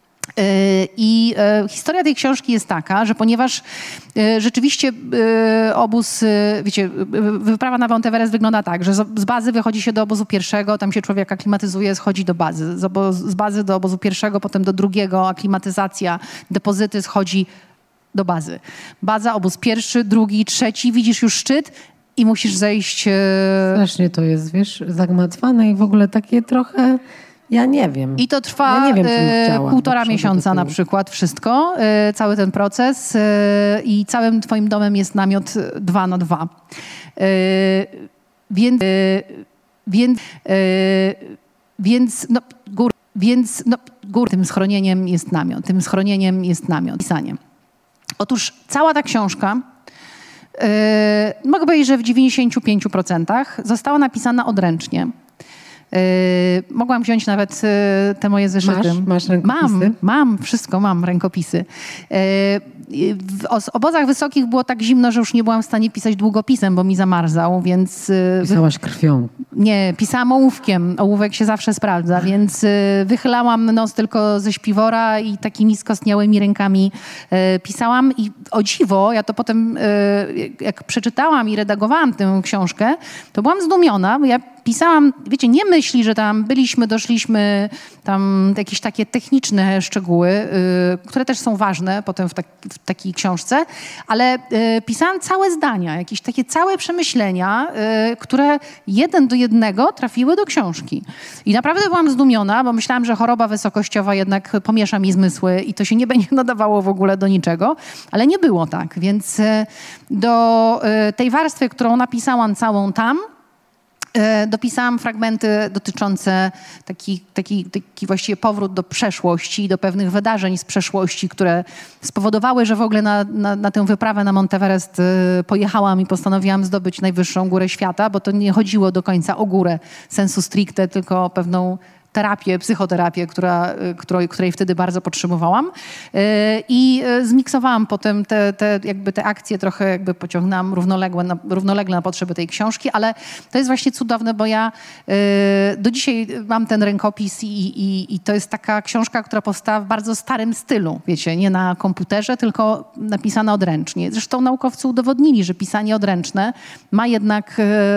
S3: I historia tej książki jest taka, że ponieważ rzeczywiście obóz, wiecie, wyprawa na Mount Everest wygląda tak, że z bazy wychodzi się do obozu pierwszego, tam się człowiek aklimatyzuje, schodzi do bazy. Z, oboz, z bazy do obozu pierwszego, potem do drugiego, aklimatyzacja, depozyty, schodzi do bazy. Baza, obóz pierwszy, drugi, trzeci, widzisz już szczyt i musisz zejść.
S4: Strasznie to jest, wiesz, zagmatwane i w ogóle takie trochę... Ja nie wiem.
S3: I to trwa
S4: ja nie wiem,
S3: e, półtora miesiąca na przykład wszystko, e, cały ten proces e, i całym twoim domem jest namiot dwa na dwa. E, więc, e, więc, e, więc, no, gór, więc no, gór, tym schronieniem jest namiot, tym schronieniem jest namiot. Pisanie. Otóż cała ta książka, e, mogę powiedzieć, że w dziewięćdziesięciu pięciu procentach została napisana odręcznie. Yy, mogłam wziąć nawet yy, te moje zeszyty.
S4: Masz, masz rękopisy?
S3: Mam, mam, wszystko mam, rękopisy. Yy, w os- obozach wysokich było tak zimno, że już nie byłam w stanie pisać długopisem, bo mi zamarzał, więc... Yy,
S4: Pisałaś krwią.
S3: Nie, pisałam ołówkiem. Ołówek się zawsze sprawdza, więc yy, wychylałam nos tylko ze śpiwora i takimi skostniałymi rękami yy, pisałam. I o dziwo, ja to potem, yy, jak przeczytałam i redagowałam tę książkę, to byłam zdumiona, bo ja pisałam, wiecie, nie myśli, że tam byliśmy, doszliśmy, tam jakieś takie techniczne szczegóły, y, które też są ważne potem w, tak, w takiej książce, ale y, pisałam całe zdania, jakieś takie całe przemyślenia, y, które jeden do jednego trafiły do książki. I naprawdę byłam zdumiona, bo myślałam, że choroba wysokościowa jednak pomiesza mi zmysły i to się nie będzie nadawało w ogóle do niczego, ale nie było tak. Więc y, do y, tej warstwy, którą napisałam całą tam, dopisałam fragmenty dotyczące taki, taki, taki właściwie powrót do przeszłości, do pewnych wydarzeń z przeszłości, które spowodowały, że w ogóle na, na, na tę wyprawę na Mount Everest pojechałam i postanowiłam zdobyć najwyższą górę świata, bo to nie chodziło do końca o górę sensu stricte, tylko o pewną terapię, psychoterapię, która, której, której wtedy bardzo potrzebowałam. I zmiksowałam potem te, te, jakby te akcje, trochę jakby pociągnęłam równolegle na, równolegle na potrzeby tej książki, ale to jest właśnie cudowne, bo ja do dzisiaj mam ten rękopis i, i, i to jest taka książka, która powstała w bardzo starym stylu, wiecie, nie na komputerze, tylko napisana odręcznie. Zresztą naukowcy udowodnili, że pisanie odręczne ma jednak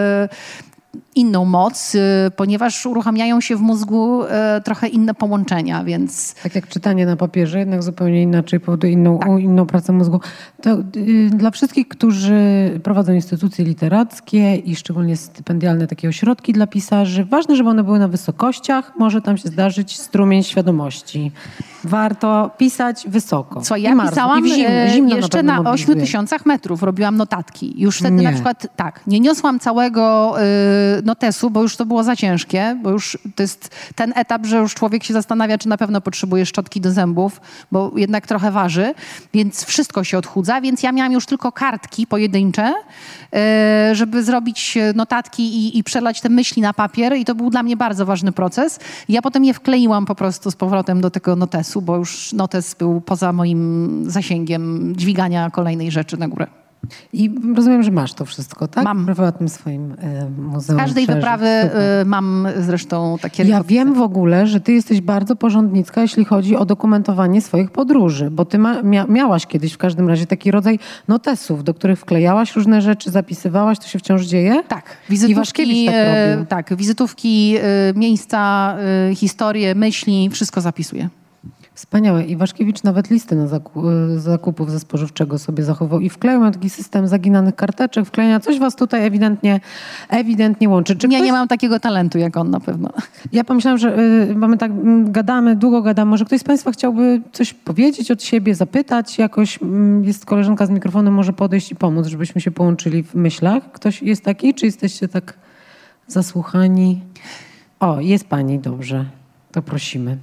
S3: inną moc, ponieważ uruchamiają się w mózgu trochę inne połączenia, więc...
S4: Tak jak czytanie na papierze, jednak zupełnie inaczej powoduje inną, tak. inną pracę mózgu. To y, dla wszystkich, którzy prowadzą instytucje literackie i szczególnie stypendialne takie ośrodki dla pisarzy, ważne, żeby one były na wysokościach. Może tam się zdarzyć strumień świadomości. Warto pisać wysoko.
S3: Co ja
S4: marz,
S3: pisałam
S4: i zimno, zimno
S3: jeszcze na ośmiu tysiącach metrów. Robiłam notatki. Już wtedy
S4: nie.
S3: na przykład, tak, nie niosłam całego... Y, notesu, bo już to było za ciężkie, bo już to jest ten etap, że już człowiek się zastanawia, czy na pewno potrzebuje szczotki do zębów, bo jednak trochę waży, więc wszystko się odchudza, więc ja miałam już tylko kartki pojedyncze, żeby zrobić notatki i, i przelać te myśli na papier i to był dla mnie bardzo ważny proces. Ja potem je wkleiłam po prostu z powrotem do tego notesu, bo już notes był poza moim zasięgiem dźwigania kolejnej rzeczy na górę.
S4: I rozumiem, że masz to wszystko, tak?
S3: Mam.
S4: W prywatnym swoim y, muzeum.
S3: Z każdej
S4: przeżyć.
S3: wyprawy y, mam zresztą takie...
S4: Ja
S3: rękopisy.
S4: wiem w ogóle, że ty jesteś bardzo porządnicka, jeśli chodzi o dokumentowanie swoich podróży, bo ty ma, mia, miałaś kiedyś w każdym razie taki rodzaj notesów, do których wklejałaś różne rzeczy, zapisywałaś, to się wciąż dzieje?
S3: Tak. Wizytówki,
S4: Iwaszkiewicz tak
S3: e,
S4: robił.
S3: tak, wizytówki, e, miejsca, e, historie, myśli, wszystko zapisuję.
S4: Wspaniałe. Iwaszkiewicz nawet listy na zakup, zakupów ze spożywczego sobie zachował i wkleił na taki system zaginanych karteczek, wklejenia. Coś was tutaj ewidentnie, ewidentnie łączy. Czy
S3: Ja
S4: ktoś...
S3: nie mam takiego talentu jak on na pewno.
S4: Ja pomyślałam, że y, mamy tak, m, gadamy, długo gadamy. Może ktoś z państwa chciałby coś powiedzieć od siebie, zapytać jakoś. M, jest koleżanka z mikrofonem, może podejść i pomóc, żebyśmy się połączyli w myślach. Ktoś jest taki, czy jesteście tak zasłuchani? O, jest pani, dobrze. To prosimy.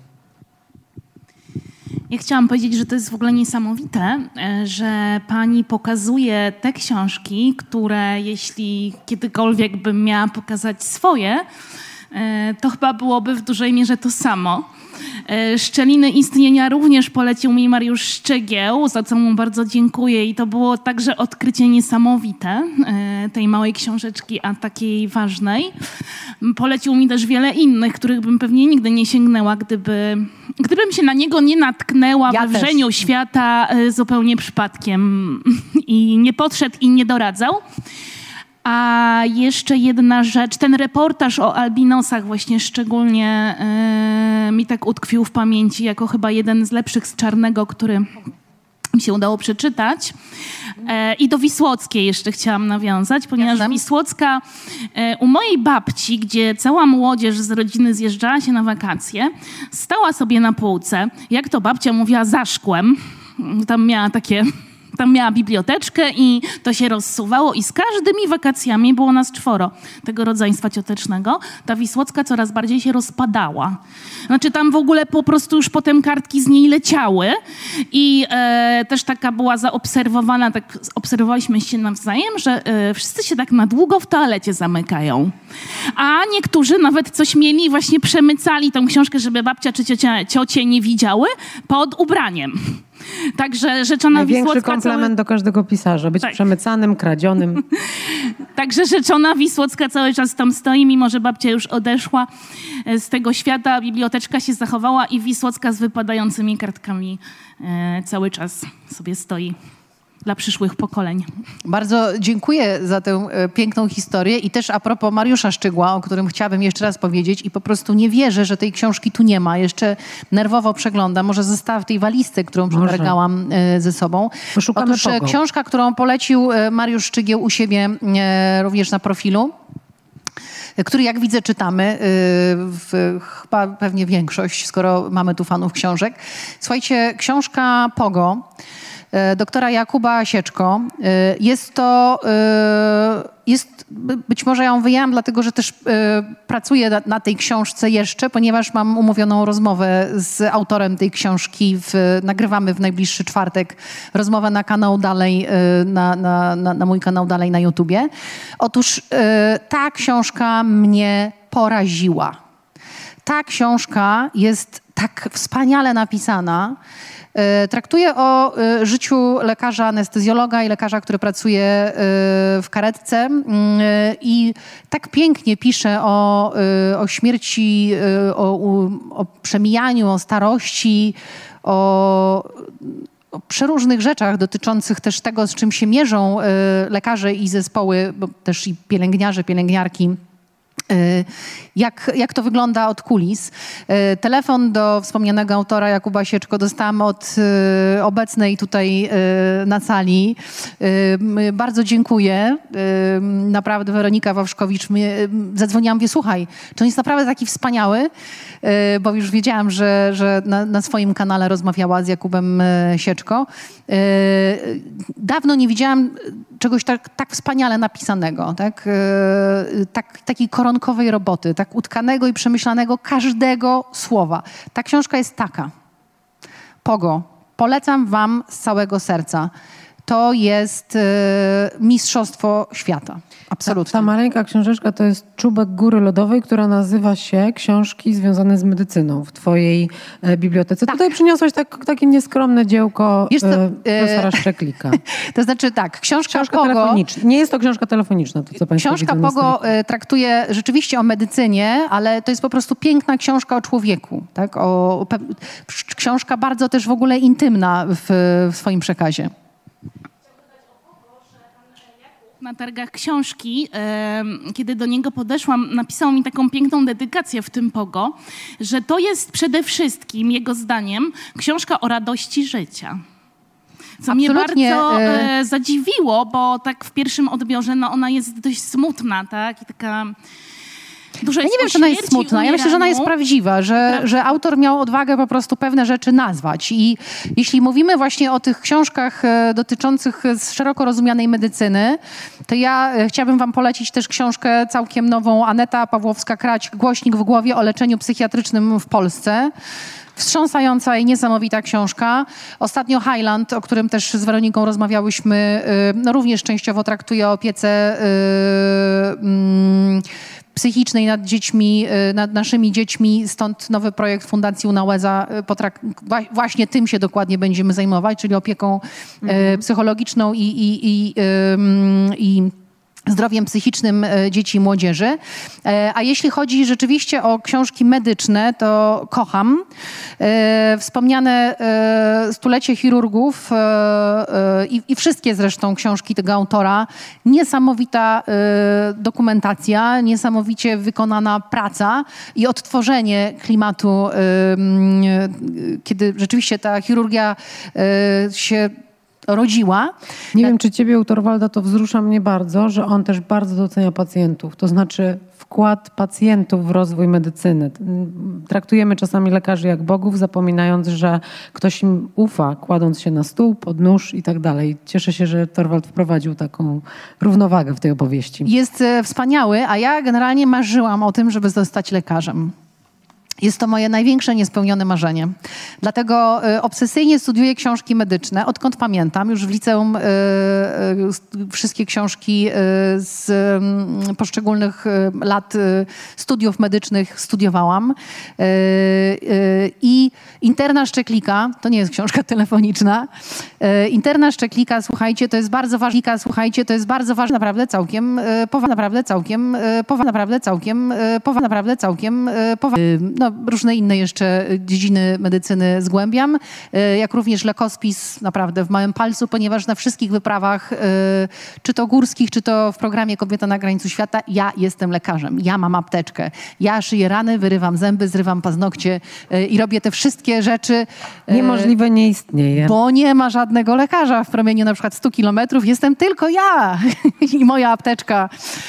S5: Ja chciałam powiedzieć, że to jest w ogóle niesamowite, że pani pokazuje te książki, które jeśli kiedykolwiek bym miała pokazać swoje, to chyba byłoby w dużej mierze to samo. Szczeliny istnienia również polecił mi Mariusz Szczegieł, za co mu bardzo dziękuję i to było także odkrycie niesamowite tej małej książeczki, a takiej ważnej. Polecił mi też wiele innych, których bym pewnie nigdy nie sięgnęła, gdyby, gdybym się na niego nie natknęła
S3: Ja
S5: we
S3: też.
S5: wrzeniu świata zupełnie przypadkiem i nie podszedł i nie doradzał. A jeszcze jedna rzecz, ten reportaż o albinosach właśnie szczególnie yy, mi tak utkwił w pamięci jako chyba jeden z lepszych z Czarnego, który mi się udało przeczytać. E, I do Wisłockiej jeszcze chciałam nawiązać, ponieważ
S3: Jasne.
S5: Wisłocka e, u mojej babci, gdzie cała młodzież z rodziny zjeżdżała się na wakacje, stała sobie na półce, jak to babcia mówiła, za szkłem. Tam miała takie... Tam miała biblioteczkę i to się rozsuwało i z każdymi wakacjami było nas czworo tego rodzeństwa ciotecznego. Ta Wisłocka coraz bardziej się rozpadała. Znaczy tam w ogóle po prostu już potem kartki z niej leciały i e, też taka była zaobserwowana, tak obserwowaliśmy się nawzajem, że e, wszyscy się tak na długo w toalecie zamykają. A niektórzy nawet coś mieli, właśnie przemycali tą książkę, żeby babcia czy ciocia, ciocie nie widziały pod ubraniem. Także rzeczona
S4: Największy
S5: Wisłocka...
S4: komplement
S5: cały...
S4: do każdego pisarza. Być
S5: Tak.
S4: przemycanym, kradzionym.
S5: Także rzeczona Wisłocka cały czas tam stoi, mimo że babcia już odeszła z tego świata, biblioteczka się zachowała i Wisłocka z wypadającymi kartkami e, cały czas sobie stoi dla przyszłych pokoleń.
S3: Bardzo dziękuję za tę e, piękną historię i też a propos Mariusza Szczygła, o którym chciałabym jeszcze raz powiedzieć i po prostu nie wierzę, że tej książki tu nie ma. Jeszcze nerwowo przeglądam. Może została w tej walizce, którą przetargałam e, ze sobą.
S4: Poszukamy
S3: Otóż e,
S4: Pogo.
S3: książka, którą polecił e, Mariusz Szczygieł u siebie e, również na profilu, który jak widzę czytamy, y, w, chyba pewnie większość, skoro mamy tu fanów książek. Słuchajcie, książka Pogo, y, doktora Jakuba Sieczko. Y, jest to, y, jest, być może ja ją wyjęłam, dlatego że też y, pracuję na, na tej książce jeszcze, ponieważ mam umówioną rozmowę z autorem tej książki. W, nagrywamy w najbliższy czwartek rozmowę na kanał dalej, y, na, na, na, na mój kanał dalej na YouTubie. Otóż y, ta książka mnie poraziła. Ta książka jest tak wspaniale napisana. Y, traktuje o y, życiu lekarza anestezjologa i lekarza, który pracuje y, w karetce y, i tak pięknie pisze o, y, o śmierci, y, o, o przemijaniu, o starości, o, o przeróżnych rzeczach dotyczących też tego, z czym się mierzą y, lekarze i zespoły, bo też i pielęgniarze, pielęgniarki. Jak, jak to wygląda od kulis. Telefon do wspomnianego autora Jakuba Sieczko dostałam od y, obecnej tutaj y, na sali. Y, bardzo dziękuję. Y, naprawdę Weronika Wawrzkowicz mnie, y, zadzwoniłam, mówię, słuchaj, czy on jest naprawdę taki wspaniały, y, bo już wiedziałam, że, że na, na swoim kanale rozmawiała z Jakubem y, Sieczko. Y, dawno nie widziałam czegoś tak, tak wspaniale napisanego, tak? E, tak, takiej koronkowej roboty, tak utkanego i przemyślanego każdego słowa. Ta książka jest taka. Pogo, polecam wam z całego serca. To jest e, mistrzostwo świata. Absolutnie.
S4: Ta, ta maleńka książeczka to jest czubek góry lodowej, która nazywa się Książki związane z medycyną w twojej e, bibliotece.
S3: Tak.
S4: Tutaj przyniosłaś tak, takie nieskromne dziełko
S3: Wiesz co,
S4: e, profesora Szczeklika.
S3: To znaczy tak, książka,
S4: Książka
S3: Pogo...
S4: telefoniczna. Nie jest to książka telefoniczna, to co państwo
S3: Książka
S4: widzą na
S3: Pogo
S4: stoliku.
S3: e, traktuje rzeczywiście o medycynie, ale to jest po prostu piękna książka o człowieku. Tak? O, o, pe- książka bardzo też w ogóle intymna w, w swoim przekazie.
S5: Na targach książki, e, kiedy do niego podeszłam, napisał mi taką piękną dedykację w tym Pogo, że to jest przede wszystkim, jego zdaniem, książka o radości życia. Co mnie
S3: Absolutnie,
S5: bardzo
S3: e...
S5: e, zadziwiło, bo tak w pierwszym odbiorze no, ona jest dość smutna, tak? I taka... Dużo
S3: Ja nie
S5: jest
S3: wiem,
S5: o
S3: czy ona jest
S5: śmierci,
S3: smutna. Ja myślę, że ona jest
S5: umieraniu.
S3: prawdziwa, że, że autor miał odwagę po prostu pewne rzeczy nazwać. I jeśli mówimy właśnie o tych książkach e, dotyczących e, szeroko rozumianej medycyny, to ja e, chciałabym wam polecić też książkę całkiem nową Aneta Pawłowska-Krać, Głośnik w głowie o leczeniu psychiatrycznym w Polsce. Wstrząsająca i niesamowita książka. Ostatnio Highland, o którym też z Weroniką rozmawiałyśmy, y, no również częściowo traktuje o opiece y, mm, psychicznej nad dziećmi, y, nad naszymi dziećmi. Stąd nowy projekt Fundacji Unałeza y, potrak- wa- właśnie tym się dokładnie będziemy zajmować, czyli opieką y, psychologiczną i, i, i, y, y, i zdrowiem psychicznym e, dzieci i młodzieży. E, a jeśli chodzi rzeczywiście o książki medyczne, to kocham. E, wspomniane e, Stulecie chirurgów e, e, i, i wszystkie zresztą książki tego autora. Niesamowita e, dokumentacja, niesamowicie wykonana praca i odtworzenie klimatu, e, m, kiedy rzeczywiście ta chirurgia e, się rodziła.
S4: Nie wiem, czy ciebie u Torwalda to wzrusza mnie bardzo, że on też bardzo docenia pacjentów. To znaczy wkład pacjentów w rozwój medycyny. Traktujemy czasami lekarzy jak bogów, zapominając, że ktoś im ufa, kładąc się na stół, pod nóż i tak dalej. Cieszę się, że Torwald wprowadził taką równowagę w tej opowieści.
S3: Jest e, wspaniały, a ja generalnie marzyłam o tym, żeby zostać lekarzem. Jest to moje największe niespełnione marzenie. Dlatego y, obsesyjnie studiuję książki medyczne, odkąd pamiętam. Już w liceum y, y, wszystkie książki y, z y, poszczególnych y, lat y, studiów medycznych studiowałam. Y, y, I Interna Szczeklika, to nie jest książka telefoniczna, y, Interna Szczeklika, słuchajcie, to jest bardzo ważna, słuchajcie, to jest bardzo ważna, naprawdę całkiem, y, powa, naprawdę całkiem, y, powa, naprawdę całkiem, y, powa, naprawdę całkiem, y, powa, y, no, różne inne jeszcze dziedziny medycyny zgłębiam, jak również lekospis naprawdę w małym palcu, ponieważ na wszystkich wyprawach, czy to górskich, czy to w programie Kobieta na krańcu świata, ja jestem lekarzem. Ja mam apteczkę. Ja szyję rany, wyrywam zęby, zrywam paznokcie i robię te wszystkie rzeczy.
S4: Niemożliwe nie istnieje.
S3: Bo nie ma żadnego lekarza w promieniu na przykład stu kilometrów. Jestem tylko ja i moja apteczka.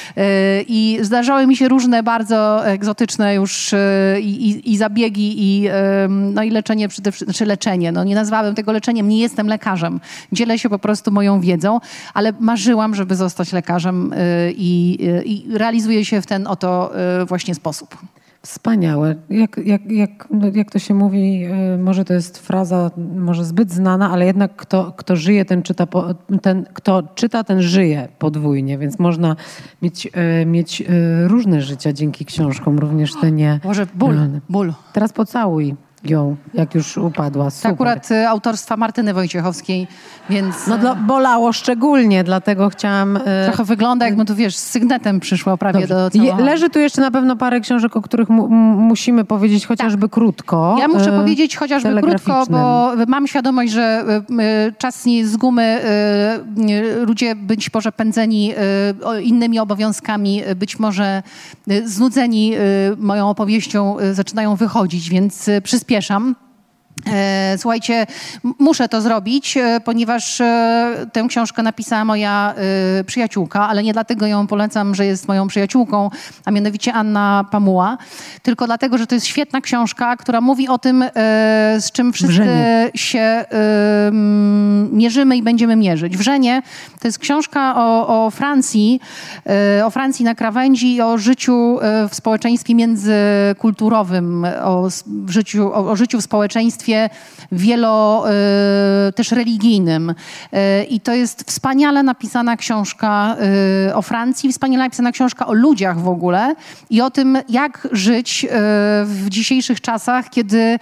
S3: I zdarzały mi się różne bardzo egzotyczne już i, i, i zabiegi, i, no i leczenie, przede wszystkim, znaczy leczenie. No nie nazwałabym tego leczeniem, nie jestem lekarzem. Dzielę się po prostu moją wiedzą, ale marzyłam, żeby zostać lekarzem i, i realizuję się w ten oto właśnie sposób.
S4: Wspaniałe. Jak, jak, jak, no jak to się mówi, yy, może to jest fraza może zbyt znana, ale jednak kto, kto żyje, ten czyta, po, ten, kto czyta, ten żyje podwójnie, więc można mieć, yy, mieć yy, różne życia dzięki książkom, również te nie...
S3: Może ból,
S4: realne.
S3: ból.
S4: Teraz pocałuj ją, jak już upadła. Super.
S3: To akurat y, autorstwa Martyny Wojciechowskiej, więc...
S4: No dla, bolało szczególnie, dlatego chciałam... Yy,
S3: trochę wygląda, jakby tu, wiesz, z sygnetem przyszła prawie
S4: Dobrze.
S3: do całowania.
S4: Leży tu jeszcze na pewno parę książek, o których mu, musimy powiedzieć chociażby tak. krótko.
S3: Ja muszę
S4: e,
S3: powiedzieć chociażby krótko, bo mam świadomość, że y, czas nie jest z gumy. Y, y, ludzie być może pędzeni y, innymi obowiązkami, być może y, znudzeni y, moją opowieścią y, zaczynają wychodzić, więc y, przyspieszam. E, słuchajcie, m- muszę to zrobić, e, ponieważ e, tę książkę napisała moja e, przyjaciółka, ale nie dlatego ją polecam, że jest moją przyjaciółką, a mianowicie Anna Pamuła, tylko dlatego, że to jest świetna książka, która mówi o tym, e, z czym wszyscy
S4: Wrzenie.
S3: się e, m, mierzymy i będziemy mierzyć. Wrzenie to jest książka o, o Francji, e, o Francji na krawędzi i o życiu e, w społeczeństwie międzykulturowym, o, s- w życiu, o, o życiu w społeczeństwie wielo e, też religijnym. E, I to jest wspaniale napisana książka e, o Francji, wspaniale napisana książka o ludziach w ogóle i o tym, jak żyć e, w dzisiejszych czasach, kiedy e,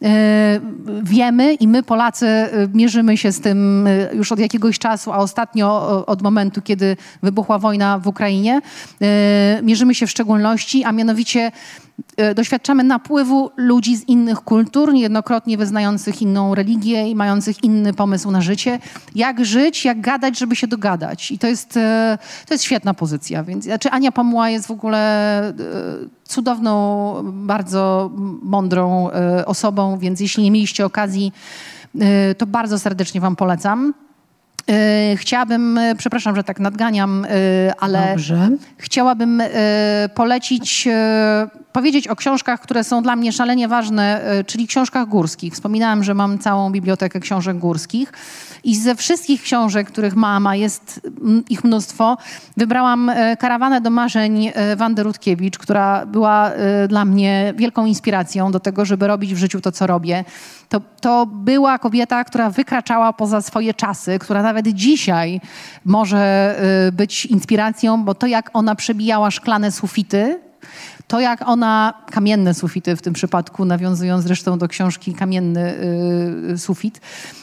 S3: wiemy i my Polacy e, mierzymy się z tym e, już od jakiegoś czasu, a ostatnio o- od momentu, kiedy wybuchła wojna w Ukrainie, e, mierzymy się w szczególności, a mianowicie e, doświadczamy napływu ludzi z innych kultur, niejednokrotnie wyznających inną religię i mających inny pomysł na życie. Jak żyć, jak gadać, żeby się dogadać. I to jest, e, to jest świetna pozycja. Więc, znaczy Ania Pamuła jest w ogóle e, cudowną, bardzo mądrą e, osobą, więc jeśli nie mieliście okazji, e, to bardzo serdecznie wam polecam. E, Chciałabym, e, przepraszam, że tak nadganiam, e, ale
S4: Dobrze.
S3: chciałabym e, polecić, e, powiedzieć o książkach, które są dla mnie szalenie ważne, e, czyli książkach górskich. Wspominałam, że mam całą bibliotekę książek górskich i ze wszystkich książek, których mam, a jest mm, ich mnóstwo, wybrałam e, Karawanę do marzeń e, Wandy Rutkiewicz, która była e, dla mnie wielką inspiracją do tego, żeby robić w życiu to, co robię. To, to była kobieta, która wykraczała poza swoje czasy, która nawet dzisiaj może y, być inspiracją, bo to, jak ona przebijała szklane sufity, to, jak ona, kamienne sufity w tym przypadku, nawiązując zresztą do książki Kamienny y, sufit,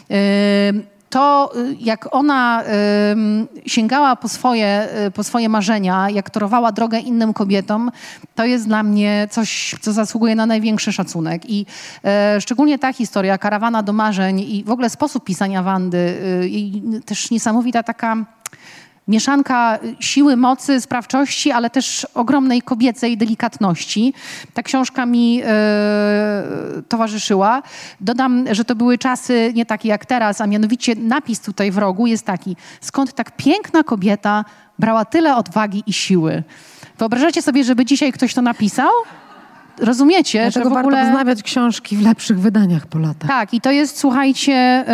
S3: y, to y, jak ona y, sięgała po swoje, y, po swoje marzenia, jak torowała drogę innym kobietom, to jest dla mnie coś, co zasługuje na największy szacunek. I e, szczególnie ta historia, Karawana do marzeń i w ogóle sposób pisania Wandy, y, i też niesamowita taka mieszanka siły, mocy, sprawczości, ale też ogromnej kobiecej delikatności. Ta książka mi e, towarzyszyła. Dodam, że to były czasy nie takie jak teraz, a mianowicie napis tutaj w rogu jest taki: skąd tak piękna kobieta brała tyle odwagi i siły. Wyobrażacie sobie, żeby dzisiaj ktoś to napisał? Rozumiecie,
S4: Dlatego
S3: że w
S4: warto
S3: ogóle...
S4: wznawiać książki w lepszych wydaniach po latach.
S3: Tak, i to jest, słuchajcie,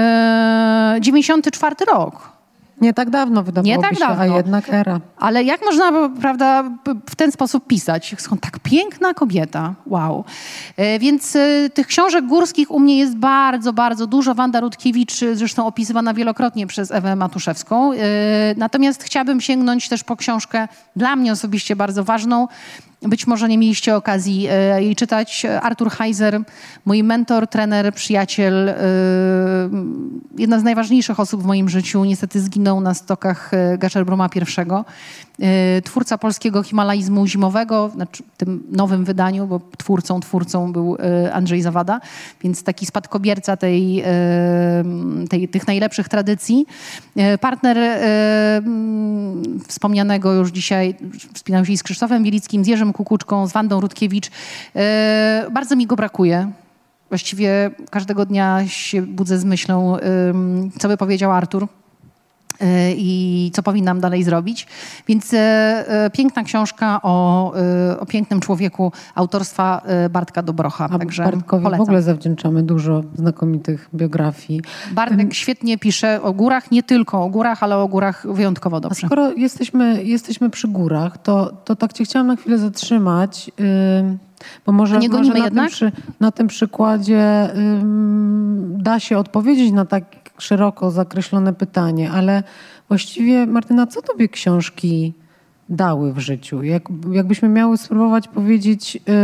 S3: e, dziewięćdziesiąty czwarty rok.
S4: Nie tak dawno wydawałoby
S3: Nie tak
S4: się,
S3: dawno.
S4: a jednak era.
S3: Ale jak można, prawda, p- w ten sposób pisać? Skąd tak piękna kobieta? Wow. E, więc e, tych książek górskich u mnie jest bardzo, bardzo dużo. Wanda Rutkiewicz, e, zresztą opisywana wielokrotnie przez Ewę Matuszewską. E, natomiast chciałabym sięgnąć też po książkę dla mnie osobiście bardzo ważną. Być może nie mieliście okazji e, jej czytać. Artur Heiser, mój mentor, trener, przyjaciel, e, jedna z najważniejszych osób w moim życiu. Niestety zginął na stokach e, Gasherbruma pierwszego. E, twórca polskiego himalaizmu zimowego, znaczy w tym nowym wydaniu, bo twórcą, twórcą był e, Andrzej Zawada, więc taki spadkobierca tej, e, tej, tych najlepszych tradycji. E, partner e, m, wspomnianego już dzisiaj, wspinam się z Krzysztofem Wielickim, z Jerzym Kukuczką, z Wandą Rutkiewicz. E, bardzo mi go brakuje. Właściwie każdego dnia się budzę z myślą, ym, co by powiedział Artur y, i co powinnam dalej zrobić. Więc y, y, piękna książka o, y, o pięknym człowieku autorstwa y, Bartka Dobrocha.
S4: A
S3: Także
S4: Bartkowi
S3: polecam.
S4: w ogóle zawdzięczamy dużo znakomitych biografii.
S3: Bartek świetnie pisze o górach, nie tylko o górach, ale o górach wyjątkowo
S4: A
S3: dobrze.
S4: skoro jesteśmy, jesteśmy przy górach, to, to tak cię chciałam na chwilę zatrzymać, yy, bo może,
S3: Nie
S4: może
S3: gonimy
S4: na,
S3: jednak?
S4: tym przy, na tym przykładzie yy, da się odpowiedzieć na tak szeroko zakreślone pytanie, ale właściwie, Martyna, co tobie książki dały w życiu? Jak, jakbyśmy miały spróbować powiedzieć, yy,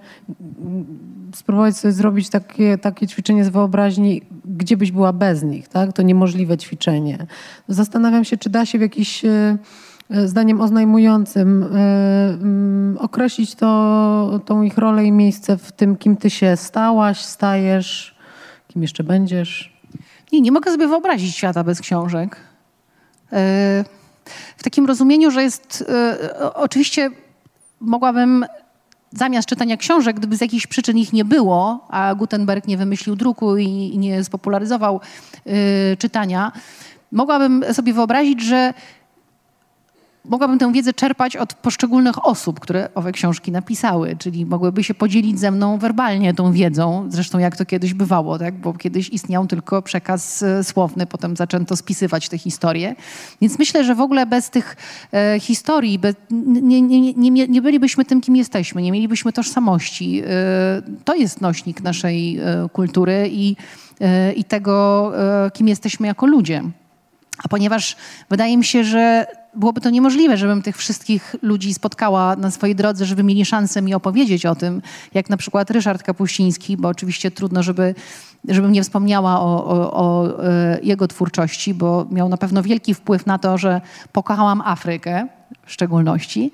S4: spróbować sobie zrobić takie, takie ćwiczenie z wyobraźni, gdzie byś była bez nich, tak? To niemożliwe ćwiczenie. Zastanawiam się, czy da się w jakiś yy, zdaniem oznajmującym yy, yy, określić to, tą ich rolę i miejsce w tym, kim ty się stałaś, stajesz, kim jeszcze będziesz.
S3: Nie, nie mogę sobie wyobrazić świata bez książek. Yy, w takim rozumieniu, że jest... Yy, oczywiście mogłabym zamiast czytania książek, gdyby z jakichś przyczyn ich nie było, a Gutenberg nie wymyślił druku i nie spopularyzował y, czytania, mogłabym sobie wyobrazić, że mogłabym tę wiedzę czerpać od poszczególnych osób, które owe książki napisały, czyli mogłyby się podzielić ze mną werbalnie tą wiedzą, zresztą jak to kiedyś bywało, tak? Bo kiedyś istniał tylko przekaz e, słowny, potem zaczęto spisywać te historie. Więc myślę, że w ogóle bez tych e, historii bez, nie, nie, nie, nie bylibyśmy tym, kim jesteśmy, nie mielibyśmy tożsamości. E, to jest nośnik naszej e, kultury i, e, i tego, e, kim jesteśmy jako ludzie. A ponieważ wydaje mi się, że byłoby to niemożliwe, żebym tych wszystkich ludzi spotkała na swojej drodze, żeby mieli szansę mi opowiedzieć o tym, jak na przykład Ryszard Kapuściński, bo oczywiście trudno, żeby, żebym nie wspomniała o, o, o jego twórczości, bo miał na pewno wielki wpływ na to, że pokochałam Afrykę w szczególności.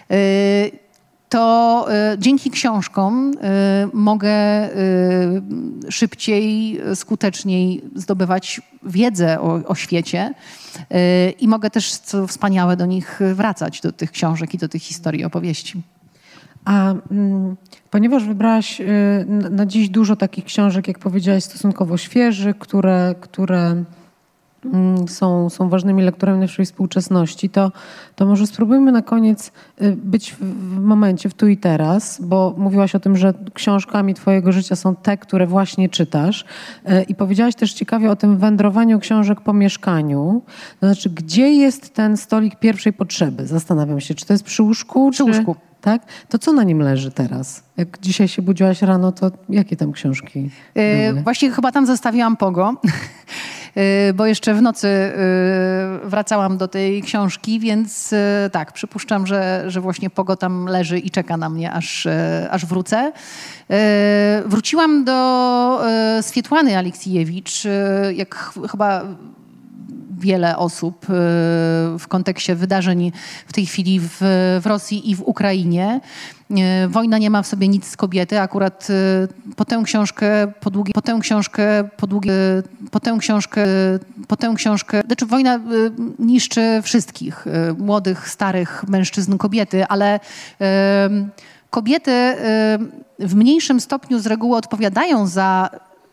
S3: To y, dzięki książkom y, mogę y, szybciej, skuteczniej zdobywać wiedzę o, o świecie y, i mogę też, co wspaniałe, do nich wracać, do tych książek i do tych historii, opowieści.
S4: A mm, ponieważ wybrałaś y, na, na dziś dużo takich książek, jak powiedziałaś, stosunkowo świeżych, które... które Są, są ważnymi lekturami naszej współczesności, to, to może spróbujmy na koniec być w, w momencie, w tu i teraz, bo mówiłaś o tym, że książkami twojego życia są te, które właśnie czytasz i powiedziałaś też ciekawie o tym wędrowaniu książek po mieszkaniu. To znaczy, gdzie jest ten stolik pierwszej potrzeby? Zastanawiam się, czy to jest przy łóżku?
S3: Przy
S4: czy...
S3: łóżku.
S4: Tak? To co na nim leży teraz? Jak dzisiaj się budziłaś rano, to jakie tam książki
S3: yy,
S4: były?
S3: Właśnie chyba tam zostawiłam Pogo, yy, bo jeszcze w nocy yy, wracałam do tej książki, więc yy, tak, przypuszczam, że, że właśnie Pogo tam leży i czeka na mnie, aż, yy, aż wrócę. Yy, wróciłam do yy, Swietłany Aleksijewicz, yy, jak ch- chyba... wiele osób w kontekście wydarzeń w tej chwili w, w Rosji i w Ukrainie. Wojna nie ma w sobie nic z kobiety. Akurat po tę książkę, po długie, po tę książkę, po długie, po tę książkę, po tę książkę, znaczy wojna niszczy wszystkich, młodych, starych, mężczyzn, kobiety, ale kobiety w mniejszym stopniu z reguły odpowiadają za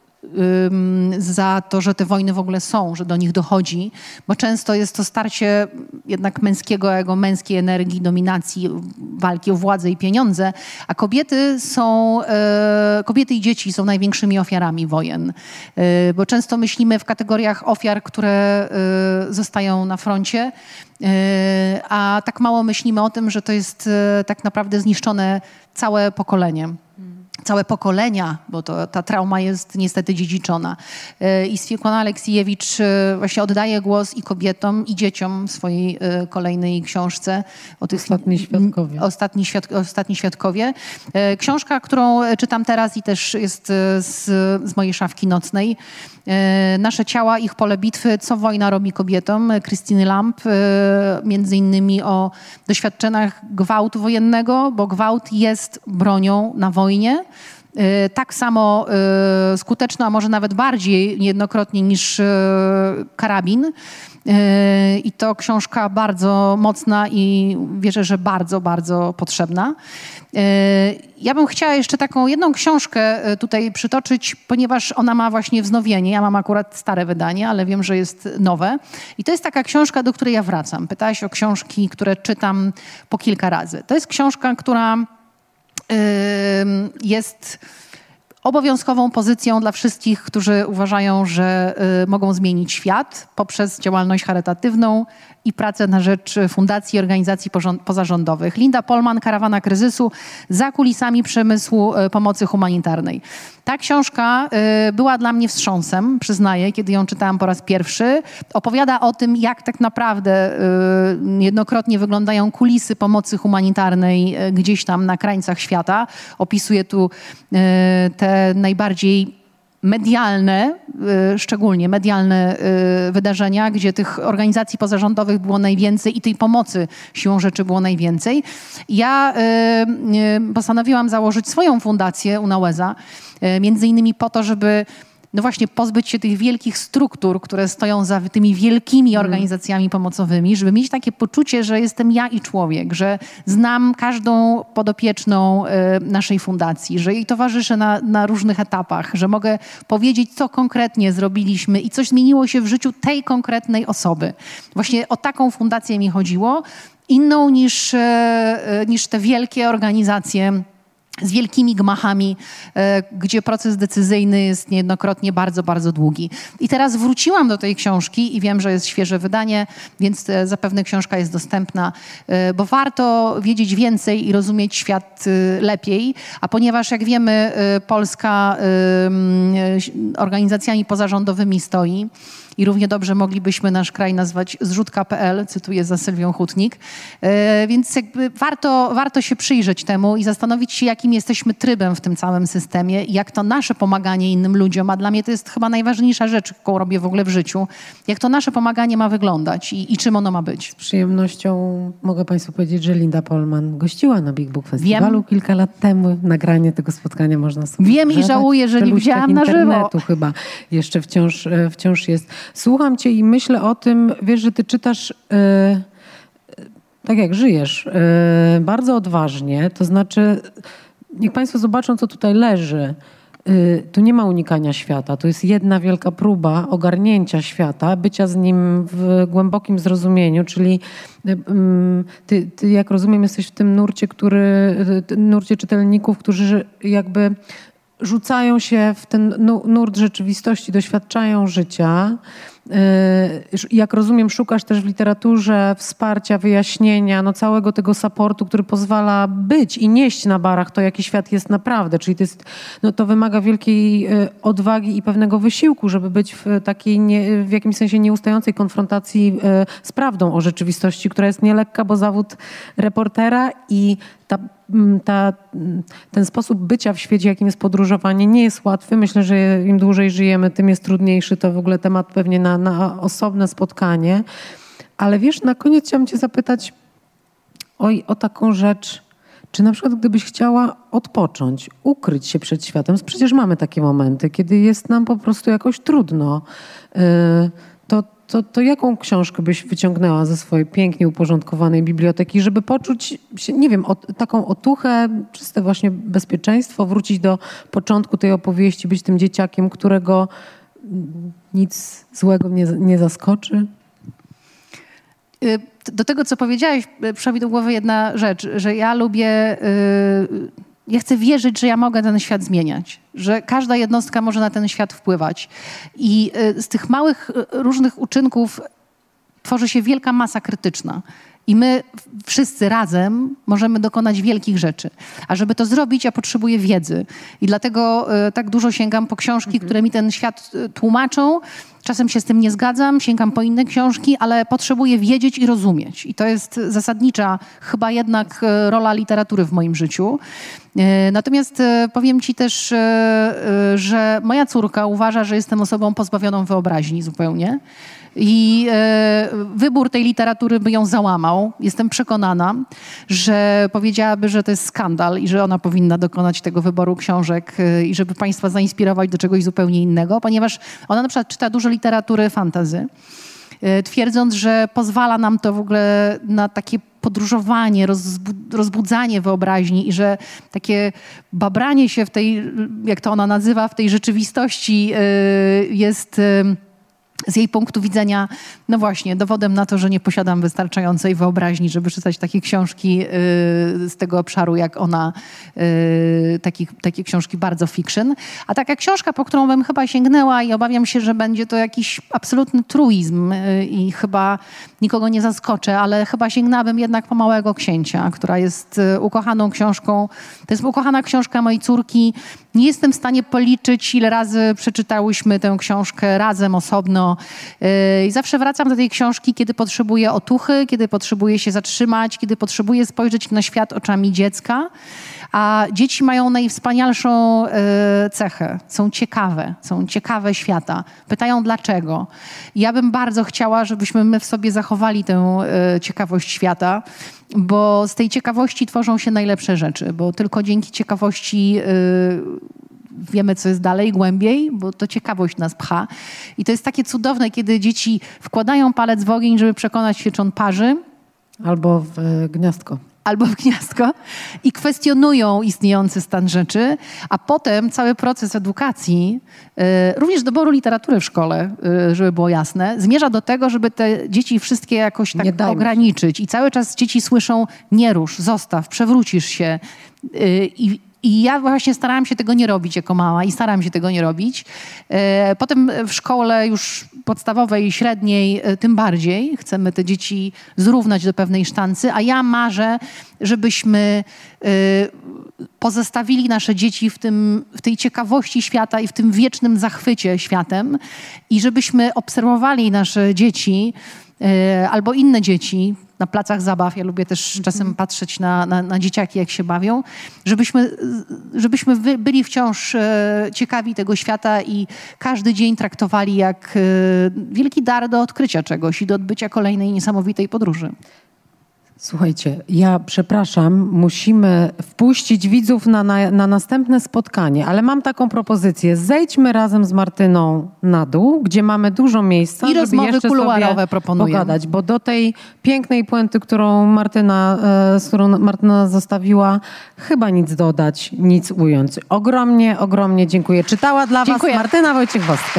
S3: za to, że te wojny w ogóle są, że do nich dochodzi, bo często jest to starcie jednak męskiego ego, męskiej energii, dominacji, walki o władzę i pieniądze, a kobiety są, kobiety i dzieci są największymi ofiarami wojen, bo często myślimy w kategoriach ofiar, które zostają na froncie, a tak mało myślimy o tym, że to jest tak naprawdę zniszczone całe pokolenie. Całe pokolenia, bo to, ta trauma jest niestety dziedziczona. I Swietłana Aleksijewicz właśnie oddaje głos i kobietom, i dzieciom w swojej kolejnej książce. O tych
S4: Ostatni świadkowie.
S3: Ostatni, świad, ostatni świadkowie. Książka, którą czytam teraz i też jest z, z mojej szafki nocnej. Nasze ciała, ich pole bitwy, co wojna robi kobietom. Krystyny Lamp, między innymi o doświadczeniach gwałtu wojennego, bo gwałt jest bronią na wojnie. Tak samo skuteczna, a może nawet bardziej niejednokrotnie niż karabin. I to książka bardzo mocna i wierzę, że bardzo, bardzo potrzebna. Ja bym chciała jeszcze taką jedną książkę tutaj przytoczyć, ponieważ ona ma właśnie wznowienie. Ja mam akurat stare wydanie, ale wiem, że jest nowe. I to jest taka książka, do której ja wracam. Pytałaś o książki, które czytam po kilka razy. To jest książka, która jest obowiązkową pozycją dla wszystkich, którzy uważają, że y, mogą zmienić świat poprzez działalność charytatywną i pracę na rzecz fundacji i organizacji pozarządowych. Linda Polman, Karawana kryzysu, za kulisami przemysłu y, pomocy humanitarnej. Ta książka y, była dla mnie wstrząsem, przyznaję, kiedy ją czytałam po raz pierwszy. Opowiada o tym, jak tak naprawdę y, jednokrotnie wyglądają kulisy pomocy humanitarnej y, gdzieś tam na krańcach świata. Opisuje tu y, te najbardziej medialne, y, szczególnie medialne y, wydarzenia, gdzie tych organizacji pozarządowych było najwięcej i tej pomocy siłą rzeczy było najwięcej. Ja y, y, postanowiłam założyć swoją fundację Una Łeza, y, między innymi po to, żeby no właśnie pozbyć się tych wielkich struktur, które stoją za tymi wielkimi organizacjami pomocowymi, żeby mieć takie poczucie, że jestem ja i człowiek, że znam każdą podopieczną y, naszej fundacji, że jej towarzyszę na, na różnych etapach, że mogę powiedzieć, co konkretnie zrobiliśmy i coś zmieniło się w życiu tej konkretnej osoby. Właśnie o taką fundację mi chodziło, inną niż, y, niż te wielkie organizacje z wielkimi gmachami, e, gdzie proces decyzyjny jest niejednokrotnie bardzo, bardzo długi. I teraz wróciłam do tej książki i wiem, że jest świeże wydanie, więc e, zapewne książka jest dostępna, e, bo warto wiedzieć więcej i rozumieć świat e, lepiej, a ponieważ jak wiemy, e, Polska e, organizacjami pozarządowymi stoi, i równie dobrze moglibyśmy nasz kraj nazwać zrzutka kropka pe el, cytuję za Sylwią Hutnik. E, więc jakby warto, warto się przyjrzeć temu i zastanowić się, jakim jesteśmy trybem w tym całym systemie i jak to nasze pomaganie innym ludziom, a dla mnie to jest chyba najważniejsza rzecz, jaką robię w ogóle w życiu, jak to nasze pomaganie ma wyglądać i, i czym ono ma być.
S4: Z przyjemnością mogę Państwu powiedzieć, że Linda Polman gościła na Big Book Festiwalu Wiem. kilka lat temu. Nagranie tego spotkania można sobie
S3: Wiem i żałuję, że nie widziałam na żywo.
S4: Internetu chyba jeszcze wciąż, wciąż jest. Słucham cię i myślę o tym, wiesz, że ty czytasz e, tak jak żyjesz, e, bardzo odważnie, to znaczy niech Państwo zobaczą, co tutaj leży. E, tu nie ma unikania świata, to jest jedna wielka próba ogarnięcia świata, bycia z nim w głębokim zrozumieniu, czyli e, ty, ty, jak rozumiem, jesteś w tym nurcie, który, nurcie czytelników, którzy jakby rzucają się w ten nurt rzeczywistości, doświadczają życia. Jak rozumiem, szukasz też w literaturze wsparcia, wyjaśnienia, no całego tego supportu, który pozwala być i nieść na barach to, jaki świat jest naprawdę. Czyli to, jest, no to wymaga wielkiej odwagi i pewnego wysiłku, żeby być w takiej nie, w jakimś sensie nieustającej konfrontacji z prawdą o rzeczywistości, która jest nielekka, bo zawód reportera i ta, ta, ten sposób bycia w świecie, jakim jest podróżowanie, nie jest łatwy. Myślę, że im dłużej żyjemy, tym jest trudniejszy. To w ogóle temat pewnie na, na osobne spotkanie. Ale wiesz, na koniec chciałam cię zapytać o, o taką rzecz. Czy na przykład gdybyś chciała odpocząć, ukryć się przed światem, przecież mamy takie momenty, kiedy jest nam po prostu jakoś trudno, to To, to jaką książkę byś wyciągnęła ze swojej pięknie uporządkowanej biblioteki, żeby poczuć się, nie wiem, o, taką otuchę, czyste właśnie bezpieczeństwo, wrócić do początku tej opowieści, być tym dzieciakiem, którego nic złego nie, nie zaskoczy?
S3: Do tego, co powiedziałaś, przyszła mi do głowy jedna rzecz, że ja lubię... Yy... Ja chcę wierzyć, że ja mogę ten świat zmieniać, że każda jednostka może na ten świat wpływać. I z tych małych różnych uczynków tworzy się wielka masa krytyczna. I my wszyscy razem możemy dokonać wielkich rzeczy. A żeby to zrobić, ja potrzebuję wiedzy. I dlatego tak dużo sięgam po książki, które mi ten świat tłumaczą. Czasem się z tym nie zgadzam, sięgam po inne książki, ale potrzebuję wiedzieć i rozumieć. I to jest zasadnicza chyba jednak rola literatury w moim życiu. Natomiast powiem ci też, że moja córka uważa, że jestem osobą pozbawioną wyobraźni zupełnie. I e, wybór tej literatury by ją załamał. Jestem przekonana, że powiedziałaby, że to jest skandal i że ona powinna dokonać tego wyboru książek e, i żeby państwa zainspirować do czegoś zupełnie innego, ponieważ ona na przykład czyta dużo literatury fantasy, e, twierdząc, że pozwala nam to w ogóle na takie podróżowanie, rozbu- rozbudzanie wyobraźni i że takie babranie się w tej, jak to ona nazywa, w tej rzeczywistości e, jest... E, z jej punktu widzenia, no właśnie, dowodem na to, że nie posiadam wystarczającej wyobraźni, żeby czytać takie książki y, z tego obszaru, jak ona, y, taki, takie książki bardzo fiction. A taka książka, po którą bym chyba sięgnęła i obawiam się, że będzie to jakiś absolutny truizm y, i chyba nikogo nie zaskoczę, ale chyba sięgnęłabym jednak po Małego Księcia, która jest y, ukochaną książką. To jest ukochana książka mojej córki. Nie jestem w stanie policzyć, ile razy przeczytałyśmy tę książkę razem, osobno. I zawsze wracam do tej książki, kiedy potrzebuję otuchy, kiedy potrzebuję się zatrzymać, kiedy potrzebuję spojrzeć na świat oczami dziecka. A dzieci mają najwspanialszą cechę. Są ciekawe, są ciekawe świata. Pytają dlaczego. I ja bym bardzo chciała, żebyśmy my w sobie zachowali tę ciekawość świata, bo z tej ciekawości tworzą się najlepsze rzeczy, bo tylko dzięki ciekawości wiemy, co jest dalej, głębiej, bo to ciekawość nas pcha. I to jest takie cudowne, kiedy dzieci wkładają palec w ogień, żeby przekonać się, czy on parzy.
S4: Albo w e, gniazdko.
S3: Albo w gniazdko i kwestionują istniejący stan rzeczy, a potem cały proces edukacji, y, również doboru literatury w szkole, y, żeby było jasne, zmierza do tego, żeby te dzieci wszystkie jakoś tak ograniczyć. I cały czas dzieci słyszą: nie rusz, zostaw, przewrócisz się. Y, i I ja właśnie starałam się tego nie robić jako mama i staram się tego nie robić. Potem w szkole już podstawowej i średniej tym bardziej chcemy te dzieci zrównać do pewnej sztancy, a ja marzę, żebyśmy pozostawili nasze dzieci w, tym, w tej ciekawości świata i w tym wiecznym zachwycie światem i żebyśmy obserwowali nasze dzieci albo inne dzieci na placach zabaw. Ja lubię też czasem patrzeć na, na, na dzieciaki, jak się bawią, żebyśmy, żebyśmy wy, byli wciąż e, ciekawi tego świata i każdy dzień traktowali jak e, wielki dar do odkrycia czegoś i do odbycia kolejnej niesamowitej podróży.
S4: Słuchajcie, ja przepraszam, musimy wpuścić widzów na, na, na następne spotkanie, ale mam taką propozycję. Zejdźmy razem z Martyną na dół, gdzie mamy dużo miejsca,
S3: I
S4: żeby
S3: rozmowy
S4: jeszcze
S3: kuluarowe
S4: sobie
S3: proponuję.
S4: pogadać, bo do tej pięknej puenty, którą Martyna, z którą Martyna zostawiła, chyba nic dodać, nic ująć. Ogromnie, ogromnie dziękuję. Czytała dla
S3: Dziękuję.
S4: was Martyna Wojciech-Wostka.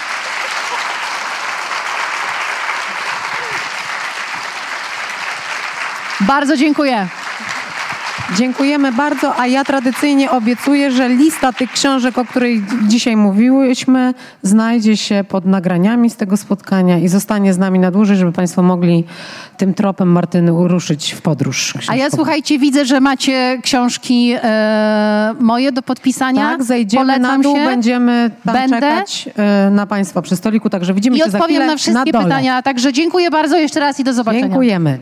S3: Bardzo dziękuję.
S4: Dziękujemy bardzo, a ja tradycyjnie obiecuję, że lista tych książek, o której dzisiaj mówiłyśmy, znajdzie się pod nagraniami z tego spotkania i zostanie z nami na dłużej, żeby państwo mogli tym tropem Martyny uruszyć w podróż książkową.
S3: A ja, słuchajcie, widzę, że macie książki e, moje do podpisania.
S4: Tak, zejdziemy
S3: Polecam
S4: na dół,
S3: się.
S4: będziemy tam
S3: Będę.
S4: czekać e, na państwa przy stoliku, także widzimy
S3: I
S4: się za chwilę
S3: odpowiem na wszystkie
S4: dole.
S3: pytania. Także dziękuję bardzo jeszcze raz i do zobaczenia.
S4: Dziękujemy.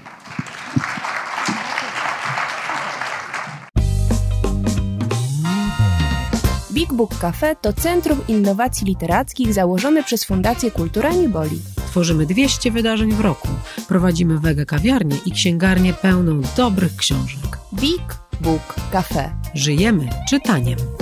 S1: Big Book Cafe to Centrum Innowacji Literackich założone przez Fundację Kultura Nie Boli.
S2: Tworzymy dwieście wydarzeń w roku. Prowadzimy wege kawiarnię i księgarnię pełną dobrych książek.
S1: Big Book Cafe.
S2: Żyjemy czytaniem.